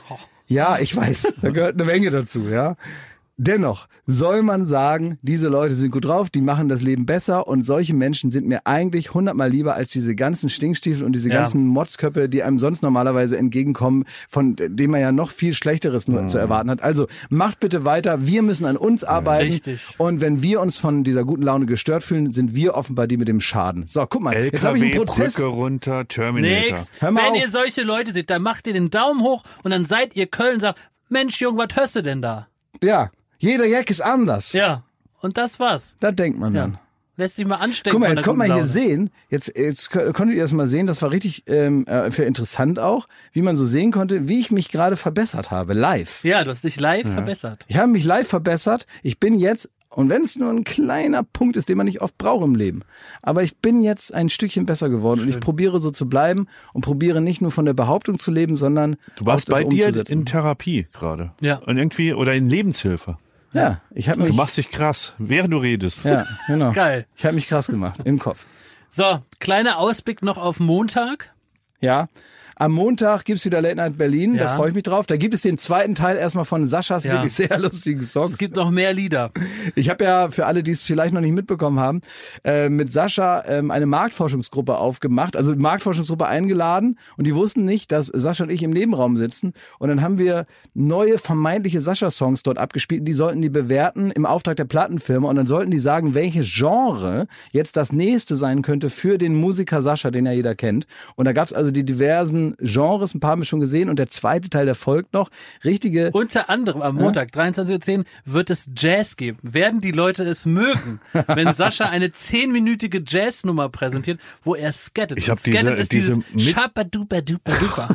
Ja, ich weiß, da gehört eine Menge dazu, ja. Dennoch soll man sagen, diese Leute sind gut drauf, die machen das Leben besser und solche Menschen sind mir eigentlich hundertmal lieber als diese ganzen Stinkstiefel und diese Ja. ganzen Motzköpfe, die einem sonst normalerweise entgegenkommen, von denen man ja noch viel Schlechteres nur zu erwarten hat. Also macht bitte weiter, wir müssen an uns arbeiten. Richtig. Und wenn wir uns von dieser guten Laune gestört fühlen, sind wir offenbar die mit dem Schaden. So, guck mal, jetzt habe ich einen L K W, Prozess. Brücke runter, Terminator. Nix. Hör mal Wenn auf. ihr solche Leute seht, dann macht ihr den Daumen hoch und dann seid ihr Köln und sagt, Mensch, Junge, was hörst du denn da? Ja, jeder Jack ist anders. Ja. Und das war's. Da denkt man dann. Ja. Lässt sich mal anstecken. Guck mal, von jetzt der kommt mal guten hier Laune. sehen, jetzt, jetzt kö- konntet ihr das mal sehen, das war richtig ähm, äh, für interessant auch, wie man so sehen konnte, wie ich mich gerade verbessert habe, live. Ja, du hast dich live verbessert. Ich habe mich live verbessert, ich bin jetzt, und wenn es nur ein kleiner Punkt ist, den man nicht oft braucht im Leben, aber ich bin jetzt ein Stückchen besser geworden und ich probiere so zu bleiben und probiere nicht nur von der Behauptung zu leben, sondern Du warst auch das bei dir umzusetzen. in Therapie gerade. Ja. Und irgendwie, oder in Lebenshilfe. Ja, ich habe Du mich, machst dich krass, während du redest. ja, genau. Geil. Ich habe mich krass gemacht, im Kopf. So, kleiner Ausblick noch auf Montag. Ja. Am Montag gibt's wieder Late Night Berlin, da Ja. freue ich mich drauf. Da gibt es den zweiten Teil erstmal von Saschas Ja. wirklich sehr lustigen Songs. Es gibt noch mehr Lieder. Ich habe ja, für alle, die es vielleicht noch nicht mitbekommen haben, äh, mit Sascha ähm, eine Marktforschungsgruppe aufgemacht, also Marktforschungsgruppe eingeladen und die wussten nicht, dass Sascha und ich im Nebenraum sitzen und dann haben wir neue vermeintliche Sascha-Songs dort abgespielt und die sollten die bewerten im Auftrag der Plattenfirma und dann sollten die sagen, welches Genre jetzt das nächste sein könnte für den Musiker Sascha, den ja jeder kennt. Und da gab's also die diversen Genres, ein paar haben wir schon gesehen und der zweite Teil, der folgt noch. Richtige Unter anderem am Montag, dreiundzwanzig Uhr zehn, wird es Jazz geben. Werden die Leute es mögen, wenn Sascha eine zehnminütige Jazznummer präsentiert, wo er skattet. Ich hab Und skattet diese- ist diese dieses mit- Schabadubadubaduba.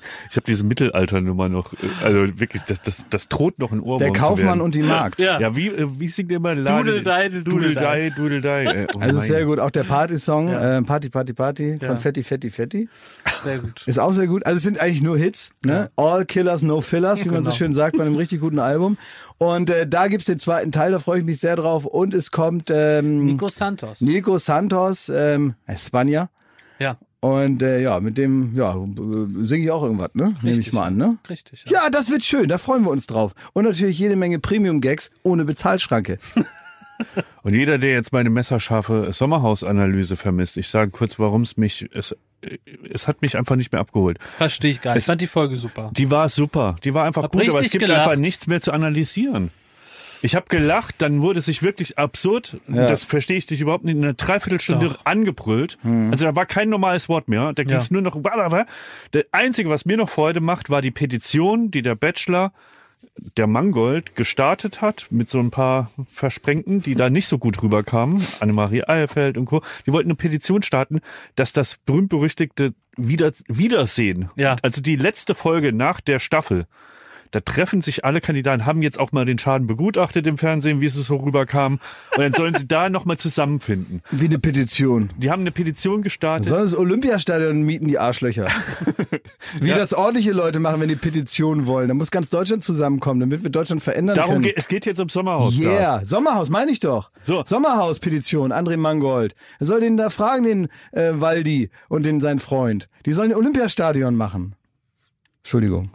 Ich habe diese Mittelalternummer noch, also wirklich, das, das, das droht noch ein Ohrwurm Der Kaufmann und die Magd. Ja. Ja, wie, wie singt immer Lade? Dudeldei, Dudeldei, Dudeldei. Oh Also mein. sehr gut, auch der Party-Song, Ja. äh, Party, Party, Party, Ja. Konfetti, Fetti, Fetti. Sehr gut. Ist auch sehr gut. Also es sind eigentlich nur Hits, ne? All Killers, no Fillers, wie man so Genau. schön sagt bei einem richtig guten Album. Und äh, da gibt's den zweiten Teil, da freue ich mich sehr drauf. Und es kommt ähm, Nico Santos. Nico Santos, ähm, Spanier. Ja. Und äh, ja, mit dem ja, singe ich auch irgendwas, ne? Nehme ich Richtig, mal an, ne? Richtig. Ja. Ja, das wird schön, da freuen wir uns drauf. Und natürlich jede Menge Premium-Gags ohne Bezahlschranke. Und jeder, der jetzt meine messerscharfe Sommerhausanalyse vermisst, ich sage kurz, warum es mich, es, es hat mich einfach nicht mehr abgeholt. Verstehe ich gar nicht. Es- Ich fand die Folge super. Die war super, die war einfach Hab gut, aber es richtig gibt gelacht. einfach nichts mehr zu analysieren. Ich habe gelacht, dann wurde es sich wirklich absurd, Ja. das verstehe ich dich überhaupt nicht, in einer Dreiviertelstunde Doch. angebrüllt. Also da war kein normales Wort mehr, da ging es Ja. nur noch... Der Einzige, was mir noch Freude macht, war die Petition, die der Bachelor, der Mangold, gestartet hat, mit so ein paar Versprengten, die da nicht so gut rüberkamen, Annemarie Eilfeld und Co. Die wollten eine Petition starten, dass das berühmt-berüchtigte Wieder Wiedersehen, Ja. also die letzte Folge nach der Staffel, da treffen sich alle Kandidaten, haben jetzt auch mal den Schaden begutachtet im Fernsehen, wie es so rüberkam. Und dann sollen sie da nochmal zusammenfinden. Wie eine Petition. Die haben eine Petition gestartet. Sollen das Olympiastadion mieten, die Arschlöcher. Wie Ja. das ordentliche Leute machen, wenn die Petitionen wollen. Da muss ganz Deutschland zusammenkommen, damit wir Deutschland verändern Darum können. geht, es geht jetzt um Sommerhaus. Yeah, Sommerhaus, meine ich doch. So. Sommerhaus-Petition, André Mangold. Er soll den da fragen, den äh, Waldi und den sein Freund. Die sollen ein Olympiastadion machen. Entschuldigung.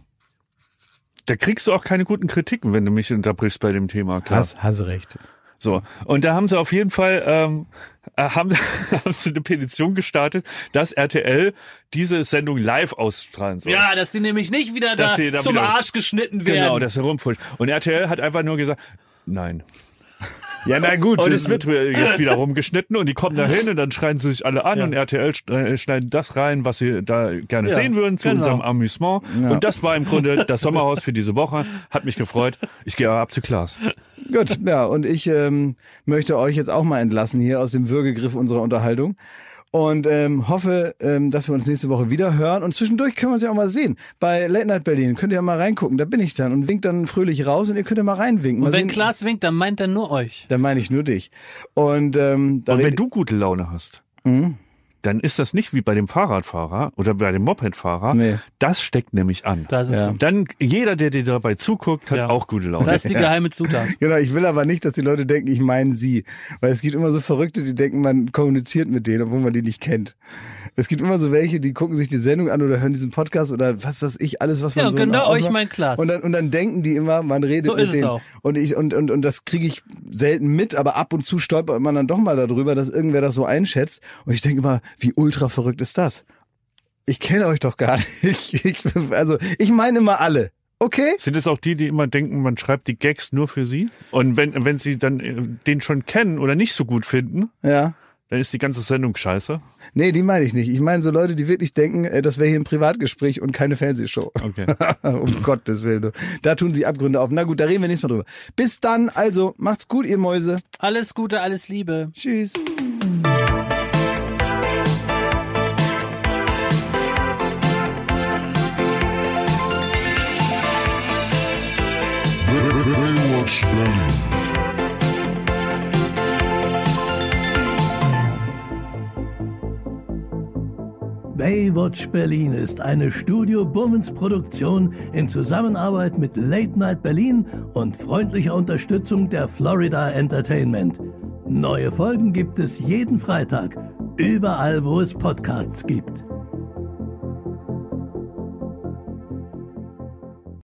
Da kriegst du auch keine guten Kritiken, wenn du mich unterbrichst bei dem Thema, klar. Hast, hast recht. So. Und da haben sie auf jeden Fall, ähm, äh, haben, haben sie eine Petition gestartet, dass R T L diese Sendung live ausstrahlen soll. Ja, dass die nämlich nicht wieder Dass da die da zum wieder- Arsch geschnitten werden. Genau, das herumfuscht. Und R T L hat einfach nur gesagt, nein. Ja, na gut. Und das- es wird jetzt wieder rumgeschnitten und die kommen da hin und dann schreien sie sich alle an Ja. und R T L schne- schneidet das rein, was sie da gerne Ja, sehen würden, zu genau. unserem Amüsement. Und das war im Grunde das Sommerhaus für diese Woche. Hat mich gefreut. Ich gehe aber ab zu Klaas. Gut, ja, und ich ähm, möchte euch jetzt auch mal entlassen hier aus dem Würgegriff unserer Unterhaltung und ähm, hoffe, ähm, dass wir uns nächste Woche wieder hören und zwischendurch können wir uns ja auch mal sehen. Bei Late Night Berlin könnt ihr ja mal reingucken, da bin ich dann und wink dann fröhlich raus und ihr könnt ja mal reinwinken. Mal Und wenn sehen, Klaas winkt, dann meint er nur euch. dann meine ich nur dich. Und, ähm, da Und wenn red- du gute Laune hast, Mhm. dann ist das nicht wie bei dem Fahrradfahrer oder bei dem Mopedfahrer. Nee. Das steckt nämlich an. Das ist Ja. so. Dann jeder, der dir dabei zuguckt, hat Ja. auch gute Laune. Das ist die geheime Zutat. Genau, ich will aber nicht, dass die Leute denken, ich meine sie. Weil es gibt immer so Verrückte, die denken, man kommuniziert mit denen, obwohl man die nicht kennt. Es gibt immer so welche, die gucken sich die Sendung an oder hören diesen Podcast oder was weiß ich, alles, was man Ja, so genau ausmacht. euch mein Klaas. Und dann, und dann denken die immer, man redet So mit ist es denen. auch. Und ich, und, und, und das kriege ich selten mit, aber ab und zu stolpert man dann doch mal darüber, dass irgendwer das so einschätzt. Und ich denke immer, wie ultra verrückt ist das? Ich kenne euch doch gar nicht. Ich, also, ich meine immer alle. Okay? Sind es auch die, die immer denken, man schreibt die Gags nur für sie? Und wenn, wenn sie dann äh, den schon kennen oder nicht so gut finden, Ja. dann ist die ganze Sendung scheiße. Nee, die meine ich nicht. Ich meine so Leute, die wirklich denken, äh, das wäre hier ein Privatgespräch und keine Fernsehshow. Okay. Um Gottes Willen. du. Da tun sie Abgründe auf. Na gut, da reden wir nächstes Mal drüber. Bis dann, also, macht's gut, ihr Mäuse. Alles Gute, alles Liebe. Tschüss. Baywatch Berlin. Baywatch Berlin ist eine Studio Bummens Produktion in Zusammenarbeit mit Late Night Berlin und freundlicher Unterstützung der Florida Entertainment. Neue Folgen gibt es jeden Freitag, überall wo es Podcasts gibt.